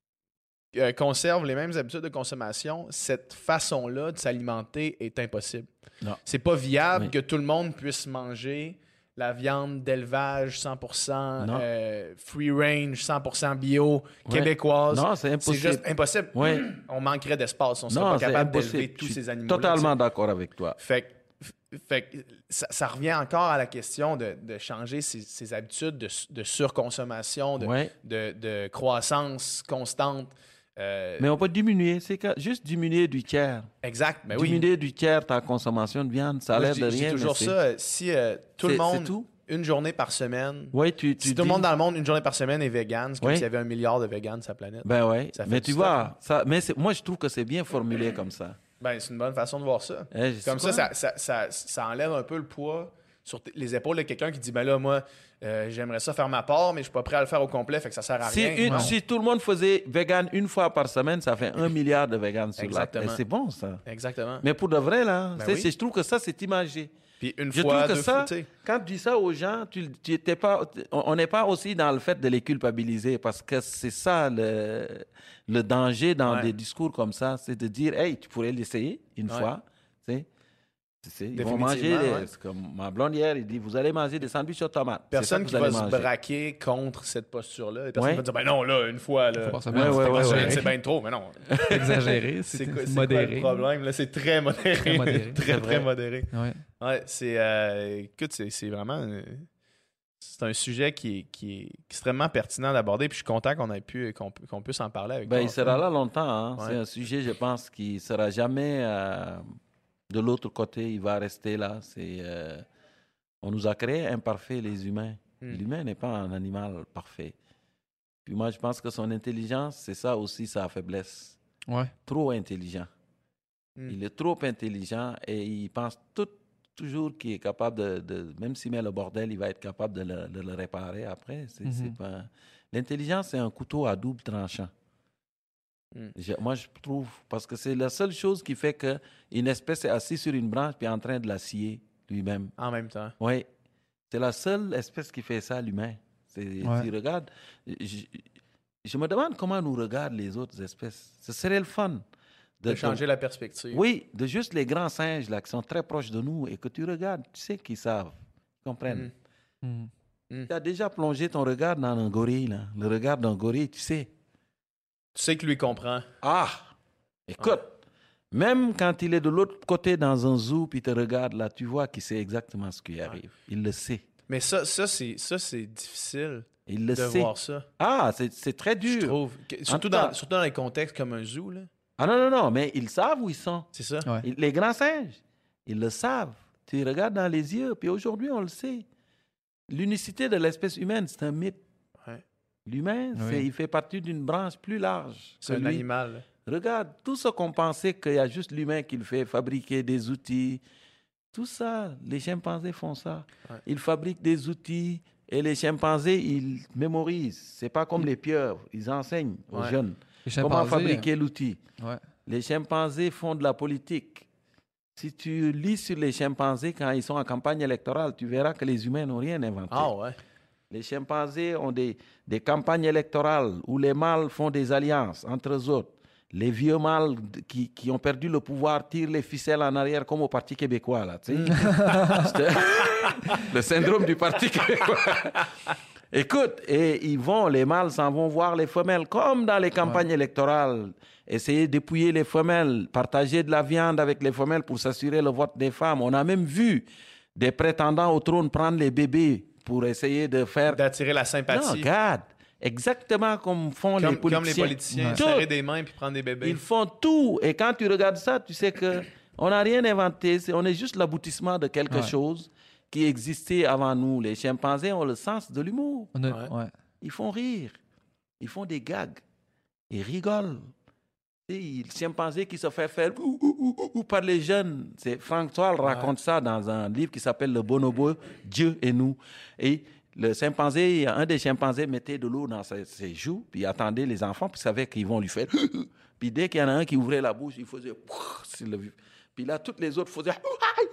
euh, conserve les mêmes habitudes de consommation, cette façon-là de s'alimenter est impossible. Non. C'est pas viable Oui. que tout le monde puisse manger la viande d'élevage cent pour cent Non. euh, free range, cent pour cent bio, Ouais. québécoise. Non, c'est C'est impossible. juste impossible. Ouais. On manquerait d'espace. On serait Non, pas c'est capable impossible. d'élever tous Je suis ces animaux. totalement d'accord avec toi. Fait, que- fait que ça, ça revient encore à la question de, de changer ses, ses habitudes de, de surconsommation, de, Ouais. de, de croissance constante. Euh, Mais on peut diminuer. C'est que juste diminuer du tiers. exact. Ben oui. Diminuer du tiers ta consommation de viande, ça a Moi, l'air je de dis- je dis rien. toujours mais c'est- ça. euh, Si euh, tout le c'est- c'est monde, tout. une journée par semaine, Ouais, tu, tu si tout le dis- monde dans le monde, une journée par semaine est vegan, c'est comme Oui. s'il y avait un milliard de vegans sur la planète. Ben ouais. Ça fait Mais du tu stock, vois, hein. ça, mais c'est- moi je trouve que c'est bien formulé comme ça. Ben, c'est une bonne façon de voir ça. Eh, je sais Comme ça pas. ça, ça, ça, ça enlève un peu le poids sur t- les épaules de quelqu'un qui dit ben là, moi, euh, j'aimerais ça faire ma part, mais je suis pas prêt à le faire au complet, fait que ça sert à Si, rien. une- Non. si tout le monde faisait vegan une fois par semaine, ça fait un milliard de vegans sur la Exactement. terre. C'est bon ça. Exactement. Mais pour de vrai, là, Ben c'est- oui. c'est- je trouve que ça, c'est imagé. Puis une Je fois, trouve que deux ça, fois, tu sais. quand tu dis ça aux gens, tu, tu étais pas, on n'est pas aussi dans le fait de les culpabiliser parce que c'est ça le, le danger dans Ouais. des discours comme ça, c'est de dire, hey, tu pourrais l'essayer une Ouais. fois. Tu sais. Tu sais, ils vont Définitivement, manger, des- ouais. c'est comme ma blonde hier, il dit, vous allez manger des sandwichs aux tomates. C'est ça Personne que qui vous va allez se manger. braquer contre cette posture-là. Et personne Ouais. va dire ben non, là, une fois, là, Faut pas se c'est mettre- Ouais, ouais, ouais, bien- ouais. c'est bien trop, mais non. Exagéré, C'est c'est quoi, c'est c'est quoi modéré. le problème? Là, c'est très modéré. Très modéré. très, C'est très vrai. modéré. Ouais. Ouais, c'est. euh, écoute, c'est c'est vraiment. euh, c'est un sujet qui est, qui est extrêmement pertinent d'aborder. Puis je suis content qu'on ait pu qu'on pu- qu'on puisse en parler avec Ben, toi. il sera là longtemps. Hein. Ouais. C'est un sujet, je pense, qui sera jamais euh, de l'autre côté. Il va rester là. C'est, euh, on nous a créés imparfaits, les humains. Hmm. L'humain n'est pas un animal parfait. Puis moi, je pense que son intelligence, c'est ça aussi sa faiblesse. Ouais. Trop intelligent. Hmm. Il est trop intelligent et il pense tout, toujours qu'il est capable de, de- même s'il met le bordel, il va être capable de le, de le réparer après. C'est, Mhm. c'est pas... L'intelligence, c'est un couteau à double tranchant. Mm. Je- moi, je trouve, parce que c'est la seule chose qui fait qu'une espèce est assise sur une branche puis est en train de la scier lui-même. En même temps. Oui. C'est la seule espèce qui fait ça, l'humain. C'est, Ouais. Tu regardes. Je, je me demande comment nous regardent les autres espèces. Ce serait le fun. De changer la perspective. Oui, de juste les grands singes là, qui sont très proches de nous et que tu regardes, tu sais qu'ils savent, ils comprennent. Mm. Mm. Tu as déjà plongé ton regard dans un gorille, là. Le regard d'un gorille, tu sais. Tu sais que lui comprend. Ah! Écoute, même quand il est de l'autre côté dans un zoo puis il te regarde là, tu vois qu'il sait exactement ce qui arrive. Il le sait. Mais ça, ça c'est ça, c'est difficile Il le de sait. voir ça. Ah, c'est, c'est très Je dur. trouve. Que- surtout, tout cas- dans, surtout dans les contextes comme un zoo, là. Ah non, non, non, mais ils savent où ils sont. C'est ça? Ouais. Ils- Les grands singes, ils le savent. Tu les regardes dans les yeux, puis aujourd'hui, on le sait. L'unicité de l'espèce humaine, c'est un mythe. Ouais. L'humain, Oui. c'est, il fait partie d'une branche plus large. C'est que un lui. animal. là. Regarde, tout ce qu'on pensait qu'il y a juste l'humain qui le fait, fabriquer des outils, tout ça, les chimpanzés font ça. Ouais. Ils fabriquent des outils et les chimpanzés, ils mémorisent. C'est pas comme les pieuvres, ils enseignent aux Ouais. jeunes Les comment chimpanzés, fabriquer l'outil. Ouais. Les chimpanzés font de la politique. Si tu lis sur les chimpanzés quand ils sont en campagne électorale, tu verras que les humains n'ont rien inventé. Ah ouais. Les chimpanzés ont des, des campagnes électorales où les mâles font des alliances entre eux autres. Les vieux mâles d- qui, qui ont perdu le pouvoir tirent les ficelles en arrière comme au Parti québécois. Là, tu sais. C'était- le syndrome du Parti québécois. Écoute, et ils vont, les mâles s'en vont voir les femelles, comme dans les campagnes électorales. Essayer de dépouiller les femelles, partager de la viande avec les femelles pour s'assurer le vote des femmes. On a même vu des prétendants au trône prendre les bébés pour essayer de faire... D'attirer la Non, sympathie. regarde, exactement comme font les comme, politiciens. comme les politiciens, Tout. serrer des mains puis prendre des bébés. Ils font tout. Et quand tu regardes ça, tu sais que on n'a rien inventé. C'est- on est juste l'aboutissement de quelque Ouais. chose qui existait avant nous. Les chimpanzés ont le sens de l'humour. On a- Ouais. ouais. Ils font rire. Ils font des gags. Ils rigolent. Le chimpanzé qui se fait faire ou, ou, ou, ou par les jeunes. C'est, Frank Twain raconte ouais. ça dans un livre qui s'appelle Le Bonobo, Dieu et nous. Et le chimpanzé, un des chimpanzés mettait de l'eau dans ses, ses joues, puis il attendait les enfants, puis il savait qu'ils vont lui faire. Puis dès qu'il y en a un qui ouvrait la bouche, il faisait. Puis là, toutes les autres faisaient.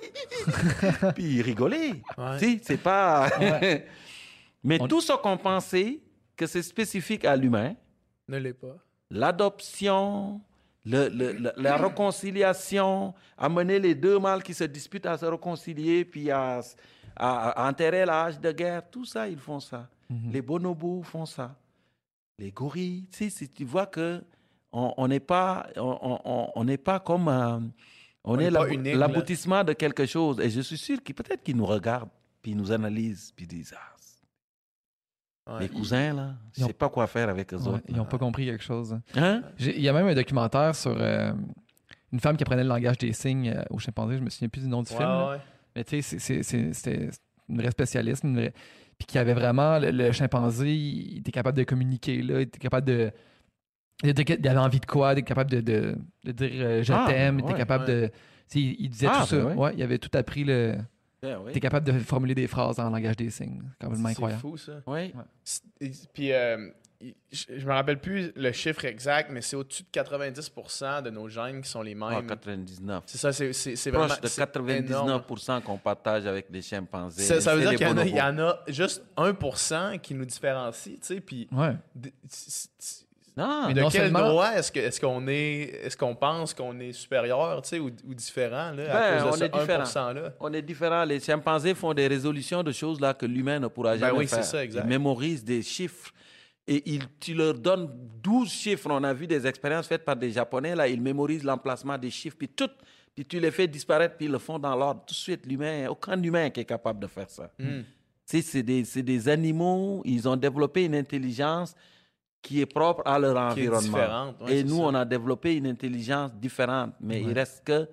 Puis ils rigolaient. Ouais. Si, c'est pas. Ouais. Mais On... tout ce qu'on pensait que c'est spécifique à l'humain ne l'est pas. L'adoption, le, le, le, la réconciliation, amener les deux mâles qui se disputent à se réconcilier, puis à, à, à enterrer l'âge de guerre, tout ça, ils font ça. Mm-hmm. Les bonobos font ça. Les gorilles, tu sais, si tu vois que on n'est pas, on, on n'est pas comme, euh, on, on est, est l'ab- unique, l'aboutissement là. de quelque chose. Et je suis sûr qu'ils peut-être qu'ils nous regardent, puis ils nous analysent, puis ils disent ah, ouais, les cousins, là, je ne sais pas quoi faire avec eux ouais, autres. Ils n'ont pas compris quelque chose. Hein? Il y a même un documentaire sur euh, une femme qui apprenait le langage des signes euh, aux chimpanzés. Je ne me souviens plus du nom du ouais, film. Ouais. Là. Mais tu sais, c'est, c'est, c'était une vraie spécialiste. Une vraie... Puis qui avait vraiment... Le, le chimpanzé, il était capable de communiquer, là. Il était capable de... Il avait envie de quoi? Il était capable de, de, de dire euh, « je ah, t'aime ». Il était capable ouais. de... Il, il disait ah, tout ben ça. Ouais. Ouais, il avait tout appris le... Yeah, oui. Tu es capable de formuler des phrases en langage des signes. C'est quand même incroyable. C'est fou, ça. Oui. Ouais. Puis, euh, je ne me rappelle plus le chiffre exact, mais c'est au-dessus de quatre-vingt-dix pour cent de nos gènes qui sont les mêmes. Ah, quatre-vingt-dix-neuf. C'est ça, c'est, c'est, c'est Proche vraiment... de quatre-vingt-dix-neuf pour cent qu'on partage avec les chimpanzés. Ça, ça veut dire qu'il y en, a, il y en a juste un pour cent qui nous différencie, tu sais, puis... Ouais. D- c- c- Non, mais de non quel seulement... droit est-ce, que, est-ce qu'on est, est-ce qu'on pense qu'on est supérieur, tu sais, ou, ou différent, là, ben, à cause de on ce est différent. un pour cent-là? On est différent. Les chimpanzés font des résolutions de choses là que l'humain ne pourra jamais ben oui, faire. C'est ça, exact. Ils mémorisent des chiffres et ils, tu leur donnes douze chiffres. On a vu des expériences faites par des Japonais. Là, ils mémorisent l'emplacement des chiffres, puis tout, puis tu les fais disparaître, puis ils le font dans l'ordre. Tout de suite, l'humain, aucun humain qui est capable de faire ça. Mm. Tu sais, c'est des, c'est des animaux, ils ont développé une intelligence qui est propre à leur qui environnement. Ouais, et nous, ça. on a développé une intelligence différente, mais ouais. il reste que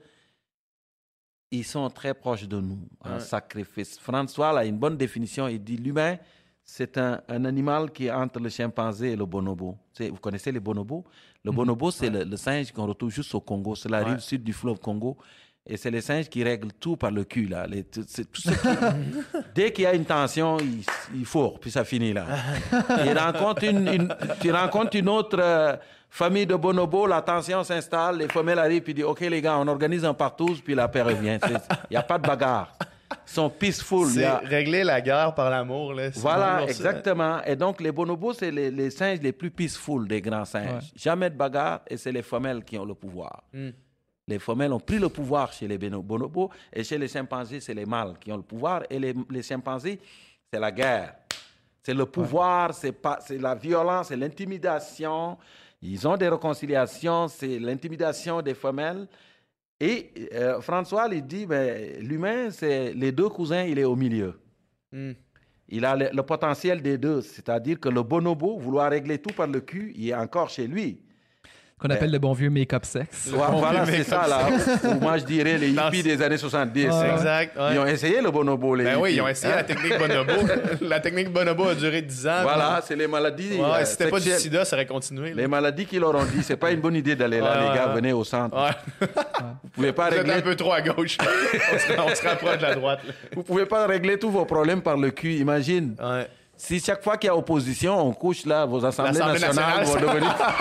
ils sont très proches de nous, ouais. un sacrifice. François a une bonne définition, il dit l'humain, c'est un, un animal qui est entre le chimpanzé et le bonobo. Tu sais, vous connaissez les bonobos? Le bonobo, c'est ouais. le, le singe qu'on retrouve juste au Congo, c'est la ouais. rive sud du fleuve Congo. Et c'est les singes qui règlent tout par le cul, là. Les, tout, c'est tout ce qui... Dès qu'il y a une tension, ils, ils fourrent, puis ça finit, là. Il rencontre une, une, tu rencontres une autre euh, famille de bonobos, la tension s'installe, les femelles arrivent, puis disent « OK, les gars, on organise un partouze, puis la paix revient. » Il n'y a pas de bagarre. Ils sont peaceful. C'est a... régler la guerre par l'amour, là. C'est voilà, exactement. Et donc, les bonobos, c'est les, les singes les plus peaceful des grands singes. Ouais. Jamais de bagarre, et c'est les femelles qui ont le pouvoir. Mm. Les femelles ont pris le pouvoir chez les bonobos et chez les chimpanzés, c'est les mâles qui ont le pouvoir. Et les, les chimpanzés, c'est la guerre. C'est le pouvoir, ouais. c'est, pas, c'est la violence, c'est l'intimidation. Ils ont des réconciliations, c'est l'intimidation des femelles. Et euh, François, il dit, ben, l'humain, c'est les deux cousins, il est au milieu. Mm. Il a le, le potentiel des deux. C'est-à-dire que le bonobo, vouloir régler tout par le cul, il est encore chez lui. Qu'on appelle le bon vieux make-up sexe. Ouais, bon voilà, c'est ça, là. Ou moi, je dirais les hippies des années soixante-dix. Ah, exact. Ouais. Ils ont essayé le bonobo, les ben hippies. oui, ils ont essayé hein? la technique bonobo. La technique bonobo a duré dix ans. Voilà, donc... c'est les maladies. Ouais, euh, si c'était sexuelles. pas du sida, ça aurait continué. Là. Les maladies qui leur ont dit, c'est pas une bonne idée d'aller là, ouais, les gars, ouais. venez au centre. Ouais. Vous pouvez pas Vous régler. êtes un peu trop à gauche. on, se, on se rapproche de la droite. Là. Vous pouvez pas régler tous vos problèmes par le cul, imagine. Ouais. Si chaque fois qu'il y a opposition, on couche là, vos assemblées nationales, nationale vont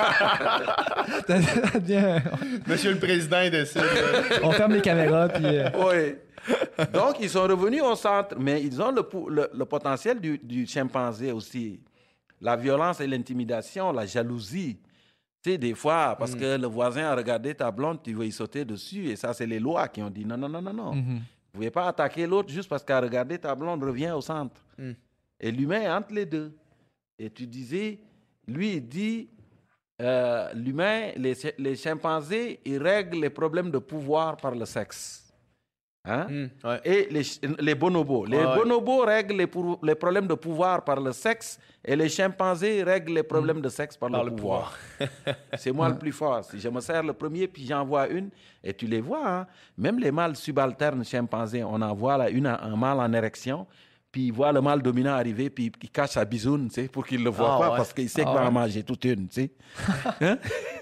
devenir... Bien. Monsieur le Président décide. On ferme les caméras, puis... Euh... Oui. Donc, ils sont revenus au centre, mais ils ont le, le, le potentiel du, du chimpanzé aussi. La violence et l'intimidation, la jalousie. Tu sais, des fois, parce mm. que le voisin a regardé ta blonde, tu veux y sauter dessus, et ça, c'est les lois qui ont dit non, non, non, non, non. Mm-hmm. Vous ne pouvez pas attaquer l'autre juste parce qu'elle a regardé ta blonde, revient au centre. Mm. Et l'humain est entre les deux. Et tu disais, lui, il dit, euh, l'humain, les, les chimpanzés, ils règlent les problèmes de pouvoir par le sexe. Hein? Mmh, ouais. Et les, les bonobos. Les ouais, bonobos ouais. règlent les, pour, les problèmes de pouvoir par le sexe et les chimpanzés règlent les problèmes mmh. de sexe par, par le, le pouvoir. pouvoir. C'est moi le plus fort. Si je me sers le premier, puis j'envoie une, et tu les vois, hein? Même les mâles subalternes chimpanzés, on envoie là, une, un mâle en érection, puis il voit le mâle dominant arriver, puis il cache sa bisoune, tu sais, pour qu'il ne le voie ah, pas, ouais. parce qu'il sait ah, qu'il va ouais. en manger toute une, tu sais. Hein?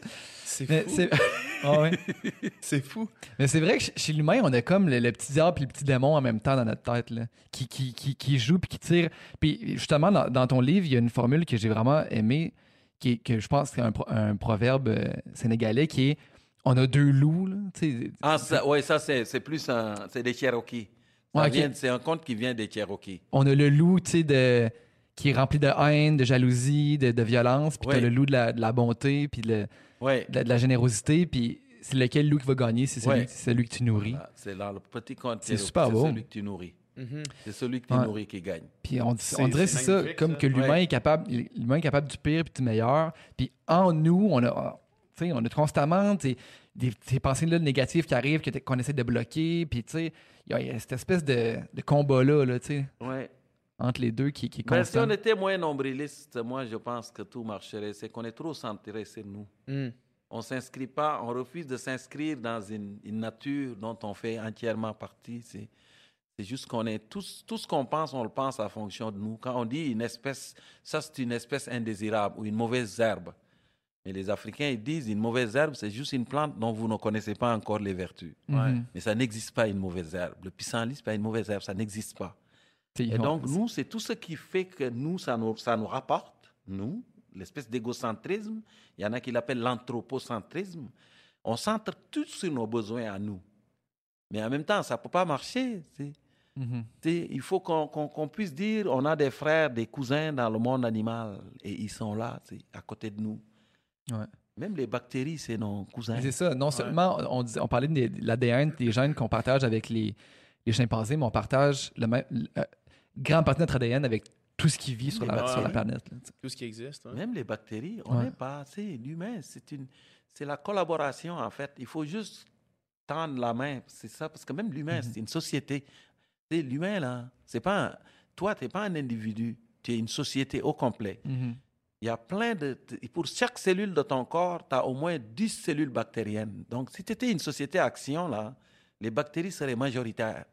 C'est Mais fou. c'est... Ah ouais. C'est fou. Mais c'est vrai que ch- chez l'humain, on a comme le, le petit diable et le petit démon en même temps dans notre tête, là, qui, qui, qui, qui joue puis qui tire. Puis justement, dans, dans ton livre, il y a une formule que j'ai vraiment aimée, qui est, que je pense que c'est un, pro- un proverbe euh, sénégalais qui est « on a deux loups ». Là, tu sais. Ah, ça, ouais, ça, c'est, c'est plus un, c'est des Cherokees. Ça Ouais, ok. vient- c'est un conte qui vient des Cherokees. On a le loup, tu sais, de... qui est rempli de haine, de jalousie, de, de violence, puis Ouais. t'as le loup de la, de la bonté, puis de, Ouais. de la, de la générosité, puis c'est lequel loup qui va gagner, c'est celui, Ouais. c'est celui que tu nourris. Voilà, c'est dans le petit conte C'est Cherokee, super beau. C'est celui que tu nourris. Mhm. C'est celui que tu Ouais. nourris qui gagne. Puis on, dit- C'est- on dirait c'est c'est ça, magnifique, comme ça. que l'humain Ouais. est capable, l'humain est capable du pire puis du meilleur. Puis en nous, on a, tu sais, on a constamment tu sais, des, ces pensées-là négatives qui arrivent, que t'es- qu'on essaie de bloquer. Puis tu sais, il y, a- il y a cette espèce de, de combat-là, là, tu sais, Ouais. entre les deux qui, qui est Ben, si constant. on était moins nombriliste, moi, je pense que tout marcherait. C'est qu'on est trop centré sur nous. Mm. On s'inscrit pas, on refuse de s'inscrire dans une, une nature dont on fait entièrement partie. C'est, c'est juste qu'on est tous, tout ce qu'on pense, on le pense à fonction de nous. Quand on dit une espèce, ça c'est une espèce indésirable ou une mauvaise herbe. Mais les Africains, ils disent une mauvaise herbe, c'est juste une plante dont vous ne connaissez pas encore les vertus. Mhm. Mais ça n'existe pas une mauvaise herbe. Le pissenlit, c'est pas une mauvaise herbe, ça n'existe pas. Tu sais, Et on- donc, nous, c'est tout ce qui fait que nous, ça nous, ça nous rapporte, nous, l'espèce d'égocentrisme. Il y en a qui l'appellent l'anthropocentrisme. On centre tout sur nos besoins à nous. Mais en même temps, ça ne peut pas marcher. tu sais. Mhm. Tu sais, il faut qu'on, qu'on, qu'on puisse dire on a des frères, des cousins dans le monde animal et ils sont là, tu sais, à côté de nous. Ouais. Même les bactéries, c'est nos cousins. Mais c'est ça. Non seulement on, dit- on parlait de l'A D N, des gènes qu'on partage avec les, les chimpanzés, mais on partage le même, le- euh, grande partie de notre A D N avec tout ce qui vit sur la, Ouais. sur la planète. là, tu sais. Tout ce qui existe. hein. Même les bactéries, on Ouais. n'est pas, tu sais, l'humain, c'est une, c'est la collaboration en fait. Il faut juste tendre la main, c'est ça, parce que même l'humain, Mhm. c'est une société. Tu sais, l'humain là, c'est pas, un- toi, t'es pas un individu, tu es une société au complet. Mhm. Il y a plein de, de- pour chaque cellule de ton corps, tu as au moins dix cellules bactériennes. Donc, si tu étais une société à action là, les bactéries seraient majoritaires.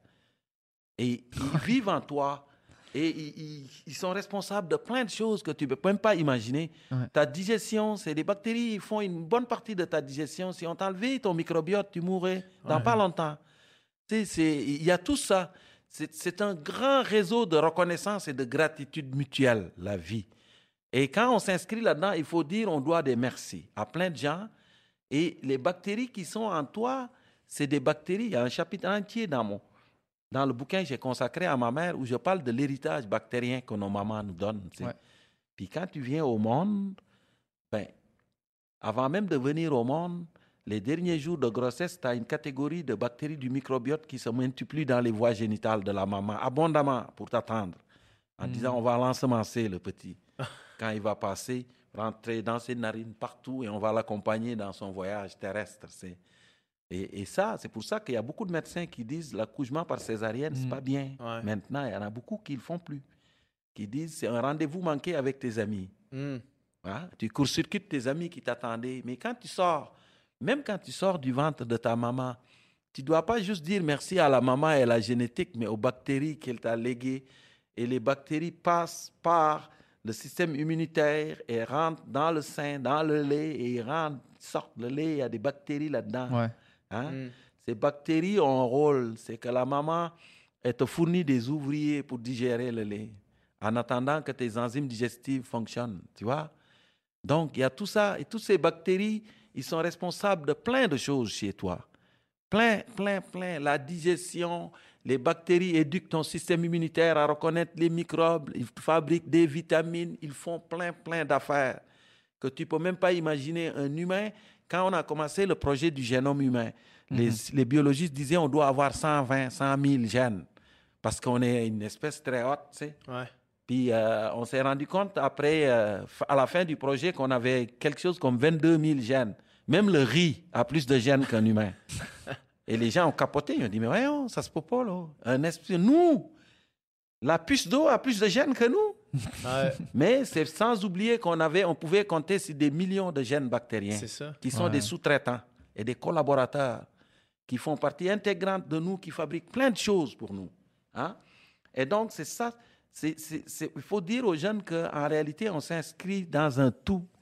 Et ils vivent en toi. Et ils, ils- ils sont responsables de plein de choses que tu ne peux même pas imaginer. Ouais. Ta digestion, c'est des bactéries, ils font une bonne partie de ta digestion. Si on t'enlevait ton microbiote, tu mourrais dans Ouais. pas longtemps. Tu sais, c'est- il y a tout ça. C'est c'est un grand réseau de reconnaissance et de gratitude mutuelle, la vie. Et quand on s'inscrit là-dedans, il faut dire on doit des merci à plein de gens. Et les bactéries qui sont en toi, c'est des bactéries. Il y a un chapitre entier dans mon, dans le bouquin que j'ai consacré à ma mère où je parle de l'héritage bactérien que nos mamans nous donnent. tu sais. Ouais. Puis quand tu viens au monde, ben, avant même de venir au monde, les derniers jours de grossesse, tu as une catégorie de bactéries du microbiote qui se multiplient dans les voies génitales de la maman, abondamment pour t'attendre, en Mm. disant on va l'ensemencer, le petit. Quand il va passer, rentrer dans ses narines partout et on va l'accompagner dans son voyage terrestre. C'est... Et, et ça, c'est pour ça qu'il y a beaucoup de médecins qui disent l'accouchement par césarienne, c'est Mm. pas bien. Ouais. Maintenant, il y en a beaucoup qui ne le font plus. Qui disent c'est un rendez-vous manqué avec tes amis. Mm. Hein? Tu court-circuites tes amis qui t'attendaient. Mais quand tu sors, même quand tu sors du ventre de ta maman, tu ne dois pas juste dire merci à la maman et à la génétique, mais aux bactéries qu'elle t'a léguées. Et les bactéries passent par le système immunitaire et rentrent dans le sein, dans le lait, et ils rentrent, sortent le lait, il y a des bactéries là-dedans. Ouais. Hein? Mm. Ces bactéries ont un rôle, c'est que la maman, elle te fournit des ouvriers pour digérer le lait, en attendant que tes enzymes digestives fonctionnent, tu vois. Donc, il y a tout ça, et toutes ces bactéries, ils sont responsables de plein de choses chez toi. Plein, plein, plein. La digestion, les bactéries éduquent ton système immunitaire à reconnaître les microbes, ils fabriquent des vitamines, ils font plein, plein d'affaires que tu ne peux même pas imaginer. Un humain, quand on a commencé le projet du génome humain, les, les biologistes disaient on doit avoir cent vingt, cent mille gènes parce qu'on est une espèce très haute, tu sais. Ouais. Puis euh, on s'est rendu compte après, euh, à la fin du projet, qu'on avait quelque chose comme vingt-deux mille gènes. Même le riz a plus de gènes qu'un humain. Et les gens ont capoté. Ils ont dit, mais voyons, ça se peut pas, là. Un esprit, nous, la puce d'eau a plus de gènes que nous. Ouais. Mais c'est sans oublier qu'on avait, on pouvait compter sur des millions de gènes bactériens C'est ça. qui sont Ouais. des sous-traitants et des collaborateurs qui font partie intégrante de nous, qui fabriquent plein de choses pour nous. Hein? Et donc, c'est ça. C'est, c'est, c'est, il faut dire aux jeunes qu'en réalité, on s'inscrit dans un tout.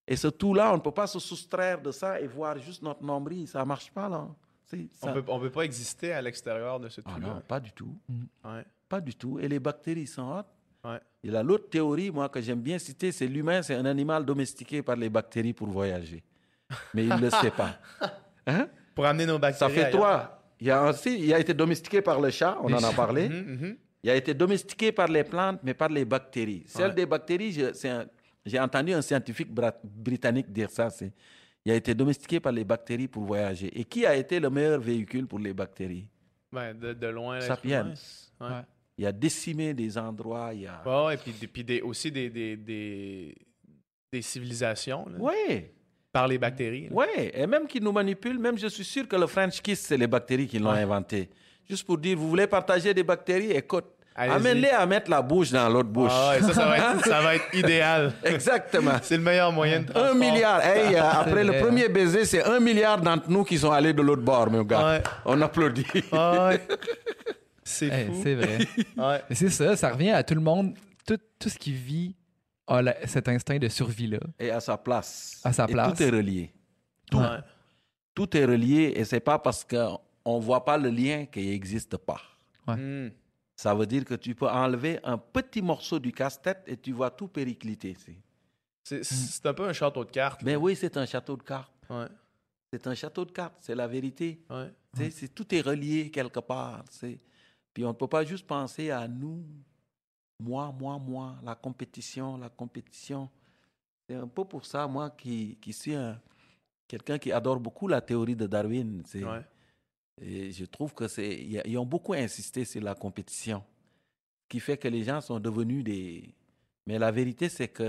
Et ce tout-là, on ne peut pas se soustraire de ça et voir juste notre nombril. Ça ne marche pas, là. C'est, ça... On peut, on peut pas exister à l'extérieur de ce ah tout-là. non, pas du tout. Mm. Ouais. Pas du tout. Et les bactéries sont hautes. Ouais. Et là, l'autre théorie, moi, que j'aime bien citer, c'est l'humain, c'est un animal domestiqué par les bactéries pour voyager. Mais il ne le sait pas. Hein? Pour amener nos bactéries. Ça fait ailleurs. trois. Il, y a aussi, il a été domestiqué par le chat, on Les en a chats. parlé. Mhm, mhm. Il a été domestiqué par les plantes, mais par les bactéries. Celle Ouais. des bactéries, je- c'est un- j'ai entendu un scientifique bra- britannique dire ça. C'est, il a été domestiqué par les bactéries pour voyager. Et qui a été le meilleur véhicule pour les bactéries? Ben, de, de loin. l'être Sapiens. humain. Ouais. Ouais. Il a décimé des endroits. Il a... Ouais, ouais, et puis, des- puis des- aussi des, des, des, des civilisations là, Oui, par les bactéries. là. oui. Et même qui nous manipulent, même je suis sûr que le French kiss, c'est les bactéries qui l'ont Ouais. inventé. Juste pour dire, vous voulez partager des bactéries? Écoute, Allez-y. amène-les à mettre la bouche dans l'autre bouche. Ah ouais, ça, ça va être, ça va être idéal. Exactement. C'est le meilleur moyen de Un transport. milliard. Hey, euh, après le vrai, premier baiser, c'est un milliard d'entre nous qui sont allés de l'autre bord, mon gars. Ouais. On applaudit. Ah ouais. C'est Hey, fou. c'est vrai. Ouais. Mais c'est ça, ça revient à tout le monde. Tout, tout ce qui vit a la- cet instinct de survie-là. Et à sa place. À sa Et place. tout est relié. Tout. Ouais. Tout est relié et c'est pas parce qu'on ne voit pas le lien qu'il n'existe pas. Ouais. Hmm. Ça veut dire que tu peux enlever un petit morceau du casse-tête et tu vois tout péricliter. c'est. C'est, c'est un peu un château de cartes. Mais oui, c'est un château de cartes. Ouais. C'est un château de cartes, c'est la vérité. Ouais. Tu sais, c'est- tout est relié quelque part. tu sais. Puis on ne peut pas juste penser à nous, moi, moi, moi, la compétition, la compétition. C'est un peu pour ça, moi, qui, qui suis un- quelqu'un qui adore beaucoup la théorie de Darwin. c'est- Ouais. Et je trouve que c'est, ils ils ont beaucoup insisté sur la compétition, ce qui fait que les gens sont devenus des. Mais la vérité, c'est que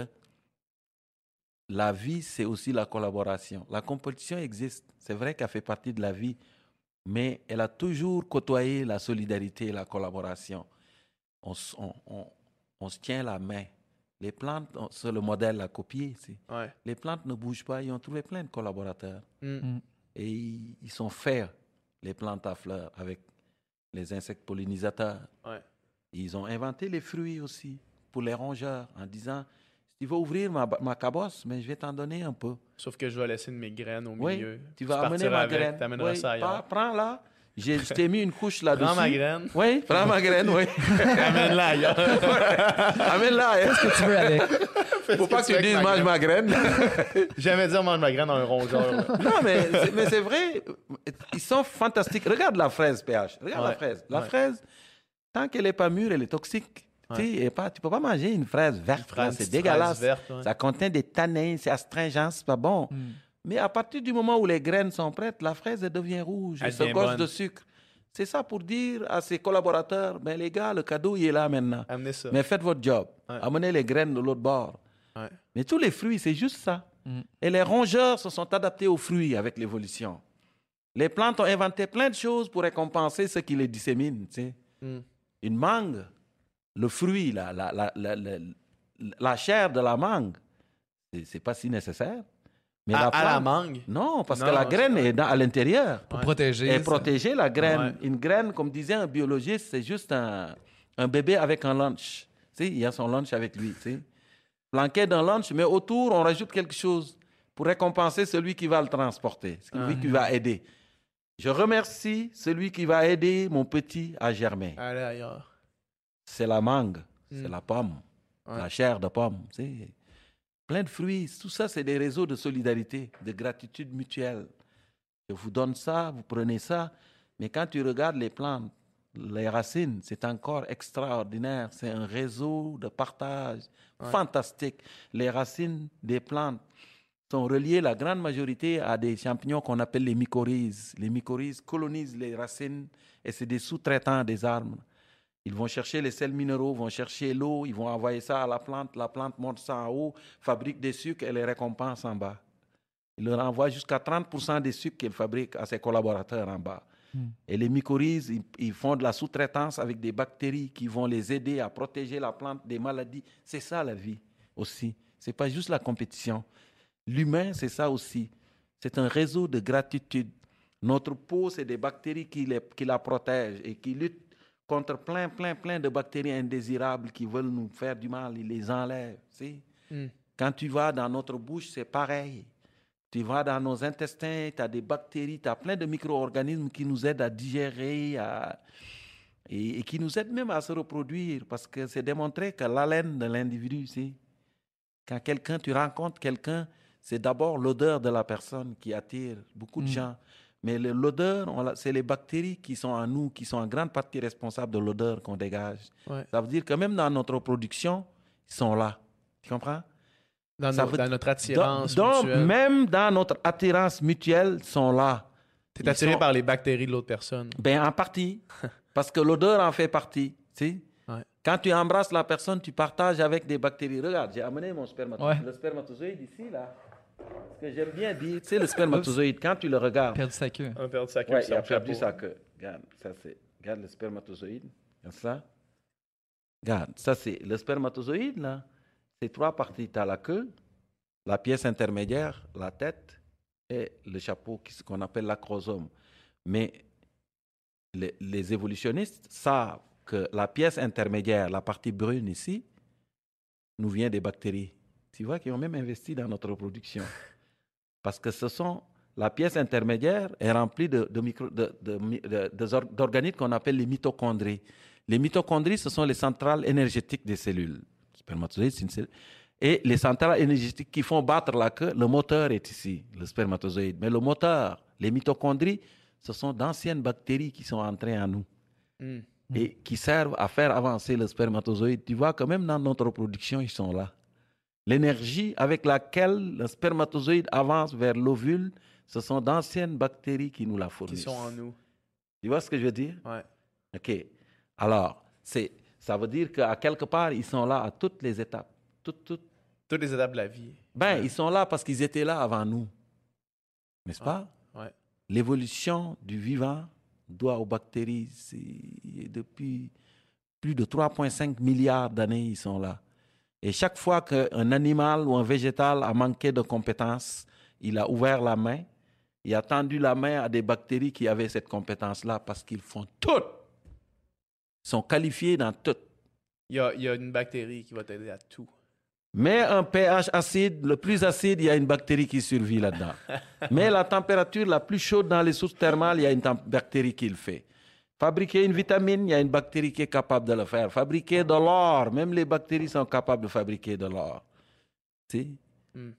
la vie, c'est aussi la collaboration. La compétition existe, c'est vrai qu'elle fait partie de la vie, mais elle a toujours côtoyé la solidarité et la collaboration. On, s- on- on- on se tient la main. Les plantes, on- c'est le modèle à copier. c'est- Ouais. Les plantes ne bougent pas, ils ont trouvé plein de collaborateurs. Hmm. Et ils, ils sont fiers, les plantes à fleurs, avec les insectes pollinisateurs. Ouais. Ils ont inventé les fruits aussi pour les rongeurs en disant, si tu veux ouvrir ma, ma cabosse, mais je vais t'en donner un peu. Sauf que je vais laisser de mes graines au Oui, milieu. tu vas amener partiras ma avec, graine. t'amèneras Oui, ça ailleurs. prends- Prends-la. J'ai- Je t'ai mis une couche là-dessus. Prends ma graine. Oui, prends ma graine, oui. Amène-la ailleurs. Amène-la. hein. Qu'est-ce que tu veux avec? Faut pas que tu tu fais dises avec ma mange ma graine. Jamais dire mange ma graine dans un rongeur. là. Non, mais c'est, mais c'est vrai. Ils sont fantastiques. Regarde la fraise, P H. Regarde Ouais. la fraise. La Ouais. fraise, tant qu'elle n'est pas mûre, elle est toxique. Ouais. Tu sais, elle est pas, tu peux pas manger une fraise verte. Fraise, là, c'est petite dégueulasse. fraise verte, ouais. Ça contient des tanins, c'est astringent, c'est pas bon. Hmm. Mais à partir du moment où les graines sont prêtes, la fraise, elle devient rouge. Elle Elle se devient gosse bonne. de sucre. C'est ça pour dire à ses collaborateurs, ben les gars, le cadeau, il est là maintenant. Amenez ça. Mais faites votre job. Ouais. Amenez les graines de l'autre bord. Ouais. Mais tous les fruits, c'est juste ça. Mm. Et les rongeurs se sont adaptés aux fruits avec l'évolution. Les plantes ont inventé plein de choses pour récompenser ceux qui les disséminent. tu sais. Hmm. Une mangue, le fruit, la, la, la, la, la- la chair de la mangue, c'est, c'est pas si nécessaire. Mais À, à la plante- mangue. Non, parce Non, que la c'est graine vrai. est dans- à l'intérieur. Pour Ouais. protéger. Et ça. protéger la graine. Ouais. Une graine, comme disait un biologiste, c'est juste un, un bébé avec un lunch. Tu sais, il y a son lunch avec lui. tu sais. Flanqué d'un lunch, mais autour, on rajoute quelque chose pour récompenser celui qui va le transporter, celui Ah. qui va aider. Je remercie celui qui va aider mon petit à germer. Allez ailleurs. C'est la mangue, c'est Mm. la pomme, Ouais. la chair de pomme. tu sais. Plein de fruits. Tout ça, c'est des réseaux de solidarité, de gratitude mutuelle. Je vous donne ça, vous prenez ça. Mais quand tu regardes les plantes, les racines, c'est encore extraordinaire. C'est un réseau de partage Ouais. fantastique. Les racines des plantes sont reliées, la grande majorité, à des champignons qu'on appelle les mycorhizes. Les mycorhizes colonisent les racines et c'est des sous-traitants des arbres. Ils vont chercher les sels minéraux, vont chercher l'eau, ils vont envoyer ça à la plante. La plante monte ça en haut, fabrique des sucres et les récompense en bas. Il leur envoie jusqu'à trente pour cent des sucres qu'il fabrique à ses collaborateurs en bas. Mm. Et les mycorhizes, ils, ils font de la sous-traitance avec des bactéries qui vont les aider à protéger la plante des maladies. C'est ça la vie aussi. Ce n'est pas juste la compétition. L'humain, c'est ça aussi. C'est un réseau de gratitude. Notre peau, c'est des bactéries qui, les, qui la protègent et qui luttent contre plein, plein, plein de bactéries indésirables qui veulent nous faire du mal. Ils les enlèvent. tu sais. Hmm. Quand tu vas dans notre bouche, c'est pareil. Tu vas dans nos intestins, tu as des bactéries, tu as plein de micro-organismes qui nous aident à digérer à... Et, et qui nous aident même à se reproduire. Parce que c'est démontré que l'haleine de l'individu, c'est... Quand quelqu'un, tu rencontres quelqu'un, c'est d'abord l'odeur de la personne qui attire beaucoup de mmh. gens. Mais le, l'odeur, on c'est les bactéries qui sont en nous, qui sont en grande partie responsables de l'odeur qu'on dégage. Ouais. Ça veut dire que même dans notre production, ils sont là. Tu comprends? Dans, nos, veut... dans notre attirance donc, mutuelle. Donc, même dans notre attirance mutuelle, ils sont là. Tu es attiré sont... par les bactéries de l'autre personne? Ben, en partie. Parce que l'odeur en fait partie. Tu sais? Ouais. Quand tu embrasses la personne, tu partages avec des bactéries. Regarde, j'ai amené mon spermatozoïde. Ouais. Le spermatozoïde ici, là. Ce que j'aime bien dire, tu sais, le spermatozoïde, quand tu le regardes. Il a perdu sa queue. Il a perdu sa queue. Ouais, il a perdu sa queue. Regarde, ça c'est. Regarde le spermatozoïde. Regarde ça. Regarde, ça c'est. Le spermatozoïde, là, c'est trois parties. Tu as la queue, la pièce intermédiaire, la tête et le chapeau, ce qu'on appelle l'acrosome. Mais les, les évolutionnistes savent que la pièce intermédiaire, la partie brune ici, nous vient des bactéries. Tu vois qu'ils ont même investi dans notre reproduction. Parce que ce sont, la pièce intermédiaire est remplie de, de micro, de, de, de, de, d'organismes qu'on appelle les mitochondries. Les mitochondries, ce sont les centrales énergétiques des cellules. Le spermatozoïde, c'est une cellule. Et les centrales énergétiques qui font battre la queue, le moteur est ici, le spermatozoïde. Mais le moteur, les mitochondries, ce sont d'anciennes bactéries qui sont entrées en nous. Mm. Et qui servent à faire avancer le spermatozoïde. Tu vois que même dans notre reproduction, ils sont là. L'énergie avec laquelle le spermatozoïde avance vers l'ovule, ce sont d'anciennes bactéries qui nous la fournissent. Qui sont en nous. Tu vois ce que je veux dire? Oui. OK. Alors, c'est, ça veut dire qu'à quelque part, ils sont là à toutes les étapes. Toutes, toutes. Toutes les étapes de la vie. Ben, ouais. Ils sont là parce qu'ils étaient là avant nous. N'est-ce pas? Oui. Ouais. L'évolution du vivant doit aux bactéries. C'est, depuis plus de trois virgule cinq milliards d'années, ils sont là. Et chaque fois qu'un animal ou un végétal a manqué de compétences, il a ouvert la main, il a tendu la main à des bactéries qui avaient cette compétence-là parce qu'ils font tout. Ils sont qualifiés dans tout. Il y a, il y a une bactérie qui va t'aider à tout. Mais un pH acide, le plus acide, il y a une bactérie qui survit là-dedans. Mais la température la plus chaude dans les sources thermales, il y a une temp- bactérie qui le fait. Fabriquer une vitamine, il y a une bactérie qui est capable de le faire. Fabriquer de l'or, même les bactéries sont capables de fabriquer de l'or. Tu sais? Mm.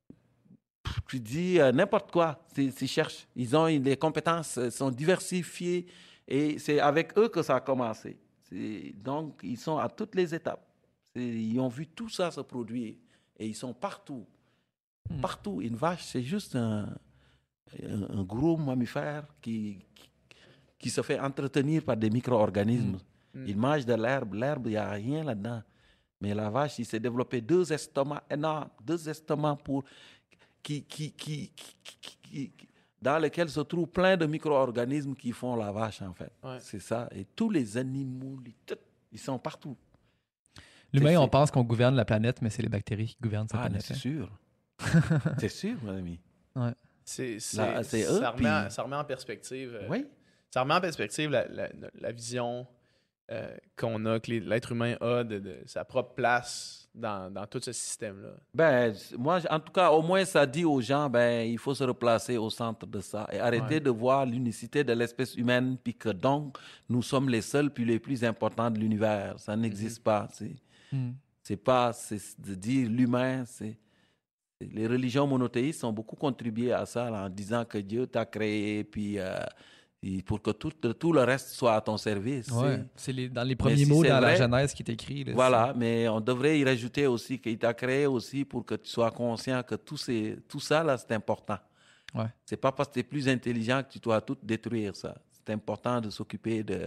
Tu dis euh, n'importe quoi, ils cherchent. Ils ont les compétences, sont diversifiées et c'est avec eux que ça a commencé. C'est, donc, ils sont à toutes les étapes. C'est, ils ont vu tout ça se produire et ils sont partout. Mm. Partout. Une vache, c'est juste un, un, un gros mammifère qui... qui qui se fait entretenir par des micro-organismes. Mmh. Il mange de l'herbe. L'herbe, il n'y a rien là-dedans. Mais la vache, il s'est développé deux estomacs énormes, deux estomacs pour, qui, qui, qui, qui, qui, qui, dans lesquels se trouvent plein de micro-organismes qui font la vache, en fait. Ouais. C'est ça. Et tous les animaux, ils sont partout. L'humain, c'est, on c'est... pense qu'on gouverne la planète, mais c'est les bactéries qui gouvernent cette ah, planète. C'est sûr. C'est sûr, mon ami. Ouais. C'est, c'est, là, c'est eux, ça, puis... remet, ça remet en perspective... Euh... Oui. Ça remet en perspective la, la, la vision euh, qu'on a, que les, l'être humain a de, de sa propre place dans, dans tout ce système-là. Ben, moi, en tout cas, au moins, ça dit aux gens, ben, il faut se replacer au centre de ça et arrêter ouais. de voir l'unicité de l'espèce humaine, puis que donc, nous sommes les seuls puis les plus importants de l'univers. Ça n'existe mm-hmm. pas. C'est, mm. c'est pas, c'est de dire l'humain, c'est... Les religions monothéistes ont beaucoup contribué à ça là, en disant que Dieu t'a créé, puis... Euh, pour que tout, tout le reste soit à ton service. Ouais, c'est les, dans les premiers si mots dans vrai, la Genèse qui est écrit. Là, voilà, c'est... mais on devrait y rajouter aussi qu'il t'a créé aussi pour que tu sois conscient que tout, ces, tout ça, là, c'est important. Ouais. C'est pas parce que tu es plus intelligent que tu dois tout détruire, ça. C'est important de s'occuper de,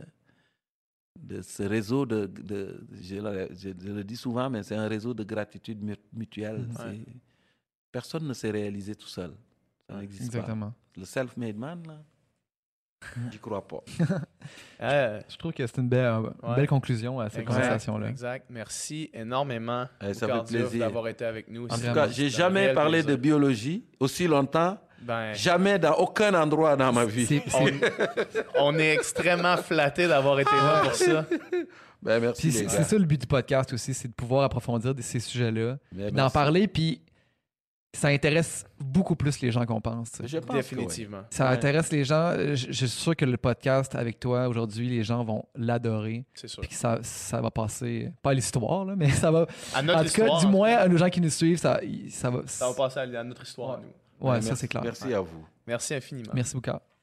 de ce réseau de... de je, le, je, je le dis souvent, mais c'est un réseau de gratitude mutuelle. Mm-hmm. Ouais. Personne ne s'est réalisé tout seul. Ça ouais, n'existe exactement. pas. Le self-made man, là, j'y crois pas. euh, je trouve que c'est une belle, une ouais. belle conclusion à cette exact, conversation-là. Exact. Merci énormément, eh, ça fait plaisir d'avoir été avec nous. En tout cas, j'ai jamais parlé plaisir. de biologie aussi longtemps. Ben, jamais dans aucun endroit dans ma vie. C'est, c'est... On, on est extrêmement flattés d'avoir été là pour ça. Ben, merci, Puis les c'est, gars. c'est ça le but du podcast aussi, c'est de pouvoir approfondir de ces sujets-là, Ben, d'en merci. parler, puis ça intéresse beaucoup plus les gens qu'on pense. tu sais. Je pense Définitivement. Ça Ouais. intéresse les gens. Je, je suis sûr que le podcast avec toi aujourd'hui, les gens vont l'adorer. C'est sûr. Puis que ça, ça va passer, pas à l'histoire, là, mais ça va. À notre En tout histoire, cas, du en tout moins, cas, à nos gens qui nous suivent, ça, ça va. ça va passer à, à notre histoire à nous. Ouais, Ben, ça merci- c'est clair. Merci à vous. Merci infiniment. Merci beaucoup.